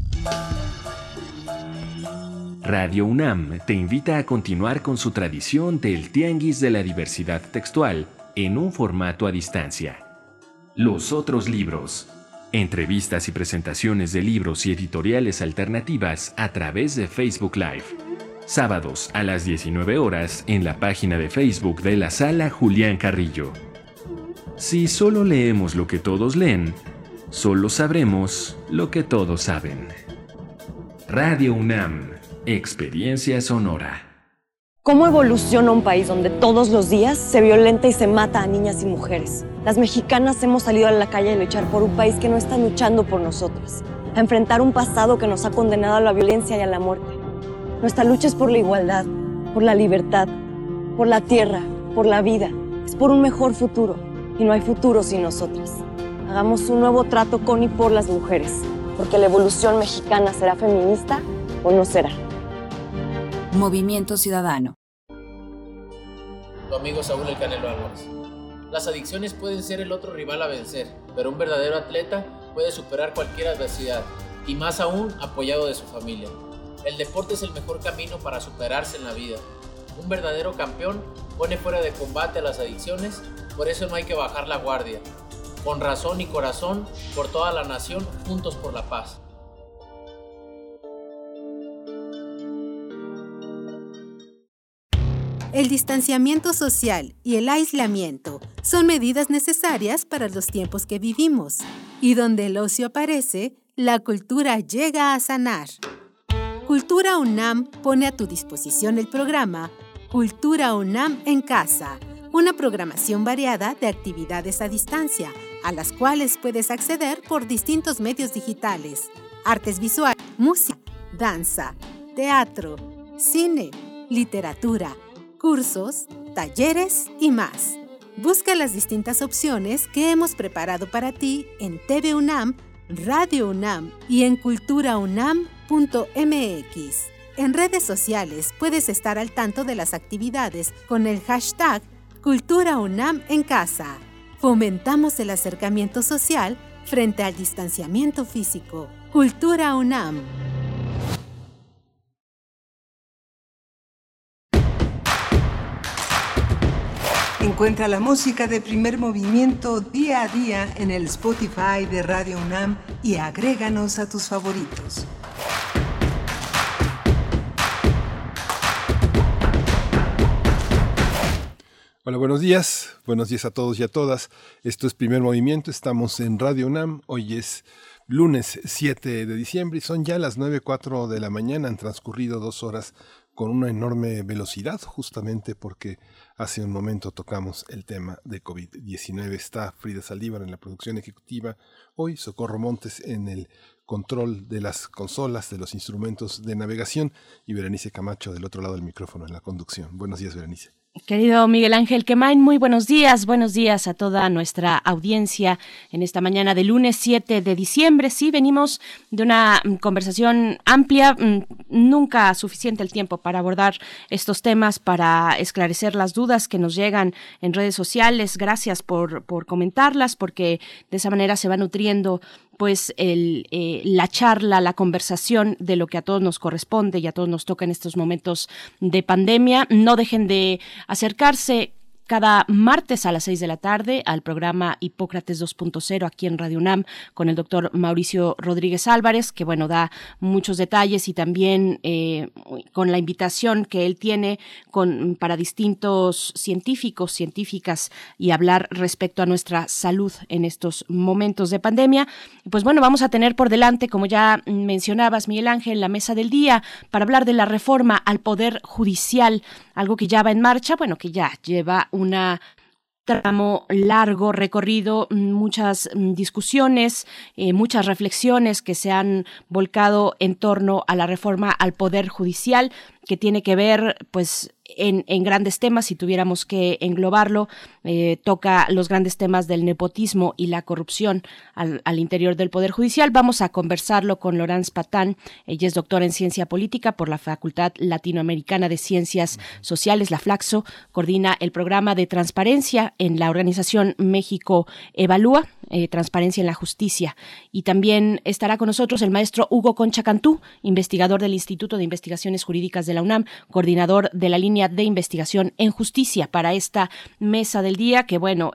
Radio UNAM te invita a continuar con su tradición del Tianguis de la Diversidad Textual en un formato a distancia. Los otros libros. Entrevistas y presentaciones de libros y editoriales alternativas a través de Facebook Live. Sábados a las 19 horas en la página de Facebook de la Sala Julián Carrillo. Si solo leemos lo que todos leen, solo sabremos lo que todos saben. Radio UNAM, experiencia sonora. ¿Cómo evoluciona un país donde todos los días se violenta y se mata a niñas y mujeres? Las mexicanas hemos salido a la calle a luchar por un país que no está luchando por nosotras, a enfrentar un pasado que nos ha condenado a la violencia y a la muerte. Nuestra lucha es por la igualdad, por la libertad, por la tierra, por la vida. Es por un mejor futuro, y no hay futuro sin nosotras. Hagamos un nuevo trato con y por las mujeres, porque la evolución mexicana será feminista o no será. Movimiento Ciudadano. Tu amigo Saúl El Canelo Álvarez. Las adicciones pueden ser el otro rival a vencer, pero un verdadero atleta puede superar cualquier adversidad, y más aún apoyado de su familia. El deporte es el mejor camino para superarse en la vida. Un verdadero campeón pone fuera de combate a las adicciones, por eso no hay que bajar la guardia. Con razón y corazón, por toda la nación, juntos por la paz. El distanciamiento social y el aislamiento son medidas necesarias para los tiempos que vivimos, y donde el ocio aparece, la cultura llega a sanar. Cultura UNAM pone a tu disposición el programa Cultura UNAM en Casa, una programación variada de actividades a distancia, a las cuales puedes acceder por distintos medios digitales: artes visuales, música, danza, teatro, cine, literatura, cursos, talleres y más. Busca las distintas opciones que hemos preparado para ti en TV UNAM, Radio UNAM y en culturaunam.mx. En redes sociales puedes estar al tanto de las actividades con el hashtag Cultura UNAM en casa. Fomentamos el acercamiento social frente al distanciamiento físico. Cultura UNAM. Encuentra la música de Primer Movimiento día a día en el Spotify de Radio UNAM y agréganos a tus favoritos. Hola, buenos días a todos y a todas. Esto es Primer Movimiento, estamos en Radio UNAM, hoy es lunes 7 de diciembre y son ya las 9:04 de la mañana, han transcurrido 2 horas con una enorme velocidad, justamente porque hace un momento tocamos el tema de COVID-19. Está Frida Saldívar en la producción ejecutiva, hoy Socorro Montes en el control de las consolas, de los instrumentos de navegación y Berenice Camacho del otro lado del micrófono en la conducción. Buenos días, Berenice. Querido Miguel Ángel Quemain, muy buenos días a toda nuestra audiencia en esta mañana de lunes 7 de diciembre. Sí, venimos de una conversación amplia, nunca suficiente el tiempo para abordar estos temas, para esclarecer las dudas que nos llegan en redes sociales. Gracias por comentarlas, porque de esa manera se va nutriendo pues la charla, la conversación de lo que a todos nos corresponde y a todos nos toca en estos momentos de pandemia. No dejen de acercarse cada martes a las 6 de la tarde al programa Hipócrates 2.0 aquí en Radio UNAM con el doctor Mauricio Rodríguez Álvarez, que bueno, da muchos detalles y también con la invitación que él tiene para distintos científicas y hablar respecto a nuestra salud en estos momentos de pandemia. Pues bueno, vamos a tener por delante, como ya mencionabas, Miguel Ángel, la mesa del día para hablar de la reforma al Poder Judicial, algo que ya va en marcha, bueno, que ya lleva un tramo largo recorrido, muchas discusiones, muchas reflexiones que se han volcado en torno a la reforma al Poder Judicial, que tiene que ver pues en grandes temas, si tuviéramos que englobarlo, toca los grandes temas del nepotismo y la corrupción al interior del Poder Judicial. Vamos a conversarlo con Laurence Patán. Ella es doctora en Ciencia Política por la Facultad Latinoamericana de Ciencias Sociales, la FLACSO, coordina el programa de transparencia en la organización México Evalúa, Transparencia en la Justicia. Y también estará con nosotros el maestro Hugo Concha Cantú, investigador del Instituto de Investigaciones Jurídicas de la UNAM, coordinador de la línea de investigación en justicia para esta mesa del día, que bueno,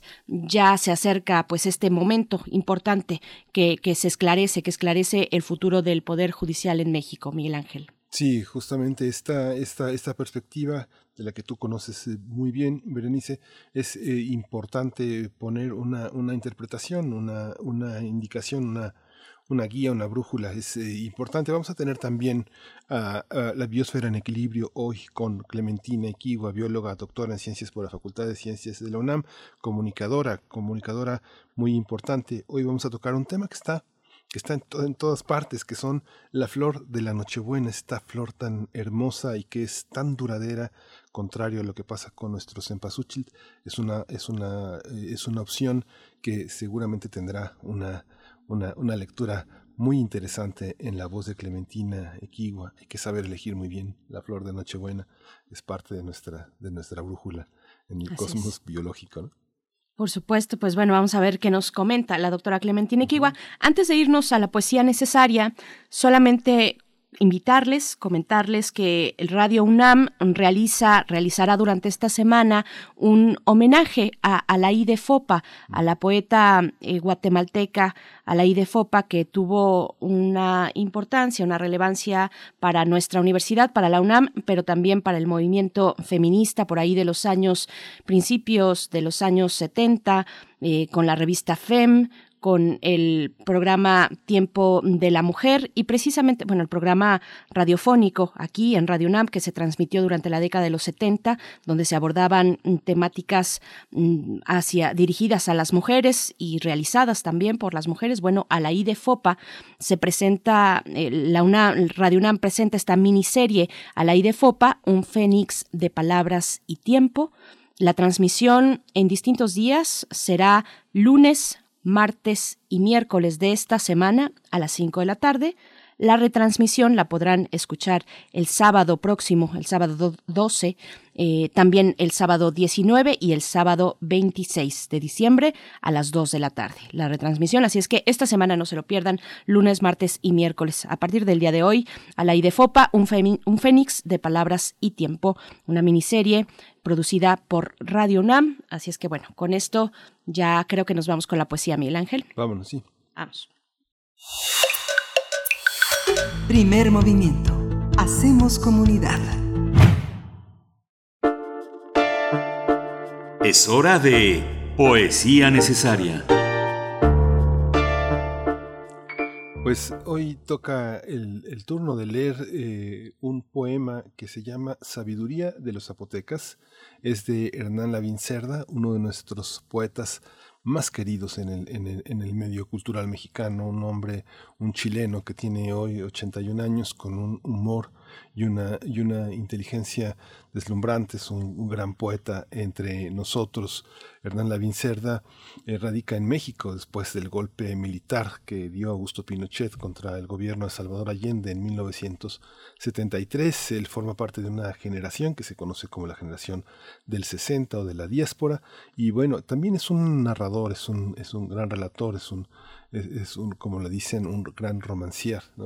ya se acerca pues este momento importante que esclarece el futuro del Poder Judicial en México, Miguel Ángel. Sí, justamente esta perspectiva de la que tú conoces muy bien, Berenice, es importante poner una interpretación, una indicación, una guía, una brújula, es importante. Vamos a tener también a la biosfera en equilibrio hoy con Clementina Equigua, bióloga, doctora en ciencias por la Facultad de Ciencias de la UNAM, comunicadora muy importante. Hoy vamos a tocar un tema que está en todas partes, que son la flor de la Nochebuena, esta flor tan hermosa y que es tan duradera, contrario a lo que pasa con nuestro cempasúchil. Es una opción que seguramente tendrá una lectura muy interesante en la voz de Clementina Equigua. Hay que saber elegir muy bien la flor de Nochebuena, es parte de nuestra brújula en el cosmos biológico, ¿no? Por supuesto, pues bueno, vamos a ver qué nos comenta la doctora Clementina Equigua. Antes de irnos a la poesía necesaria, solamente comentarles que el Radio UNAM realizará durante esta semana un homenaje a Alaíde Fopa, a la poeta guatemalteca Alaíde Fopa, que tuvo una importancia, una relevancia para nuestra universidad, para la UNAM, pero también para el movimiento feminista por ahí principios de los años 70, con la revista FEM, con el programa Tiempo de la Mujer y precisamente, el programa radiofónico aquí en Radio UNAM que se transmitió durante la década de los 70, donde se abordaban temáticas dirigidas a las mujeres y realizadas también por las mujeres. Bueno, Alaíde Fopa se presenta, Radio UNAM presenta esta miniserie Alaíde Fopa, un fénix de palabras y tiempo, La transmisión en distintos días será lunes, martes y miércoles de esta semana a las 5 de la tarde. La retransmisión la podrán escuchar el sábado próximo, el sábado 12, también el sábado 19 y el sábado 26 de diciembre a las 2 de la tarde. La retransmisión, así es que esta semana no se lo pierdan, lunes, martes y miércoles. A partir del día de hoy, a la IDEFOPA, un fénix de palabras y tiempo, una miniserie producida por Radio UNAM. Así es que bueno, con esto ya creo que nos vamos con la poesía, Miguel Ángel. Vámonos, sí. Vamos. Primer movimiento. Hacemos comunidad. Es hora de Poesía Necesaria. Pues hoy toca el turno de leer un poema que se llama Sabiduría de los Zapotecas. Es de Hernán Lavín Cerda, uno de nuestros poetas más queridos en el medio cultural mexicano, un hombre, un chileno que tiene hoy 81 años, con un humor y una inteligencia deslumbrante. Es un gran poeta entre nosotros. Hernán Lavín Cerda radica en México después del golpe militar que dio Augusto Pinochet contra el gobierno de Salvador Allende en 1973. Él forma parte de una generación que se conoce como la generación del 60 o de la diáspora, y bueno, también es un narrador, es un gran relator, es un, como le dicen, un gran romancier, ¿no?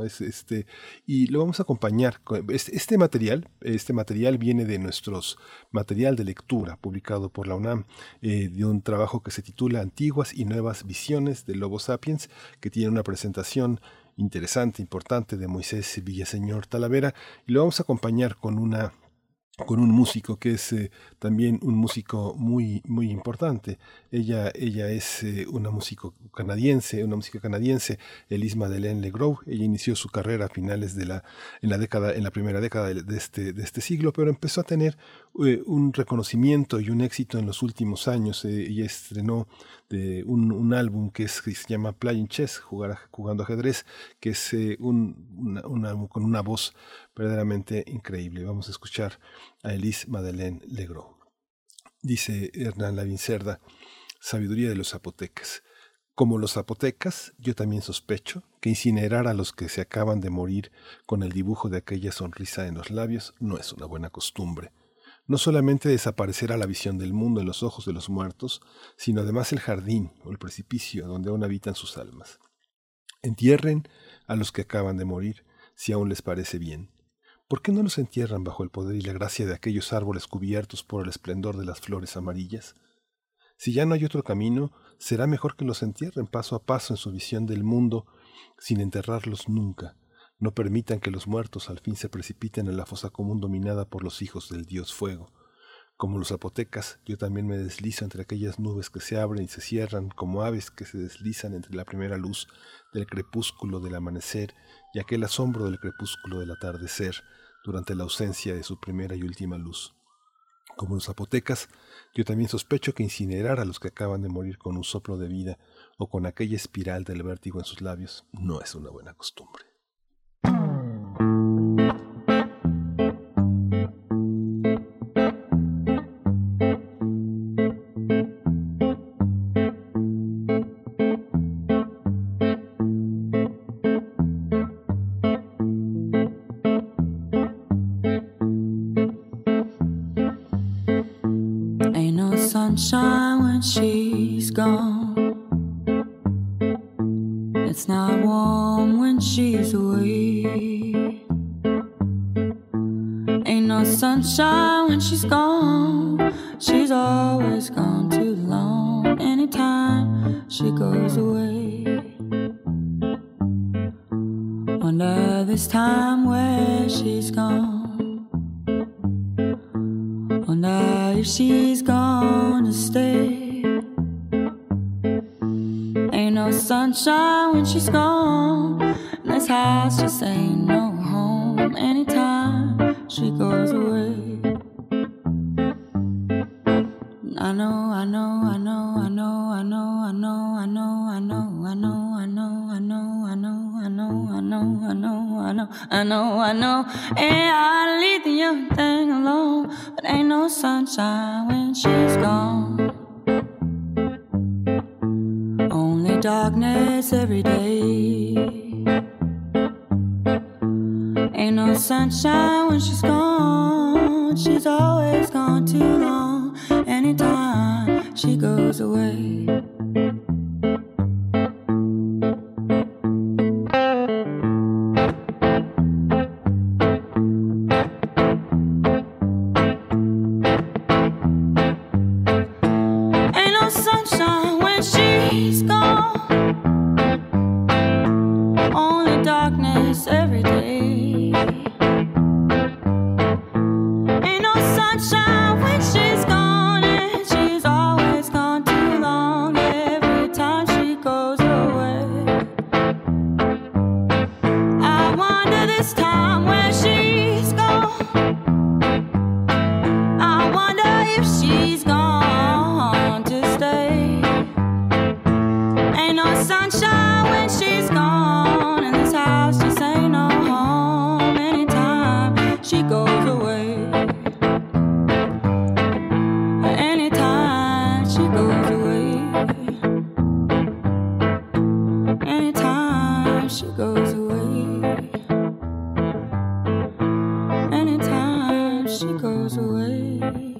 Y lo vamos a acompañar con este material viene de nuestros material de lectura publicado por la UNAM, de un trabajo que se titula Antiguas y Nuevas Visiones del Homo Sapiens, que tiene una presentación interesante, importante, de Moisés Villaseñor Talavera, y lo vamos a acompañar con un músico que es también un músico muy muy importante. Ella es una música canadiense, Elise Madeleine Legros. Ella inició su carrera a finales en la primera década de este siglo, pero empezó a tener un reconocimiento y un éxito en los últimos años. Ella estrenó un álbum que se llama Playing Chess, jugando ajedrez, que es un álbum con una voz verdaderamente increíble. Vamos a escuchar a Elise Madeleine Legros. Dice Hernán Lavín Cerda, Sabiduría de los Zapotecas. Como los zapotecas, yo también sospecho que incinerar a los que se acaban de morir con el dibujo de aquella sonrisa en los labios no es una buena costumbre. No solamente desaparecerá la visión del mundo en los ojos de los muertos, sino además el jardín o el precipicio donde aún habitan sus almas. Entierren a los que acaban de morir, si aún les parece bien. ¿Por qué no los entierran bajo el poder y la gracia de aquellos árboles cubiertos por el esplendor de las flores amarillas? Si ya no hay otro camino, será mejor que los entierren paso a paso en su visión del mundo, sin enterrarlos nunca. No permitan que los muertos al fin se precipiten en la fosa común dominada por los hijos del dios fuego. Como los zapotecas, yo también me deslizo entre aquellas nubes que se abren y se cierran como aves que se deslizan entre la primera luz del crepúsculo del amanecer y aquel asombro del crepúsculo del atardecer durante la ausencia de su primera y última luz. Como los zapotecas, yo también sospecho que incinerar a los que acaban de morir con un soplo de vida o con aquella espiral del vértigo en sus labios no es una buena costumbre. Sunshine when she's gone. It's not warm when she's away. Ain't no sunshine when she's gone. She's always gone too long. Anytime she goes away. Wonder this time where she's gone. Wonder if she's gonna stay. Ain't no sunshine when she's gone. This house just ain't no home. Anytime she goes away. I know, I know, I know, I know, I know, I know, I know, I know, I know, I know, I know, I know, I know, I know, I know, I know, I I know. And I leave the young thing alone, but ain't no sunshine when she's gone. Only darkness every day. Ain't no sunshine when she's gone. She's always gone too long. Anytime she goes away. Ain't no sunshine when she's gone. Only darkness every day. Ain't no sunshine when she's gone, and she's always gone too long. Every time she goes away, I wonder this time where she's gone. I wonder if she's gone to stay. Ain't no sunshine when she's gone, and this house just ain't no home. Anytime she goes away, anytime she goes away, anytime she goes away, anytime she goes away,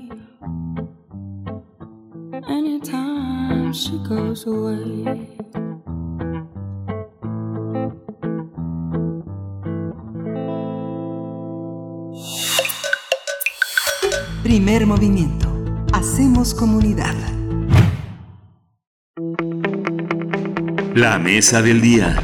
anytime she goes away. Primer movimiento. Hacemos comunidad. La mesa del día.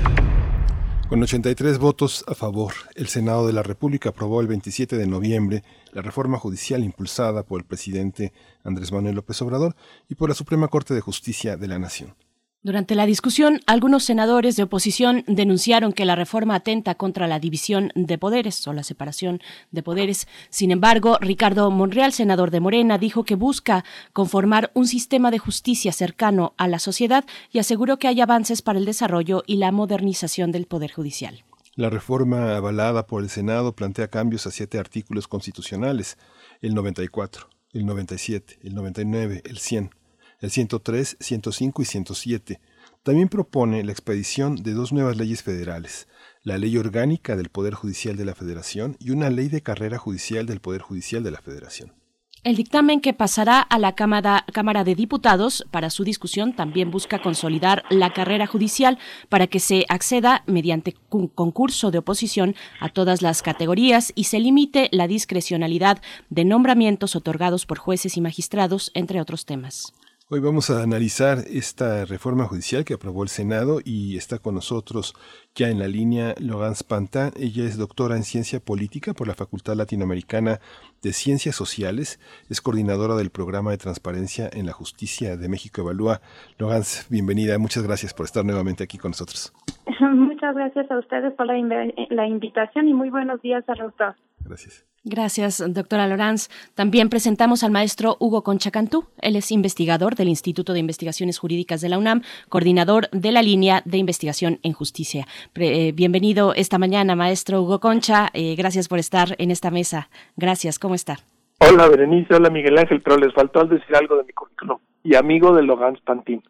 Con 83 votos a favor, el Senado de la República aprobó el 27 de noviembre la reforma judicial impulsada por el presidente Andrés Manuel López Obrador y por la Suprema Corte de Justicia de la Nación. Durante la discusión, algunos senadores de oposición denunciaron que la reforma atenta contra la división de poderes o la separación de poderes. Sin embargo, Ricardo Monreal, senador de Morena, dijo que busca conformar un sistema de justicia cercano a la sociedad y aseguró que hay avances para el desarrollo y la modernización del Poder Judicial. La reforma avalada por el Senado plantea cambios a 7 artículos constitucionales: el 94, el 97, el 99, el 100. El 103, 105 y 107. También propone la expedición de 2 nuevas leyes federales, la Ley Orgánica del Poder Judicial de la Federación y una Ley de Carrera Judicial del Poder Judicial de la Federación. El dictamen que pasará a la Cámara de Diputados para su discusión también busca consolidar la carrera judicial para que se acceda mediante concurso de oposición a todas las categorías y se limite la discrecionalidad de nombramientos otorgados por jueces y magistrados, entre otros temas. Hoy vamos a analizar esta reforma judicial que aprobó el Senado y está con nosotros ya en la línea Laurence Pantin. Ella es doctora en Ciencia Política por la Facultad Latinoamericana de Ciencias Sociales. Es coordinadora del Programa de Transparencia en la Justicia de México Evalúa. Laurence, bienvenida. Muchas gracias por estar nuevamente aquí con nosotros. Muchas gracias a ustedes por la invitación y muy buenos días a los dos. Gracias. Gracias, doctora Laurence. También presentamos al maestro Hugo Concha Cantú. Él es investigador del Instituto de Investigaciones Jurídicas de la UNAM, coordinador de la línea de investigación en justicia. Bienvenido esta mañana, maestro Hugo Concha. Gracias por estar en esta mesa. Gracias. ¿Cómo está? Hola, Berenice. Hola, Miguel Ángel. Pero les faltó al decir algo de mi currículum. Y amigo de Laurence Pantin.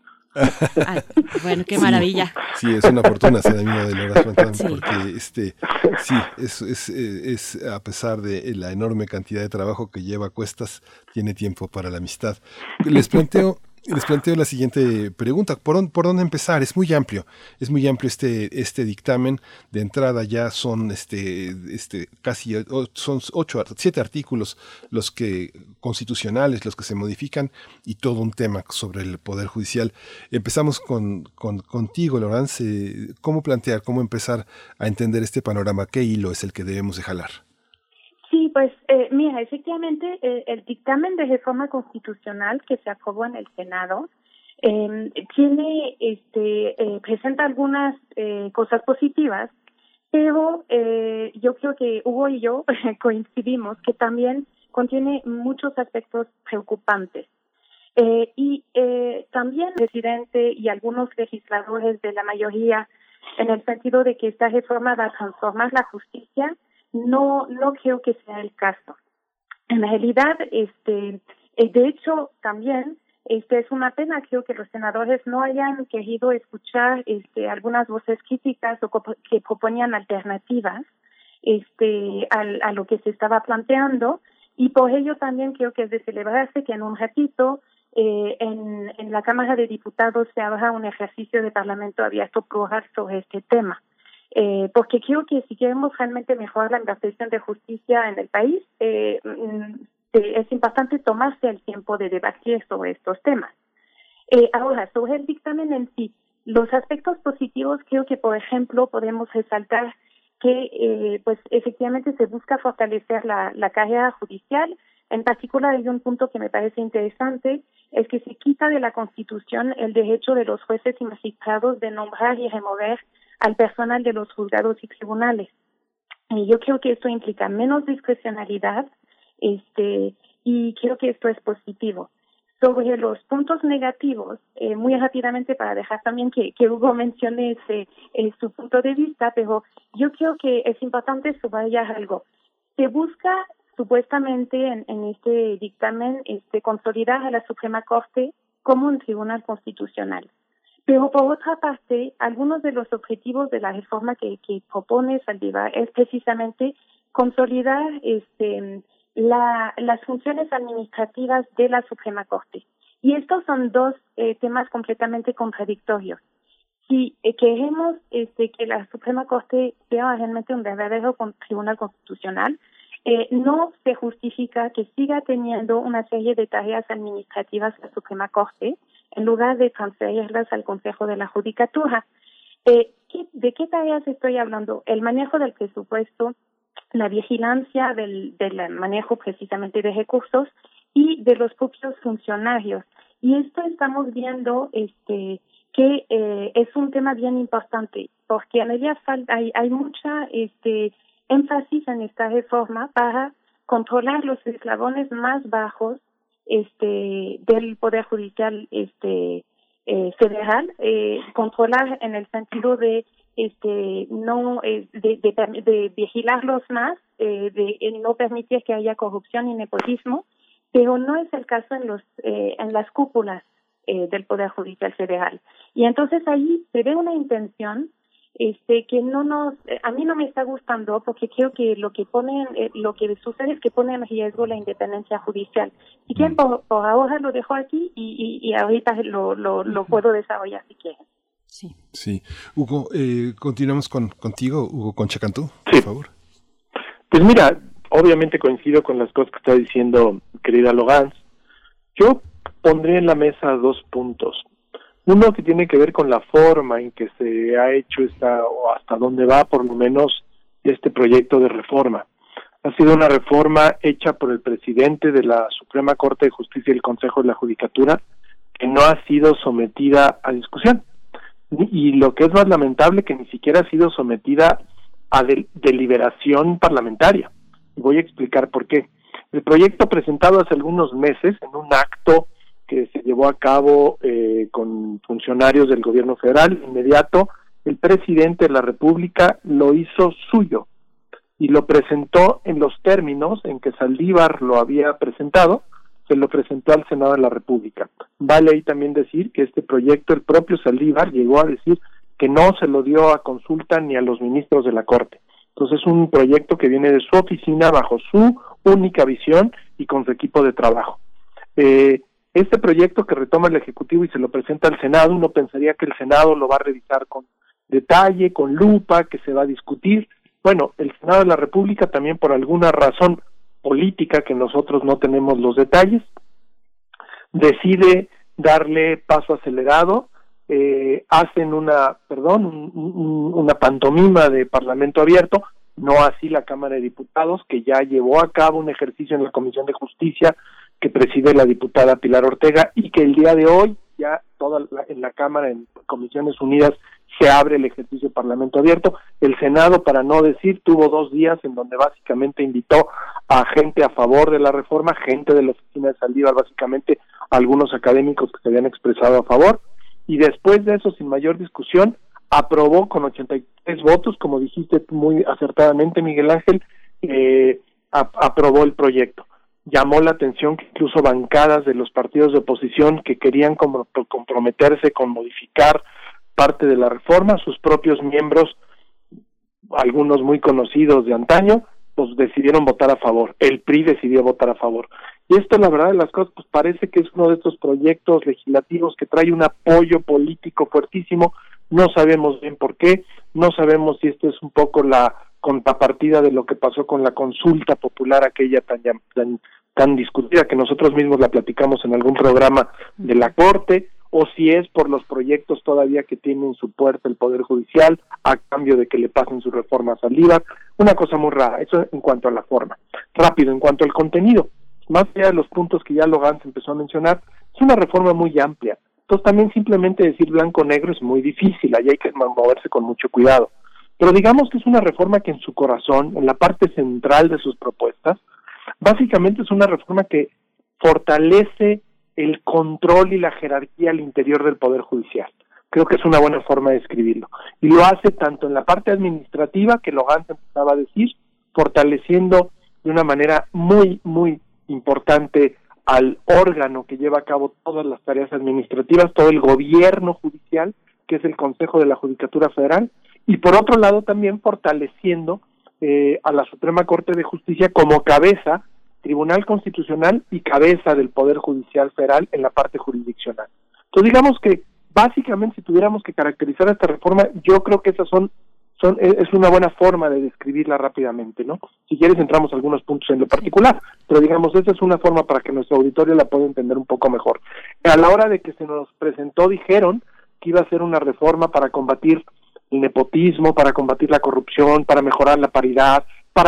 Ay, bueno, qué maravilla. Sí, es una fortuna ser amigo de Laurence Pantin, porque es a pesar de la enorme cantidad de trabajo que lleva a cuestas, tiene tiempo para la amistad. Les planteo la siguiente pregunta. ¿Por dónde empezar? Es muy amplio este dictamen. De entrada ya son casi son 7 artículos los que constitucionales, los que se modifican, y todo un tema sobre el Poder Judicial. Empezamos contigo, Laurence. ¿Cómo empezar a entender este panorama? ¿Qué hilo es el que debemos de jalar? Sí, pues mira, efectivamente el dictamen de reforma constitucional que se aprobó en el Senado presenta algunas cosas positivas, pero yo creo que Hugo y yo coincidimos que también contiene muchos aspectos preocupantes. Y también el presidente y algunos legisladores de la mayoría en el sentido de que esta reforma va a transformar la justicia, no creo que sea el caso. En realidad, de hecho, también, es una pena, creo que los senadores no hayan querido escuchar, algunas voces críticas o que proponían alternativas, a lo que se estaba planteando, y por ello también creo que es de celebrarse que en un ratito, en la Cámara de Diputados se haga un ejercicio de Parlamento abierto plural sobre este tema. Porque creo que si queremos realmente mejorar la impartición de justicia en el país, es importante tomarse el tiempo de debatir sobre estos temas. Ahora, sobre el dictamen en sí, los aspectos positivos creo que, por ejemplo, podemos resaltar que pues efectivamente se busca fortalecer la carrera judicial. En particular, hay un punto que me parece interesante, es que se quita de la Constitución el derecho de los jueces y magistrados de nombrar y remover al personal de los juzgados y tribunales. Y yo creo que esto implica menos discrecionalidad, y creo que esto es positivo. Sobre los puntos negativos, muy rápidamente para dejar también que Hugo mencione su punto de vista, pero yo creo que es importante subrayar algo. Se busca supuestamente en este dictamen consolidar a la Suprema Corte como un tribunal constitucional. Pero por otra parte, algunos de los objetivos de la reforma que propone Saldívar es precisamente consolidar las funciones administrativas de la Suprema Corte. Y estos son dos temas completamente contradictorios. Si queremos que la Suprema Corte sea realmente un verdadero tribunal constitucional, no se justifica que siga teniendo una serie de tareas administrativas la Suprema Corte en lugar de transferirlas al Consejo de la Judicatura. ¿De qué tareas estoy hablando? El manejo del presupuesto, la vigilancia del manejo precisamente de recursos y de los propios funcionarios. Y esto estamos viendo que es un tema bien importante, porque en realidad hay mucha énfasis en esta reforma para controlar los eslabones más bajos del Poder Judicial federal, controlar en el sentido de de vigilarlos más, de no permitir que haya corrupción y nepotismo, pero no es el caso en las cúpulas del Poder Judicial Federal. Y entonces ahí se ve una intención que a mí no me está gustando, porque creo que lo que sucede es que pone en riesgo la independencia judicial. Si quieren, por ahora lo dejo aquí y ahorita lo puedo desarrollar si quieren. Sí. Hugo, continuamos contigo, Hugo Concha Cantú, por favor. Pues mira, obviamente coincido con las cosas que está diciendo querida Logans. Yo pondría en la mesa dos puntos. Uno que tiene que ver con la forma en que se ha hecho o hasta dónde va por lo menos este proyecto de reforma. Ha sido una reforma hecha por el presidente de la Suprema Corte de Justicia y el Consejo de la Judicatura, que no ha sido sometida a discusión. Y lo que es más lamentable, que ni siquiera ha sido sometida a deliberación parlamentaria. Voy a explicar por qué. El proyecto presentado hace algunos meses en un acto que se llevó a cabo con funcionarios del gobierno federal, inmediato, el presidente de la República lo hizo suyo y lo presentó en los términos en que Saldívar lo había presentado, se lo presentó al Senado de la República. Vale ahí también decir que este proyecto, el propio Saldívar llegó a decir que no se lo dio a consulta ni a los ministros de la Corte. Entonces es un proyecto que viene de su oficina bajo su única visión y con su equipo de trabajo. Este proyecto que retoma el Ejecutivo y se lo presenta al Senado, uno pensaría que el Senado lo va a revisar con detalle, con lupa, que se va a discutir. Bueno, el Senado de la República también por alguna razón política que nosotros no tenemos los detalles, decide darle paso acelerado, hacen una pantomima de Parlamento abierto, no así la Cámara de Diputados, que ya llevó a cabo un ejercicio en la Comisión de Justicia que preside la diputada Pilar Ortega y que el día de hoy ya en la Cámara, en Comisiones Unidas, se abre el ejercicio de Parlamento abierto. El Senado, para no decir, tuvo 2 días en donde básicamente invitó a gente a favor de la reforma, gente de la oficina de Saldívar, básicamente algunos académicos que se habían expresado a favor, y después de eso, sin mayor discusión, aprobó con 83 votos, como dijiste muy acertadamente, Miguel Ángel, aprobó el proyecto. Llamó la atención que incluso bancadas de los partidos de oposición que querían comprometerse con modificar parte de la reforma, sus propios miembros, algunos muy conocidos de antaño, pues decidieron votar a favor. El PRI decidió votar a favor. Y esto, la verdad de las cosas, pues parece que es uno de estos proyectos legislativos que trae un apoyo político fuertísimo. No sabemos bien por qué, no sabemos si esto es un poco la contrapartida de lo que pasó con la consulta popular, aquella tan discutida, que nosotros mismos la platicamos en algún programa de la Corte, o si es por los proyectos todavía que tiene en su puerta el Poder Judicial a cambio de que le pasen sus reformas al IVA. Una cosa muy rara. Eso en cuanto a la forma. Rápido, en cuanto al contenido, más allá de los puntos que ya Logans empezó a mencionar, es una reforma muy amplia. Entonces también simplemente decir blanco o negro es muy difícil, ahí hay que moverse con mucho cuidado. Pero digamos que es una reforma que en su corazón, en la parte central de sus propuestas, básicamente es una reforma que fortalece el control y la jerarquía al interior del Poder Judicial. Creo que es una buena forma de escribirlo. Y lo hace tanto en la parte administrativa, que Logans empezaba a decir, fortaleciendo de una manera muy, muy importante al órgano que lleva a cabo todas las tareas administrativas, todo el gobierno judicial, que es el Consejo de la Judicatura Federal, y por otro lado también fortaleciendo a la Suprema Corte de Justicia como cabeza, Tribunal Constitucional y cabeza del Poder Judicial Federal en la parte jurisdiccional. Entonces digamos que básicamente si tuviéramos que caracterizar esta reforma, yo creo que esas es una buena forma de describirla rápidamente, ¿no? Si quieres entramos a algunos puntos en lo particular, pero digamos esa es una forma para que nuestro auditorio la pueda entender un poco mejor. A la hora de que se nos presentó dijeron que iba a ser una reforma para combatir el nepotismo, para combatir la corrupción, para mejorar la paridad,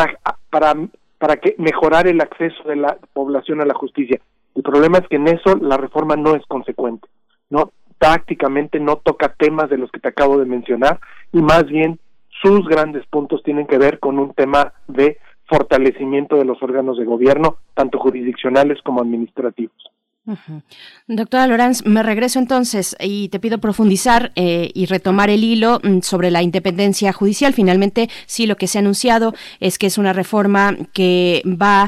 para que mejorar el acceso de la población a la justicia. El problema es que en eso la reforma no es consecuente, ¿no? Prácticamente no toca temas de los que te acabo de mencionar y más bien sus grandes puntos tienen que ver con un tema de fortalecimiento de los órganos de gobierno, tanto jurisdiccionales como administrativos. Uh-huh. Doctora Lorance, me regreso entonces y te pido profundizar y retomar el hilo sobre la independencia judicial. Finalmente, sí, lo que se ha anunciado es que es una reforma que va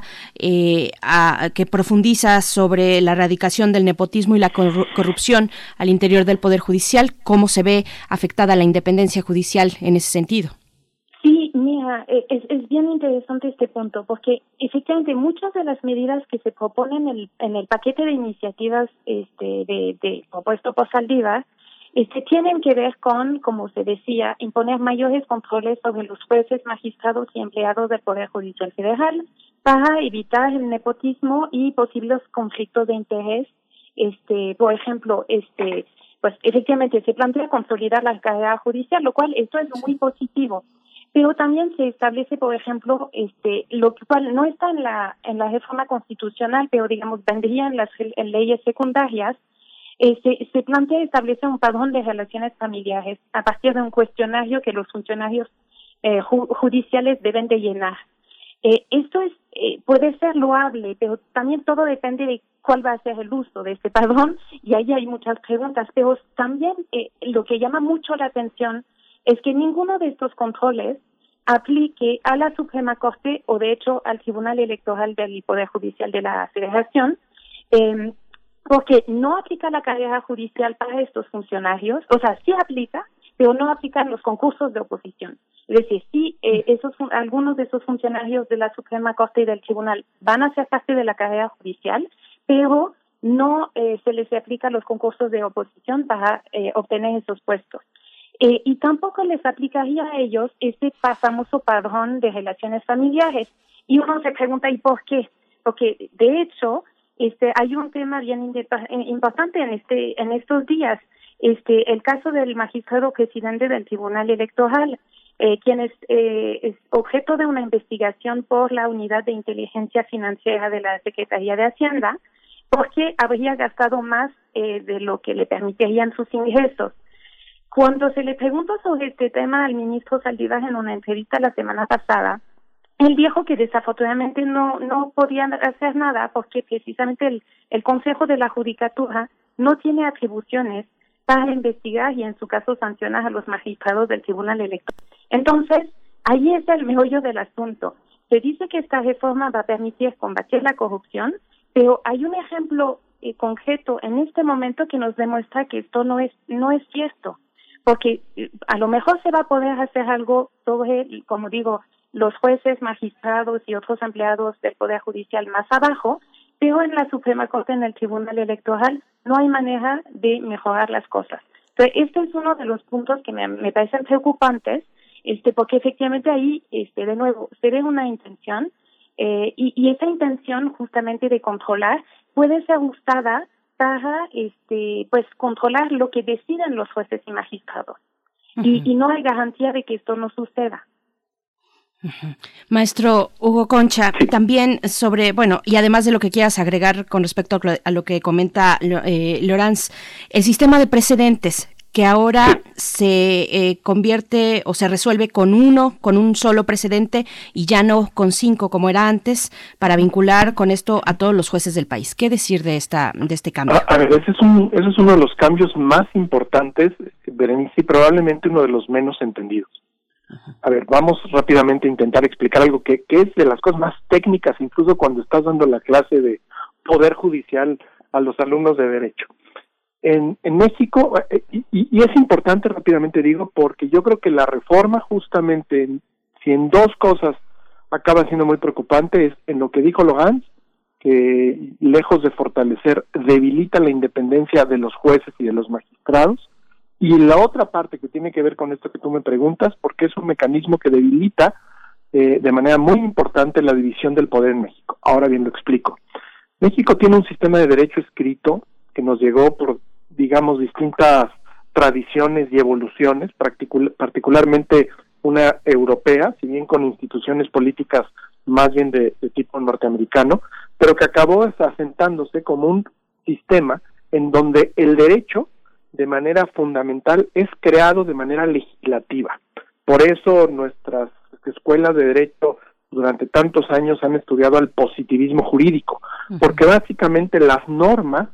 que profundiza sobre la erradicación del nepotismo y la corrupción al interior del Poder Judicial. ¿Cómo se ve afectada la independencia judicial en ese sentido? Sí, mira, es bien interesante este punto, porque efectivamente muchas de las medidas que se proponen en el paquete de iniciativas de propuesto por Saldívar tienen que ver con, como se decía, imponer mayores controles sobre los jueces, magistrados y empleados del Poder Judicial Federal para evitar el nepotismo y posibles conflictos de interés. Por ejemplo, pues efectivamente se plantea consolidar la carrera judicial, lo cual esto es muy positivo. Pero también se establece, por ejemplo, lo cual no está en la reforma constitucional, pero digamos vendría en leyes secundarias, se plantea establecer un padrón de relaciones familiares a partir de un cuestionario que los funcionarios judiciales deben de llenar. Esto puede ser loable, pero también todo depende de cuál va a ser el uso de este padrón, y ahí hay muchas preguntas. Pero también lo que llama mucho la atención es que ninguno de estos controles aplique a la Suprema Corte o, de hecho, al Tribunal Electoral del Poder Judicial de la Federación, porque no aplica la carrera judicial para estos funcionarios, o sea, sí aplica, pero no aplica en los concursos de oposición. Es decir, sí, algunos de esos funcionarios de la Suprema Corte y del Tribunal van a ser parte de la carrera judicial, pero no se les aplica los concursos de oposición para obtener esos puestos. Y tampoco les aplicaría a ellos ese famoso padrón de relaciones familiares. Y uno se pregunta, ¿y por qué? Porque, de hecho, hay un tema bien importante en estos días. El caso del magistrado presidente del Tribunal Electoral, quien es objeto de una investigación por la Unidad de Inteligencia Financiera de la Secretaría de Hacienda, porque habría gastado más de lo que le permitirían sus ingresos. Cuando se le preguntó sobre este tema al ministro Saldívar en una entrevista la semana pasada, él dijo que desafortunadamente no podían hacer nada porque precisamente el Consejo de la Judicatura no tiene atribuciones para investigar y en su caso sancionar a los magistrados del Tribunal Electoral. Entonces, ahí es el meollo del asunto. Se dice que esta reforma va a permitir combatir la corrupción, pero hay un ejemplo concreto en este momento que nos demuestra que esto no es cierto, porque a lo mejor se va a poder hacer algo sobre, como digo, los jueces, magistrados y otros empleados del Poder Judicial más abajo, pero en la Suprema Corte, en el Tribunal Electoral, no hay manera de mejorar las cosas. Entonces, este es uno de los puntos que me parecen preocupantes, porque efectivamente ahí, de nuevo, se ve una intención, y esa intención justamente de controlar puede ser usada para, pues, controlar lo que deciden los jueces y magistrados. Y no hay garantía de que esto no suceda. Maestro Hugo Concha, también sobre, y además de lo que quieras agregar con respecto a lo que comenta Laurence, el sistema de precedentes que ahora se convierte o se resuelve con un solo precedente y ya no con 5 como era antes, para vincular con esto a todos los jueces del país. ¿Qué decir de este cambio? A ver, ese es uno de los cambios más importantes, Berenice, y probablemente uno de los menos entendidos. A ver, vamos rápidamente a intentar explicar algo que es de las cosas más técnicas, incluso cuando estás dando la clase de Poder Judicial a los alumnos de Derecho. En México, y es importante, rápidamente digo, porque yo creo que la reforma justamente, si en dos cosas acaba siendo muy preocupante, es en lo que dijo Laurence, que lejos de fortalecer, debilita la independencia de los jueces y de los magistrados, y la otra parte que tiene que ver con esto que tú me preguntas, porque es un mecanismo que debilita de manera muy importante la división del poder en México. Ahora bien, lo explico. México tiene un sistema de derecho escrito que nos llegó por, digamos, distintas tradiciones y evoluciones, particularmente una europea, si bien con instituciones políticas más bien de tipo norteamericano, pero que acabó asentándose como un sistema en donde el derecho, de manera fundamental, es creado de manera legislativa. Por eso nuestras escuelas de derecho durante tantos años han estudiado al positivismo jurídico, porque básicamente las normas,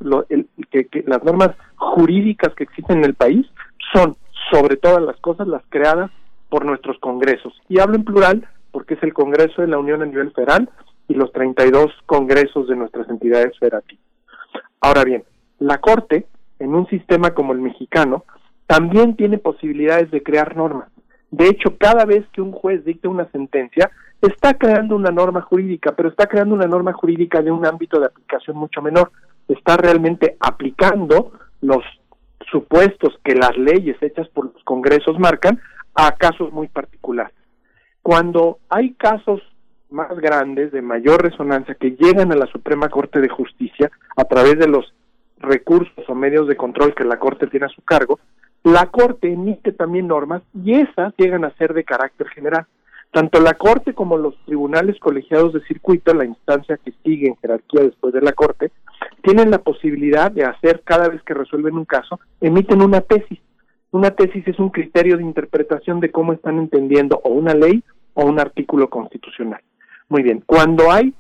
las normas jurídicas que existen en el país son, sobre todas las cosas, las creadas por nuestros congresos. Y hablo en plural porque es el Congreso de la Unión a nivel federal y los 32 congresos de nuestras entidades federativas. Ahora bien, la Corte, en un sistema como el mexicano, también tiene posibilidades de crear normas. De hecho, cada vez que un juez dicta una sentencia, está creando una norma jurídica, pero está creando una norma jurídica de un ámbito de aplicación mucho menor. Está realmente aplicando los supuestos que las leyes hechas por los congresos marcan a casos muy particulares. Cuando hay casos más grandes, de mayor resonancia, que llegan a la Suprema Corte de Justicia a través de los recursos o medios de control que la Corte tiene a su cargo, la Corte emite también normas y esas llegan a ser de carácter general. Tanto la Corte como los tribunales colegiados de circuito, la instancia que sigue en jerarquía después de la Corte, tienen la posibilidad de hacer, cada vez que resuelven un caso, emiten una tesis. Una tesis es un criterio de interpretación de cómo están entendiendo o una ley o un artículo constitucional. Muy bien, cuando hay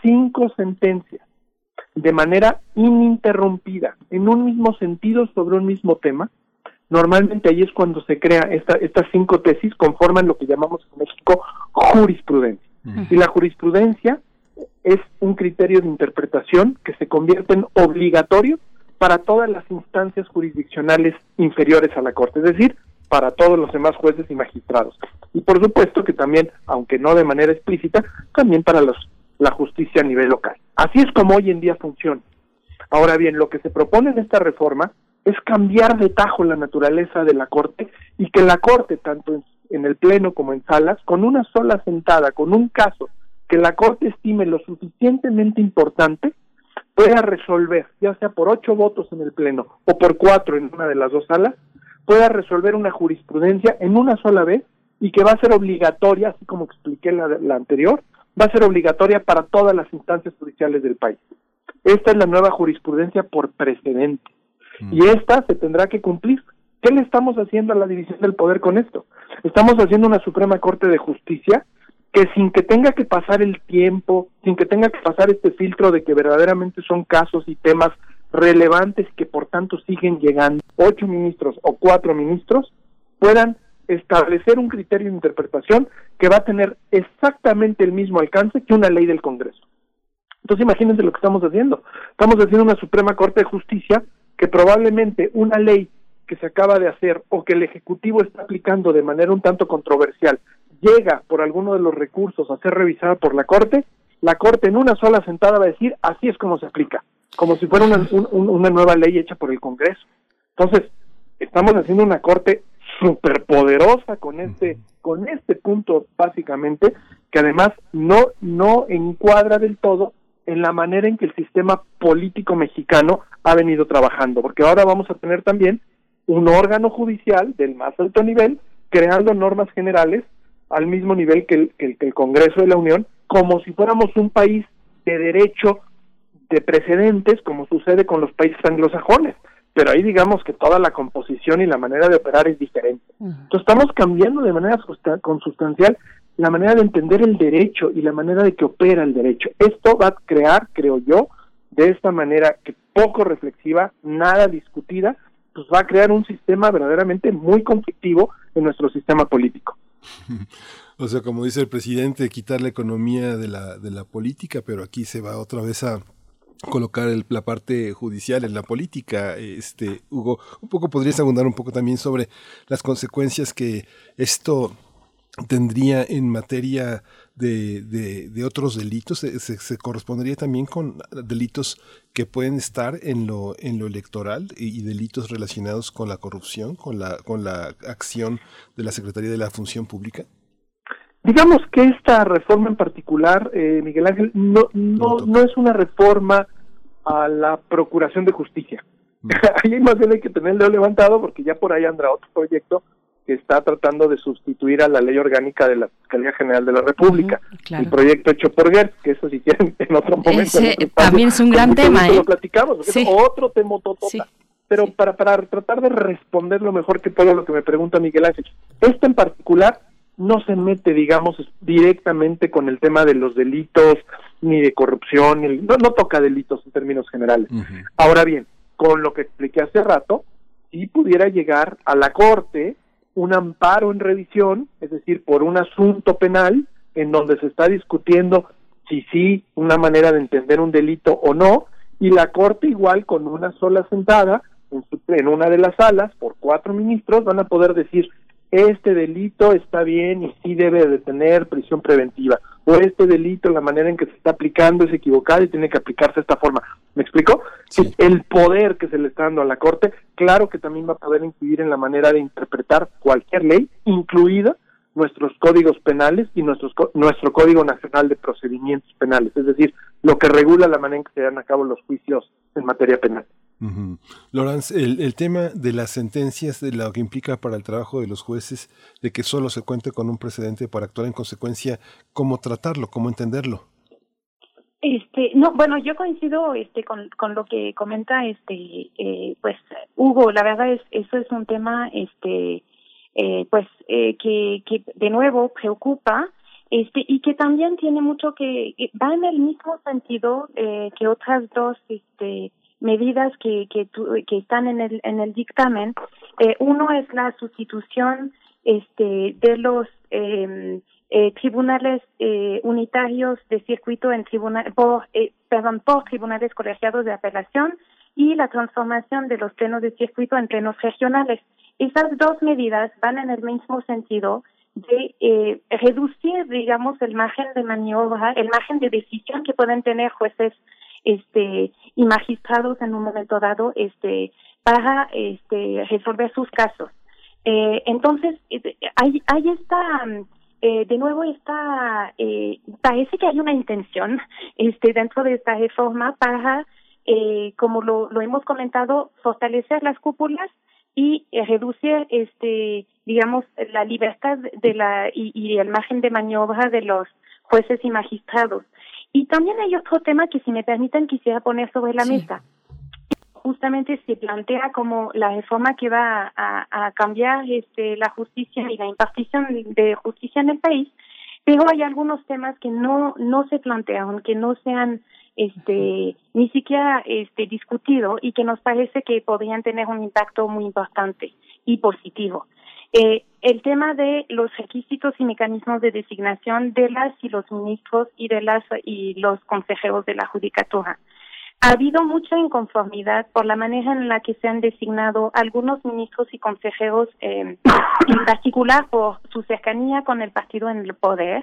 5 sentencias de manera ininterrumpida, en un mismo sentido sobre un mismo tema, normalmente ahí es cuando se crea estas 5 tesis, conforman lo que llamamos en México jurisprudencia. Y la jurisprudencia es un criterio de interpretación que se convierte en obligatorio para todas las instancias jurisdiccionales inferiores a la Corte, es decir, para todos los demás jueces y magistrados. Y por supuesto que también, aunque no de manera explícita, también para la justicia a nivel local. Así es como hoy en día funciona. Ahora bien, lo que se propone en esta reforma es cambiar de tajo la naturaleza de la Corte y que la Corte, tanto en el Pleno como en salas, con una sola sentada, con un caso que la Corte estime lo suficientemente importante, pueda resolver, ya sea por 8 votos en el Pleno o por 4 en una de las 2 salas, pueda resolver una jurisprudencia en una sola vez y que va a ser obligatoria, así como expliqué la anterior, va a ser obligatoria para todas las instancias judiciales del país. Esta es la nueva jurisprudencia por precedente. Y esta se tendrá que cumplir. ¿Qué le estamos haciendo a la división del poder con esto? Estamos haciendo una Suprema Corte de Justicia que sin que tenga que pasar el tiempo, sin que tenga que pasar este filtro de que verdaderamente son casos y temas relevantes que por tanto siguen llegando, 8 ministros o 4 ministros, puedan establecer un criterio de interpretación que va a tener exactamente el mismo alcance que una ley del Congreso. Entonces imagínense lo que estamos haciendo. Estamos haciendo una Suprema Corte de Justicia que probablemente una ley que se acaba de hacer o que el Ejecutivo está aplicando de manera un tanto controversial llega por alguno de los recursos a ser revisada por la Corte en una sola sentada va a decir así es como se aplica, como si fuera una nueva ley hecha por el Congreso. Entonces, estamos haciendo una Corte superpoderosa con este punto básicamente, que además no encuadra del todo en la manera en que el sistema político mexicano ha venido trabajando, porque ahora vamos a tener también un órgano judicial del más alto nivel creando normas generales al mismo nivel que el Congreso de la Unión, como si fuéramos un país de derecho de precedentes, como sucede con los países anglosajones, pero ahí digamos que toda la composición y la manera de operar es diferente. Entonces estamos cambiando de manera consustancial la manera de entender el derecho y la manera de que opera el derecho. Esto va a crear, creo yo, de esta manera que poco reflexiva, nada discutida, pues va a crear un sistema verdaderamente muy conflictivo en nuestro sistema político. O sea, como dice el presidente, quitar la economía de la política, pero aquí se va otra vez a colocar la parte judicial en la política. Hugo, un poco podrías abundar un poco también sobre las consecuencias que esto tendría en materia de otros delitos. Se correspondería también con delitos que pueden estar en lo electoral y delitos relacionados con la corrupción, con la acción de la Secretaría de la Función Pública. Digamos que esta reforma en particular, Miguel Ángel, no es una reforma a la Procuración de Justicia. Ahí más bien hay que tener el dedo levantado porque ya por ahí andará otro proyecto que está tratando de sustituir a la ley orgánica de la Fiscalía General de la República. Claro. El proyecto hecho por Gertz, que eso si quieren en otro momento. Ese también es un gran tema, Lo platicamos, sí. Es otro tema totota. Sí. Pero sí. Para tratar de responder lo mejor que puedo a lo que me pregunta Miguel Ángel, esto en particular no se mete, digamos, directamente con el tema de los delitos, ni de corrupción, no toca delitos en términos generales. Ahora bien, con lo que expliqué hace rato, sí pudiera llegar a la Corte un amparo en revisión, es decir, por un asunto penal, en donde se está discutiendo si sí, una manera de entender un delito o no, y la Corte igual con una sola sentada, en una de las salas, por 4 ministros, van a poder decir este delito está bien y sí debe de tener prisión preventiva, o este delito, la manera en que se está aplicando es equivocada y tiene que aplicarse de esta forma. ¿Me explico? Sí. El poder que se le está dando a la Corte, claro que también va a poder incidir en la manera de interpretar cualquier ley, incluida nuestros códigos penales y nuestro Código Nacional de Procedimientos Penales, es decir, lo que regula la manera en que se dan a cabo los juicios en materia penal. Laurence, el tema de las sentencias, de lo que implica para el trabajo de los jueces, de que solo se cuente con un precedente para actuar en consecuencia, ¿cómo tratarlo, cómo entenderlo? No, bueno, yo coincido con lo que comenta pues Hugo. La verdad eso es un tema que de nuevo preocupa y que también tiene mucho que va en el mismo sentido que otras dos medidas que están en el dictamen. Uno es la sustitución de los tribunales unitarios de circuito por tribunales colegiados de apelación y la transformación de los plenos de circuito en plenos regionales. Esas dos medidas van en el mismo sentido de reducir, digamos, el margen de maniobra, el margen de decisión que pueden tener jueces y magistrados en un momento dado para resolver sus casos. Entonces hay esta de nuevo parece que hay una intención dentro de esta reforma para como lo hemos comentado, fortalecer las cúpulas y reducir digamos la libertad y el margen de maniobra de los jueces y magistrados. Y también hay otro tema que, si me permiten, quisiera poner sobre la mesa. Justamente se plantea como la reforma que va a cambiar la justicia y la impartición de justicia en el país, Pero hay algunos temas que no se plantearon, que no se han ni siquiera discutido y que nos parece que podrían tener un impacto muy importante y positivo. El tema de los requisitos y mecanismos de designación de las y los ministros y los consejeros de la judicatura. Ha habido mucha inconformidad por la manera en la que se han designado algunos ministros y consejeros, en particular por su cercanía con el partido en el poder.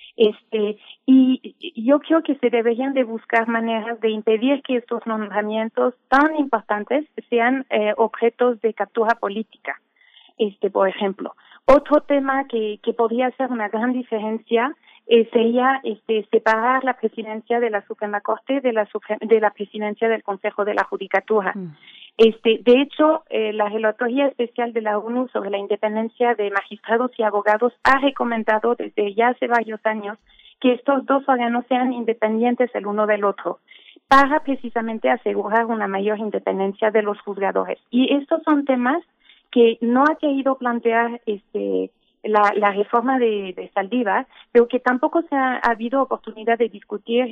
Y yo creo que se deberían de buscar maneras de impedir que estos nombramientos tan importantes sean objetos de captura política. Por ejemplo, otro tema que podría ser una gran diferencia sería separar la presidencia de la Suprema Corte de la presidencia del Consejo de la Judicatura. De hecho, la Relatoría Especial de la ONU sobre la independencia de magistrados y abogados ha recomendado desde ya hace varios años que estos dos órganos sean independientes el uno del otro, para precisamente asegurar una mayor independencia de los juzgadores. Y estos son temas que no ha querido plantear la reforma de Saldívar, pero que tampoco se ha habido oportunidad de discutir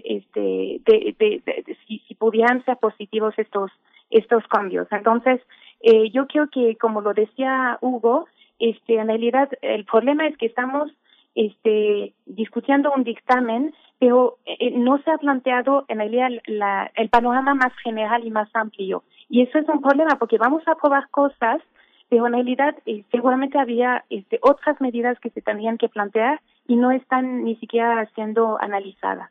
si pudieran ser positivos estos cambios. Entonces, yo creo que, como lo decía Hugo, en realidad el problema es que estamos discutiendo un dictamen, pero no se ha planteado en realidad el panorama más general y más amplio. Y eso es un problema, porque vamos a aprobar cosas, pero en realidad seguramente había otras medidas que se tendrían que plantear y no están ni siquiera siendo analizadas.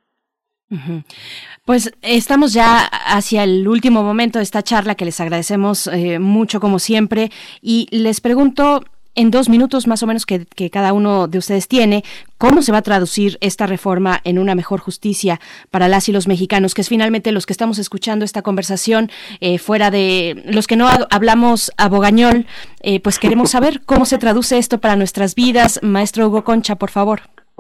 Pues estamos ya hacia el último momento de esta charla, que les agradecemos mucho como siempre, y les pregunto en 2 minutos más o menos que cada uno de ustedes tiene, ¿cómo se va a traducir esta reforma en una mejor justicia para las y los mexicanos, que es finalmente los que estamos escuchando esta conversación, fuera de los que no hablamos abogañol? Pues queremos saber cómo se traduce esto para nuestras vidas. Maestro Hugo Concha, por favor.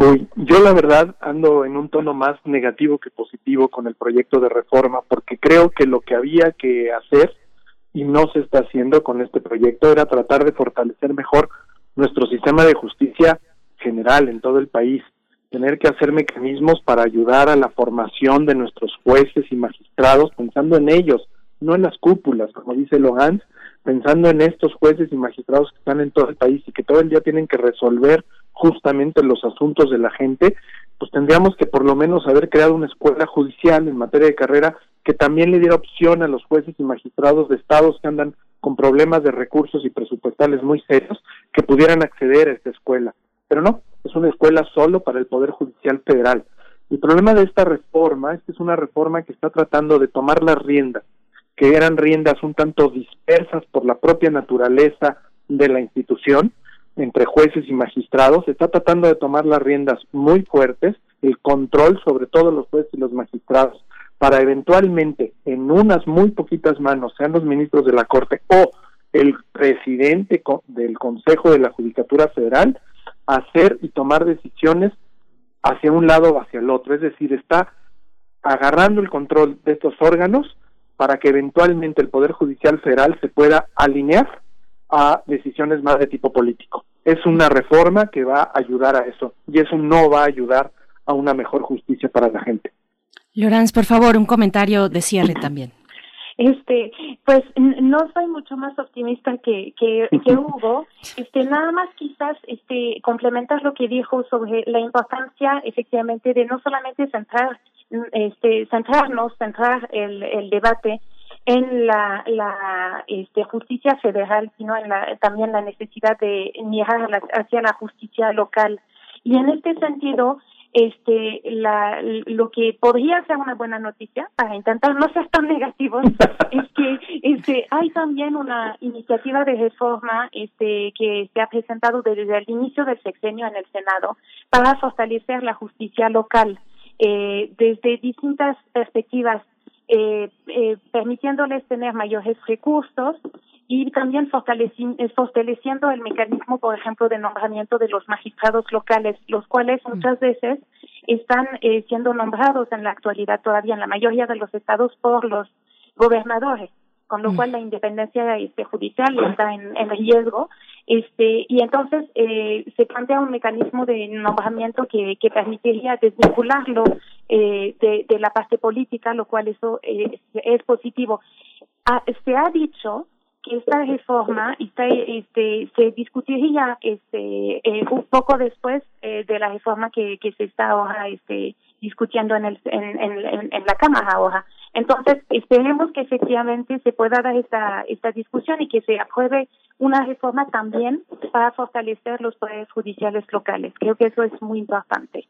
Yo la verdad ando en un tono más negativo que positivo con el proyecto de reforma, porque creo que lo que había que hacer y no se está haciendo con este proyecto era tratar de fortalecer mejor nuestro sistema de justicia general en todo el país, tener que hacer mecanismos para ayudar a la formación de nuestros jueces y magistrados, pensando en ellos, no en las cúpulas, como dice Logans, pensando en estos jueces y magistrados que están en todo el país y que todo el día tienen que resolver justamente los asuntos de la gente. Pues tendríamos que por lo menos haber creado una escuela judicial en materia de carrera que también le diera opción a los jueces y magistrados de estados que andan con problemas de recursos y presupuestales muy serios, que pudieran acceder a esta escuela. Pero no, es una escuela solo para el Poder Judicial Federal. El problema de esta reforma es que es una reforma que está tratando de tomar las riendas, que eran riendas un tanto dispersas por la propia naturaleza de la institución, entre jueces y magistrados. Está tratando de tomar las riendas muy fuertes, el control sobre todos los jueces y los magistrados, para eventualmente, en unas muy poquitas manos, sean los ministros de la Corte o el presidente del Consejo de la Judicatura Federal, hacer y tomar decisiones hacia un lado o hacia el otro. Es decir, está agarrando el control de estos órganos para que eventualmente el Poder Judicial Federal se pueda alinear a decisiones más de tipo político. Es una reforma que va a ayudar a eso, y eso no va a ayudar a una mejor justicia para la gente. Lorenz, por favor, un comentario de cierre también. Pues no soy mucho más optimista que Hugo. Nada más quizás complementar lo que dijo sobre la importancia efectivamente de no solamente centrar el debate en la justicia federal, sino también la necesidad de mirar hacia la justicia local. Y en este sentido, lo que podría ser una buena noticia, para intentar no ser tan negativos, es que hay también una iniciativa de reforma que se ha presentado desde el inicio del sexenio en el Senado para fortalecer la justicia local desde distintas perspectivas, permitiéndoles tener mayores recursos y también fortaleciendo el mecanismo, por ejemplo, de nombramiento de los magistrados locales, los cuales muchas veces están siendo nombrados en la actualidad todavía en la mayoría de los estados por los gobernadores. con lo cual la independencia judicial está en riesgo. Y entonces se plantea un mecanismo de nombramiento que permitiría desvincularlo de la parte política, lo cual eso es positivo. Se ha dicho que esta reforma se discutiría un poco después de la reforma que se está ahora discutiendo en la Cámara ahora. Entonces, esperemos que efectivamente se pueda dar esta discusión y que se apruebe una reforma también para fortalecer los poderes judiciales locales. Creo que eso es muy importante.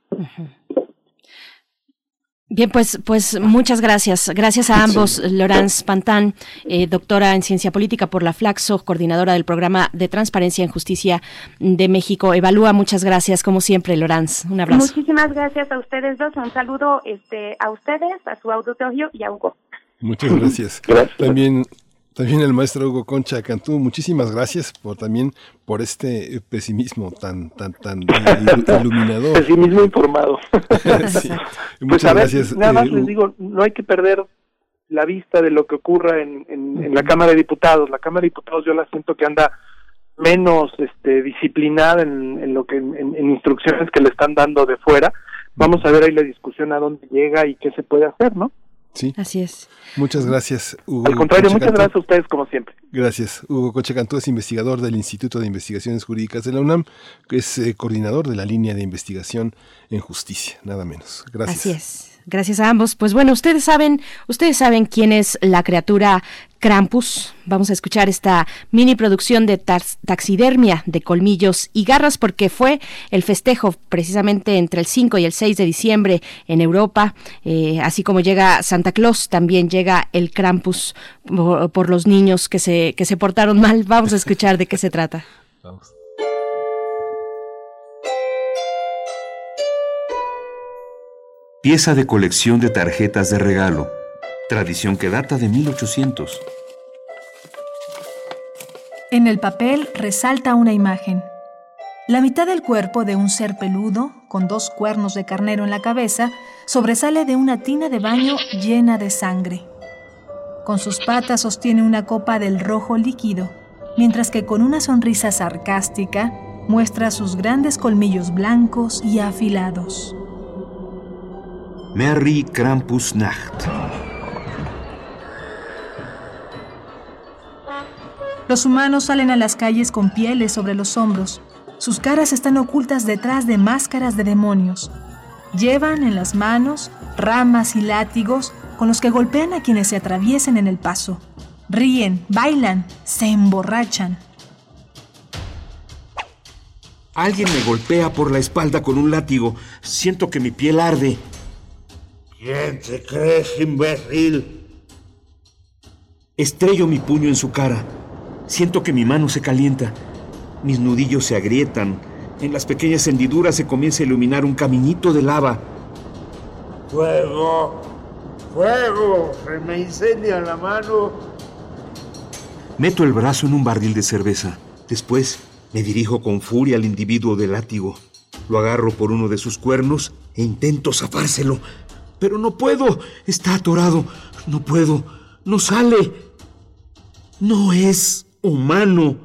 Bien, pues muchas gracias. Gracias a ambos, Laurence Pantin, doctora en Ciencia Política por la Flaxo, coordinadora del Programa de Transparencia en Justicia de México. Evalúa, muchas gracias, como siempre, Laurence. Un abrazo. Muchísimas gracias a ustedes dos. Un saludo a ustedes, a su auditorio y a Hugo. Muchas gracias. También el maestro Hugo Concha Cantú, muchísimas gracias por este pesimismo tan iluminador. Pesimismo informado. Sí. Pues Muchas gracias. Nada más les digo, no hay que perder la vista de lo que ocurra en la Cámara de Diputados. La Cámara de Diputados yo la siento que anda menos disciplinada en lo que en instrucciones que le están dando de fuera. Vamos a ver ahí la discusión a dónde llega y qué se puede hacer, ¿no? Sí. Así es. Muchas gracias, Hugo. Al contrario, Concha muchas Cantú. gracias a ustedes como siempre. Gracias. Hugo Concha Cantú es investigador del Instituto de Investigaciones Jurídicas de la UNAM, que es coordinador de la línea de investigación en justicia, nada menos. Gracias. Así es. Gracias a ambos. Pues bueno, ustedes saben quién es la criatura Krampus. Vamos a escuchar esta mini producción de taxidermia de colmillos y garras, porque fue el festejo precisamente entre el 5 y el 6 de diciembre en Europa. Así como llega Santa Claus, también llega el Krampus por los niños que se portaron mal. Vamos a escuchar de qué se trata. Vamos. Pieza de colección de tarjetas de regalo. Tradición que data de 1800. En el papel resalta una imagen. La mitad del cuerpo de un ser peludo, con 2 cuernos de carnero en la cabeza, sobresale de una tina de baño llena de sangre. Con sus patas sostiene una copa del rojo líquido, mientras que con una sonrisa sarcástica muestra sus grandes colmillos blancos y afilados. Merry Krampusnacht. Los humanos salen a las calles con pieles sobre los hombros. Sus caras están ocultas detrás de máscaras de demonios. Llevan en las manos ramas y látigos con los que golpean a quienes se atraviesen en el paso. Ríen, bailan, se emborrachan. Alguien me golpea por la espalda con un látigo. Siento que mi piel arde. ¿Quién te crees, imbécil? Estrello mi puño en su cara. Siento que mi mano se calienta. Mis nudillos se agrietan. En las pequeñas hendiduras se comienza a iluminar un caminito de lava. ¡Fuego! ¡Fuego! ¡Se me incendia la mano! Meto el brazo en un barril de cerveza. Después me dirijo con furia al individuo del látigo. Lo agarro por uno de sus cuernos e intento zafárselo. Pero no puedo. Está atorado. No puedo. No sale. No es humano.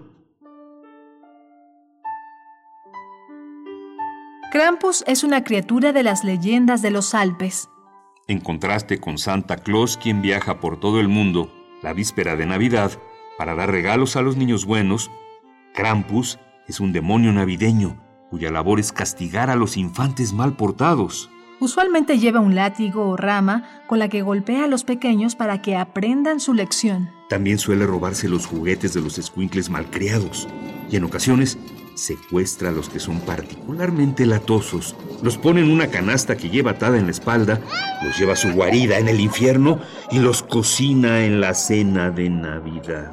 Krampus es una criatura de las leyendas de los Alpes. En contraste con Santa Claus, quien viaja por todo el mundo la víspera de Navidad para dar regalos a los niños buenos, Krampus es un demonio navideño cuya labor es castigar a los infantes mal portados. Usualmente lleva un látigo o rama con la que golpea a los pequeños para que aprendan su lección. También suele robarse los juguetes de los escuincles malcriados y en ocasiones secuestra a los que son particularmente latosos, los pone en una canasta que lleva atada en la espalda, los lleva a su guarida en el infierno y los cocina en la cena de Navidad.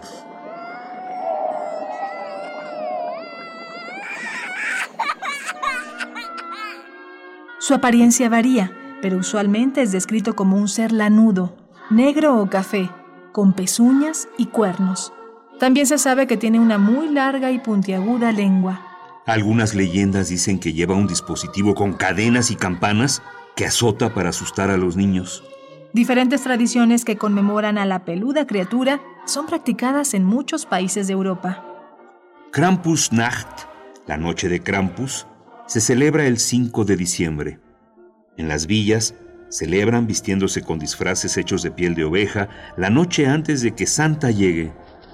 Su apariencia varía, pero usualmente es descrito como un ser lanudo, negro o café, con pezuñas y cuernos. También se sabe que tiene una muy larga y puntiaguda lengua. Algunas leyendas dicen que lleva un dispositivo con cadenas y campanas que azota para asustar a los niños. Diferentes tradiciones que conmemoran a la peluda criatura son practicadas en muchos países de Europa. Krampusnacht, la noche de Krampus, se celebra el 5 de diciembre. En las villas celebran vistiéndose con disfraces hechos de piel de oveja la noche antes de que Santa llegue.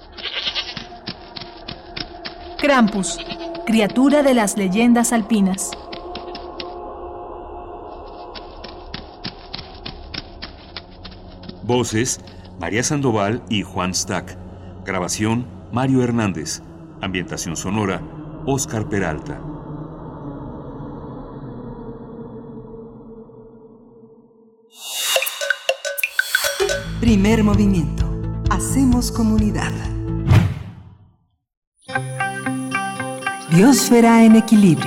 Krampus, criatura de las leyendas alpinas. Voces: María Sandoval y Juan Stack. Grabación: Mario Hernández. Ambientación sonora: Óscar Peralta. Primer movimiento. Hacemos comunidad. Biosfera en equilibrio.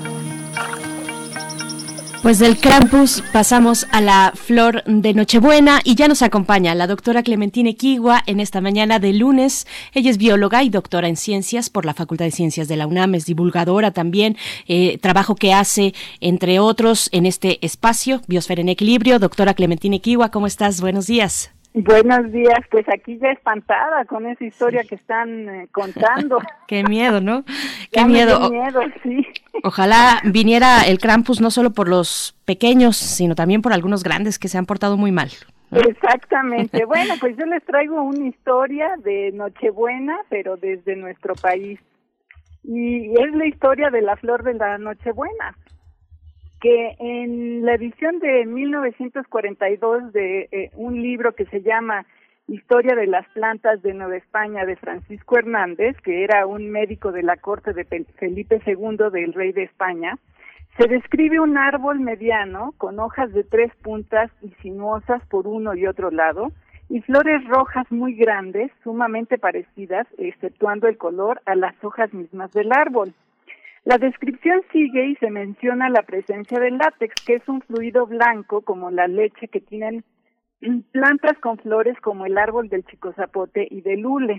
Pues del Krampus pasamos a la flor de Nochebuena y ya nos acompaña la doctora Clementina Equigua en esta mañana de lunes. Ella es bióloga y doctora en ciencias por la Facultad de Ciencias de la UNAM, es divulgadora también, trabajo que hace, entre otros, en este espacio, Biosfera en Equilibrio. Doctora Clementina Equigua, ¿cómo estás? Buenos días. Buenos días, pues aquí ya espantada con esa historia que están contando. Qué miedo, ¿no? Qué Ya miedo. Me dio miedo, sí. Ojalá viniera el Krampus no solo por los pequeños, sino también por algunos grandes que se han portado muy mal, ¿no? Exactamente. Bueno, pues yo les traigo una historia de Nochebuena, pero desde nuestro país. Y es la historia de la flor de la Nochebuena, que en la edición de 1942 de un libro que se llama Historia de las plantas de Nueva España de Francisco Hernández, que era un médico de la corte de Felipe II del rey de España, se describe un árbol mediano con hojas de 3 puntas y sinuosas por uno y otro lado y flores rojas muy grandes, sumamente parecidas, exceptuando el color, a las hojas mismas del árbol. La descripción sigue y se menciona la presencia del látex, que es un fluido blanco como la leche que tienen plantas con flores como el árbol del chicozapote y del hule.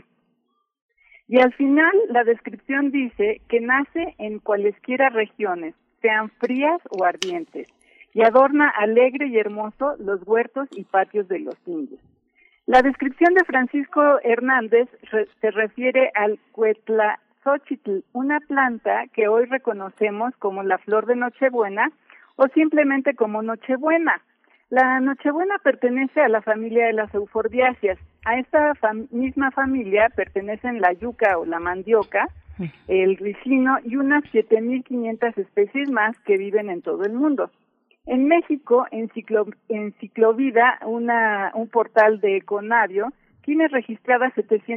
Y al final la descripción dice que nace en cualesquiera regiones, sean frías o ardientes, y adorna alegre y hermoso los huertos y patios de los indios. La descripción de Francisco Hernández se refiere al Xochitl, una planta que hoy reconocemos como la flor de Nochebuena o simplemente como Nochebuena. La Nochebuena pertenece a la familia de las euforbiáceas. A esta misma familia pertenecen la yuca o la mandioca, el ricino y unas 7.500 especies más que viven en todo el mundo. En México, Enciclovida, un portal de Econario, tiene registradas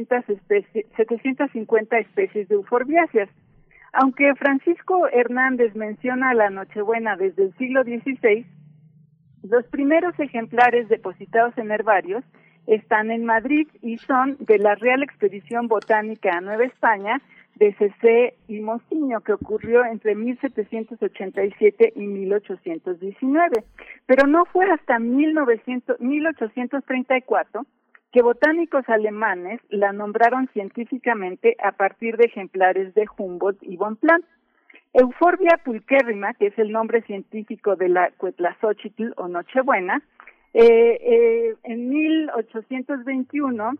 750 especies de euforbiáceas. Aunque Francisco Hernández menciona la Nochebuena desde el siglo XVI, los primeros ejemplares depositados en herbarios están en Madrid y son de la Real Expedición Botánica a Nueva España de C.C. y Mociño, que ocurrió entre 1787 y 1819. Pero no fue hasta 1834 que botánicos alemanes la nombraron científicamente a partir de ejemplares de Humboldt y Bonpland. Euphorbia pulquérrima, que es el nombre científico de la Cuetlaxóchitl o Nochebuena, en 1821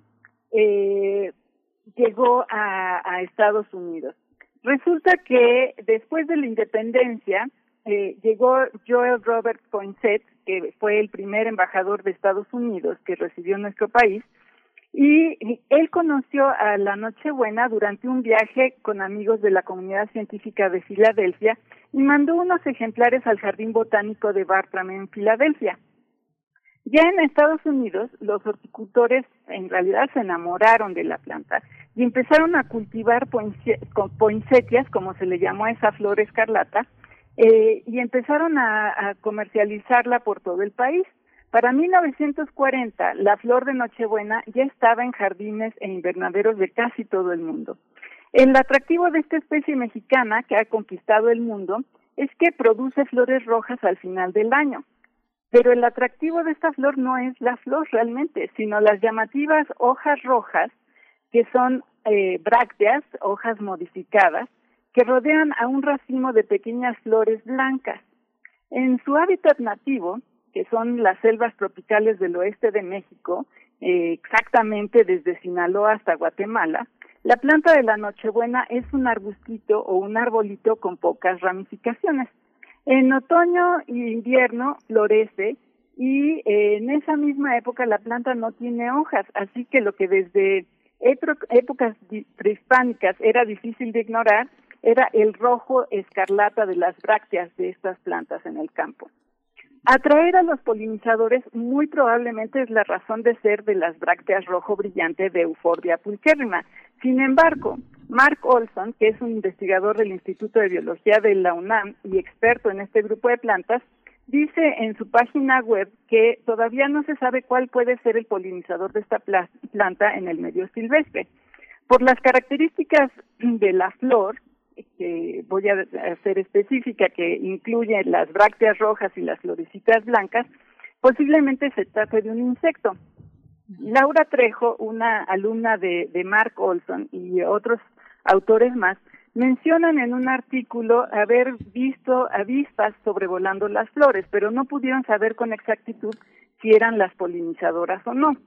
llegó a Estados Unidos. Resulta que después de la independencia llegó Joel Robert Poinsett, que fue el primer embajador de Estados Unidos que recibió nuestro país, y él conoció a la Nochebuena durante un viaje con amigos de la Comunidad Científica de Filadelfia y mandó unos ejemplares al Jardín Botánico de Bartram en Filadelfia. Ya en Estados Unidos, los horticultores en realidad se enamoraron de la planta y empezaron a cultivar poinsettias, como se le llamó a esa flor escarlata, y empezaron a comercializarla por todo el país. Para 1940, la flor de Nochebuena ya estaba en jardines e invernaderos de casi todo el mundo. El atractivo de esta especie mexicana que ha conquistado el mundo es que produce flores rojas al final del año. Pero el atractivo de esta flor no es la flor realmente, sino las llamativas hojas rojas, que son brácteas, hojas modificadas, que rodean a un racimo de pequeñas flores blancas. En su hábitat nativo, que son las selvas tropicales del oeste de México, exactamente desde Sinaloa hasta Guatemala, la planta de la Nochebuena es un arbustito o un arbolito con pocas ramificaciones. En otoño e invierno florece y en esa misma época la planta no tiene hojas, así que lo que desde épocas prehispánicas era difícil de ignorar era el rojo escarlata de las brácteas de estas plantas en el campo. Atraer a los polinizadores muy probablemente es la razón de ser de las brácteas rojo brillante de Euphorbia pulcherrima. Sin embargo, Mark Olson, que es un investigador del Instituto de Biología de la UNAM y experto en este grupo de plantas, dice en su página web que todavía no se sabe cuál puede ser el polinizador de esta planta en el medio silvestre. Por las características de la flor, que voy a hacer específica, que incluye las brácteas rojas y las florecitas blancas, posiblemente se trate de un insecto. Laura Trejo, una alumna de Mark Olson y otros autores más, mencionan en un artículo haber visto avispas sobrevolando las flores, pero no pudieron saber con exactitud si eran las polinizadoras o no.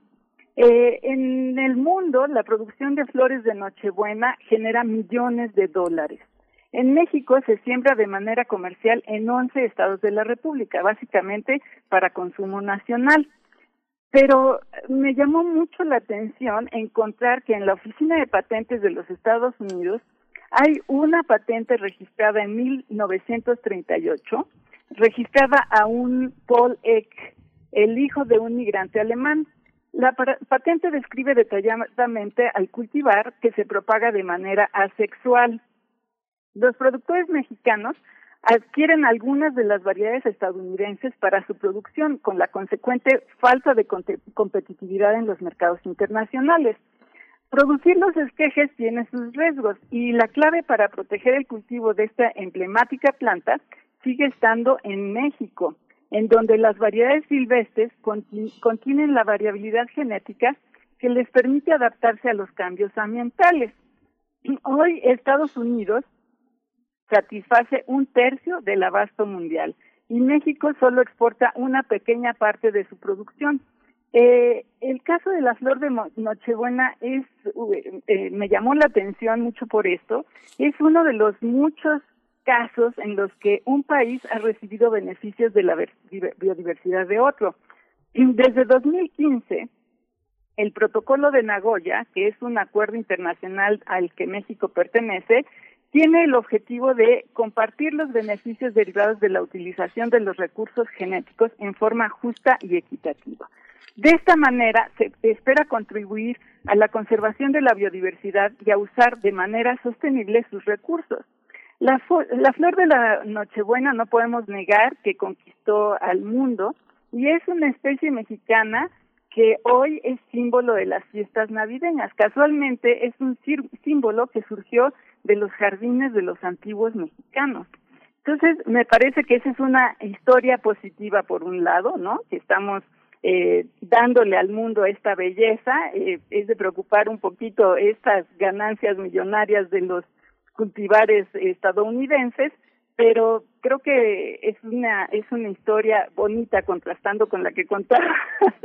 En el mundo, la producción de flores de Nochebuena genera millones de dólares. En México se siembra de manera comercial en 11 estados de la República, básicamente para consumo nacional. Pero me llamó mucho la atención encontrar que en la Oficina de Patentes de los Estados Unidos hay una patente registrada en 1938, registrada a un Paul Eck, el hijo de un migrante alemán. La patente describe detalladamente al cultivar que se propaga de manera asexual. Los productores mexicanos adquieren algunas de las variedades estadounidenses para su producción, con la consecuente falta de competitividad en los mercados internacionales. Producir los esquejes tiene sus riesgos y la clave para proteger el cultivo de esta emblemática planta sigue estando en México, en donde las variedades silvestres contienen la variabilidad genética que les permite adaptarse a los cambios ambientales. Hoy Estados Unidos satisface 1/3 del abasto mundial y México solo exporta una pequeña parte de su producción. El caso de la flor de Nochebuena me llamó la atención mucho por esto. Es uno de los muchos casos en los que un país ha recibido beneficios de la biodiversidad de otro. Desde 2015, el Protocolo de Nagoya, que es un acuerdo internacional al que México pertenece, tiene el objetivo de compartir los beneficios derivados de la utilización de los recursos genéticos en forma justa y equitativa. De esta manera, se espera contribuir a la conservación de la biodiversidad y a usar de manera sostenible sus recursos. La flor de la Nochebuena no podemos negar que conquistó al mundo y es una especie mexicana que hoy es símbolo de las fiestas navideñas. Casualmente es un símbolo que surgió de los jardines de los antiguos mexicanos. Entonces, me parece que esa es una historia positiva por un lado, ¿no? Que estamos dándole al mundo esta belleza, es de preocupar un poquito estas ganancias millonarias de los cultivares estadounidenses, pero creo que es una historia bonita contrastando con la que contaba.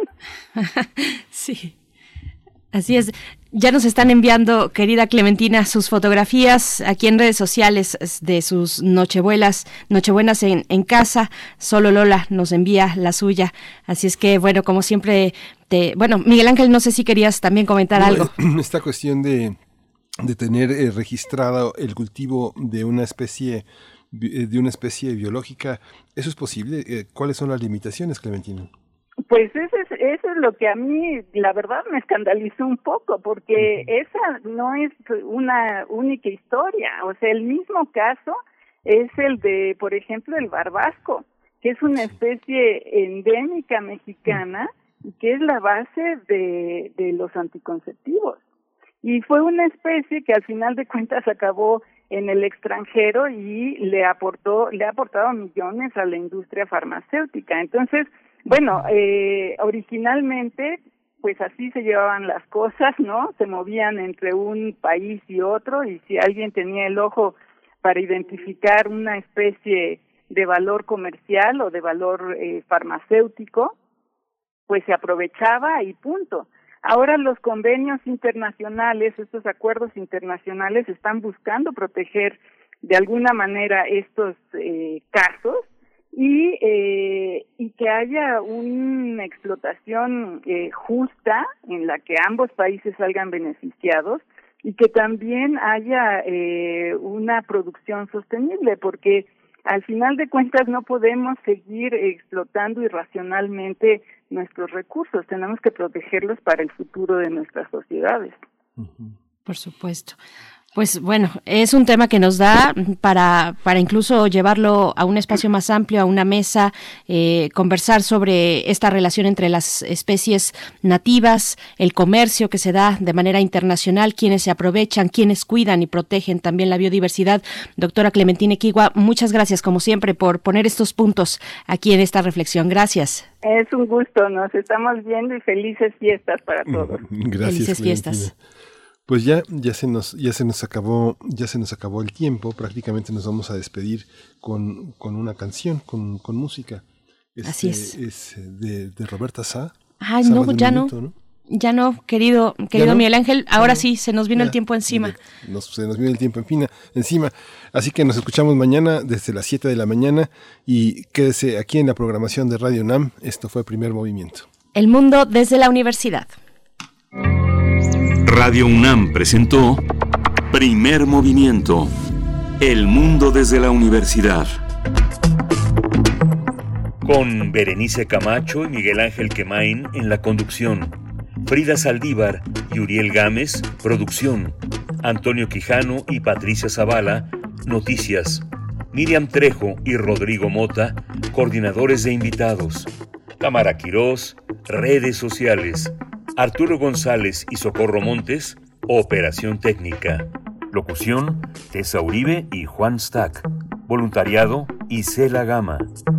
Sí. Así es. Ya nos están enviando, querida Clementina, sus fotografías aquí en redes sociales de sus nochebuenas en casa. Solo Lola nos envía la suya. Así es que, bueno, como siempre, Miguel Ángel, no sé si querías también comentar algo. Esta cuestión de tener registrado el cultivo de una especie biológica, ¿eso es posible? ¿Cuáles son las limitaciones, Clementina? Pues eso es lo que a mí, la verdad, me escandalizó un poco, porque esa no es una única historia. O sea, el mismo caso es el de, por ejemplo, el barbasco, que es una especie endémica mexicana y que es la base de los anticonceptivos. Y fue una especie que al final de cuentas acabó en el extranjero y le ha aportado millones a la industria farmacéutica. Entonces, bueno, originalmente, pues así se llevaban las cosas, ¿no? Se movían entre un país y otro, y si alguien tenía el ojo para identificar una especie de valor comercial o de valor farmacéutico, pues se aprovechaba y punto. Ahora los convenios internacionales, estos acuerdos internacionales están buscando proteger de alguna manera estos casos y que haya una explotación justa en la que ambos países salgan beneficiados y que también haya una producción sostenible, porque al final de cuentas no podemos seguir explotando irracionalmente nuestros recursos, tenemos que protegerlos para el futuro de nuestras sociedades. Por supuesto. Pues bueno, es un tema que nos da para incluso llevarlo a un espacio más amplio, a una mesa, conversar sobre esta relación entre las especies nativas, el comercio que se da de manera internacional, quienes se aprovechan, quienes cuidan y protegen también la biodiversidad. Doctora Clementina Equigua, muchas gracias como siempre por poner estos puntos aquí en esta reflexión. Gracias. Es un gusto, nos estamos viendo y felices fiestas para todos. Gracias, felices fiestas. Pues ya se nos acabó el tiempo, prácticamente nos vamos a despedir con una canción, con música. Así es. Es de Roberta Sá. Ay, no, ya no. Ya no, querido Miguel Ángel, ahora sí, se nos vino el tiempo encima. Se nos vino el tiempo encima. Así que nos escuchamos mañana desde las 7 de la mañana y quédese aquí en la programación de Radio UNAM. Esto fue Primer Movimiento. El mundo desde la universidad. Radio UNAM presentó Primer Movimiento, El mundo desde la universidad. Con Berenice Camacho y Miguel Ángel Quemain en la conducción, Frida Saldívar y Uriel Gámez, producción, Antonio Quijano y Patricia Zavala, noticias, Miriam Trejo y Rodrigo Mota, coordinadores de invitados, Tamara Quirós, redes sociales, Arturo González y Socorro Montes, operación técnica. Locución, Tessa Uribe y Juan Stack. Voluntariado, Isela Gama.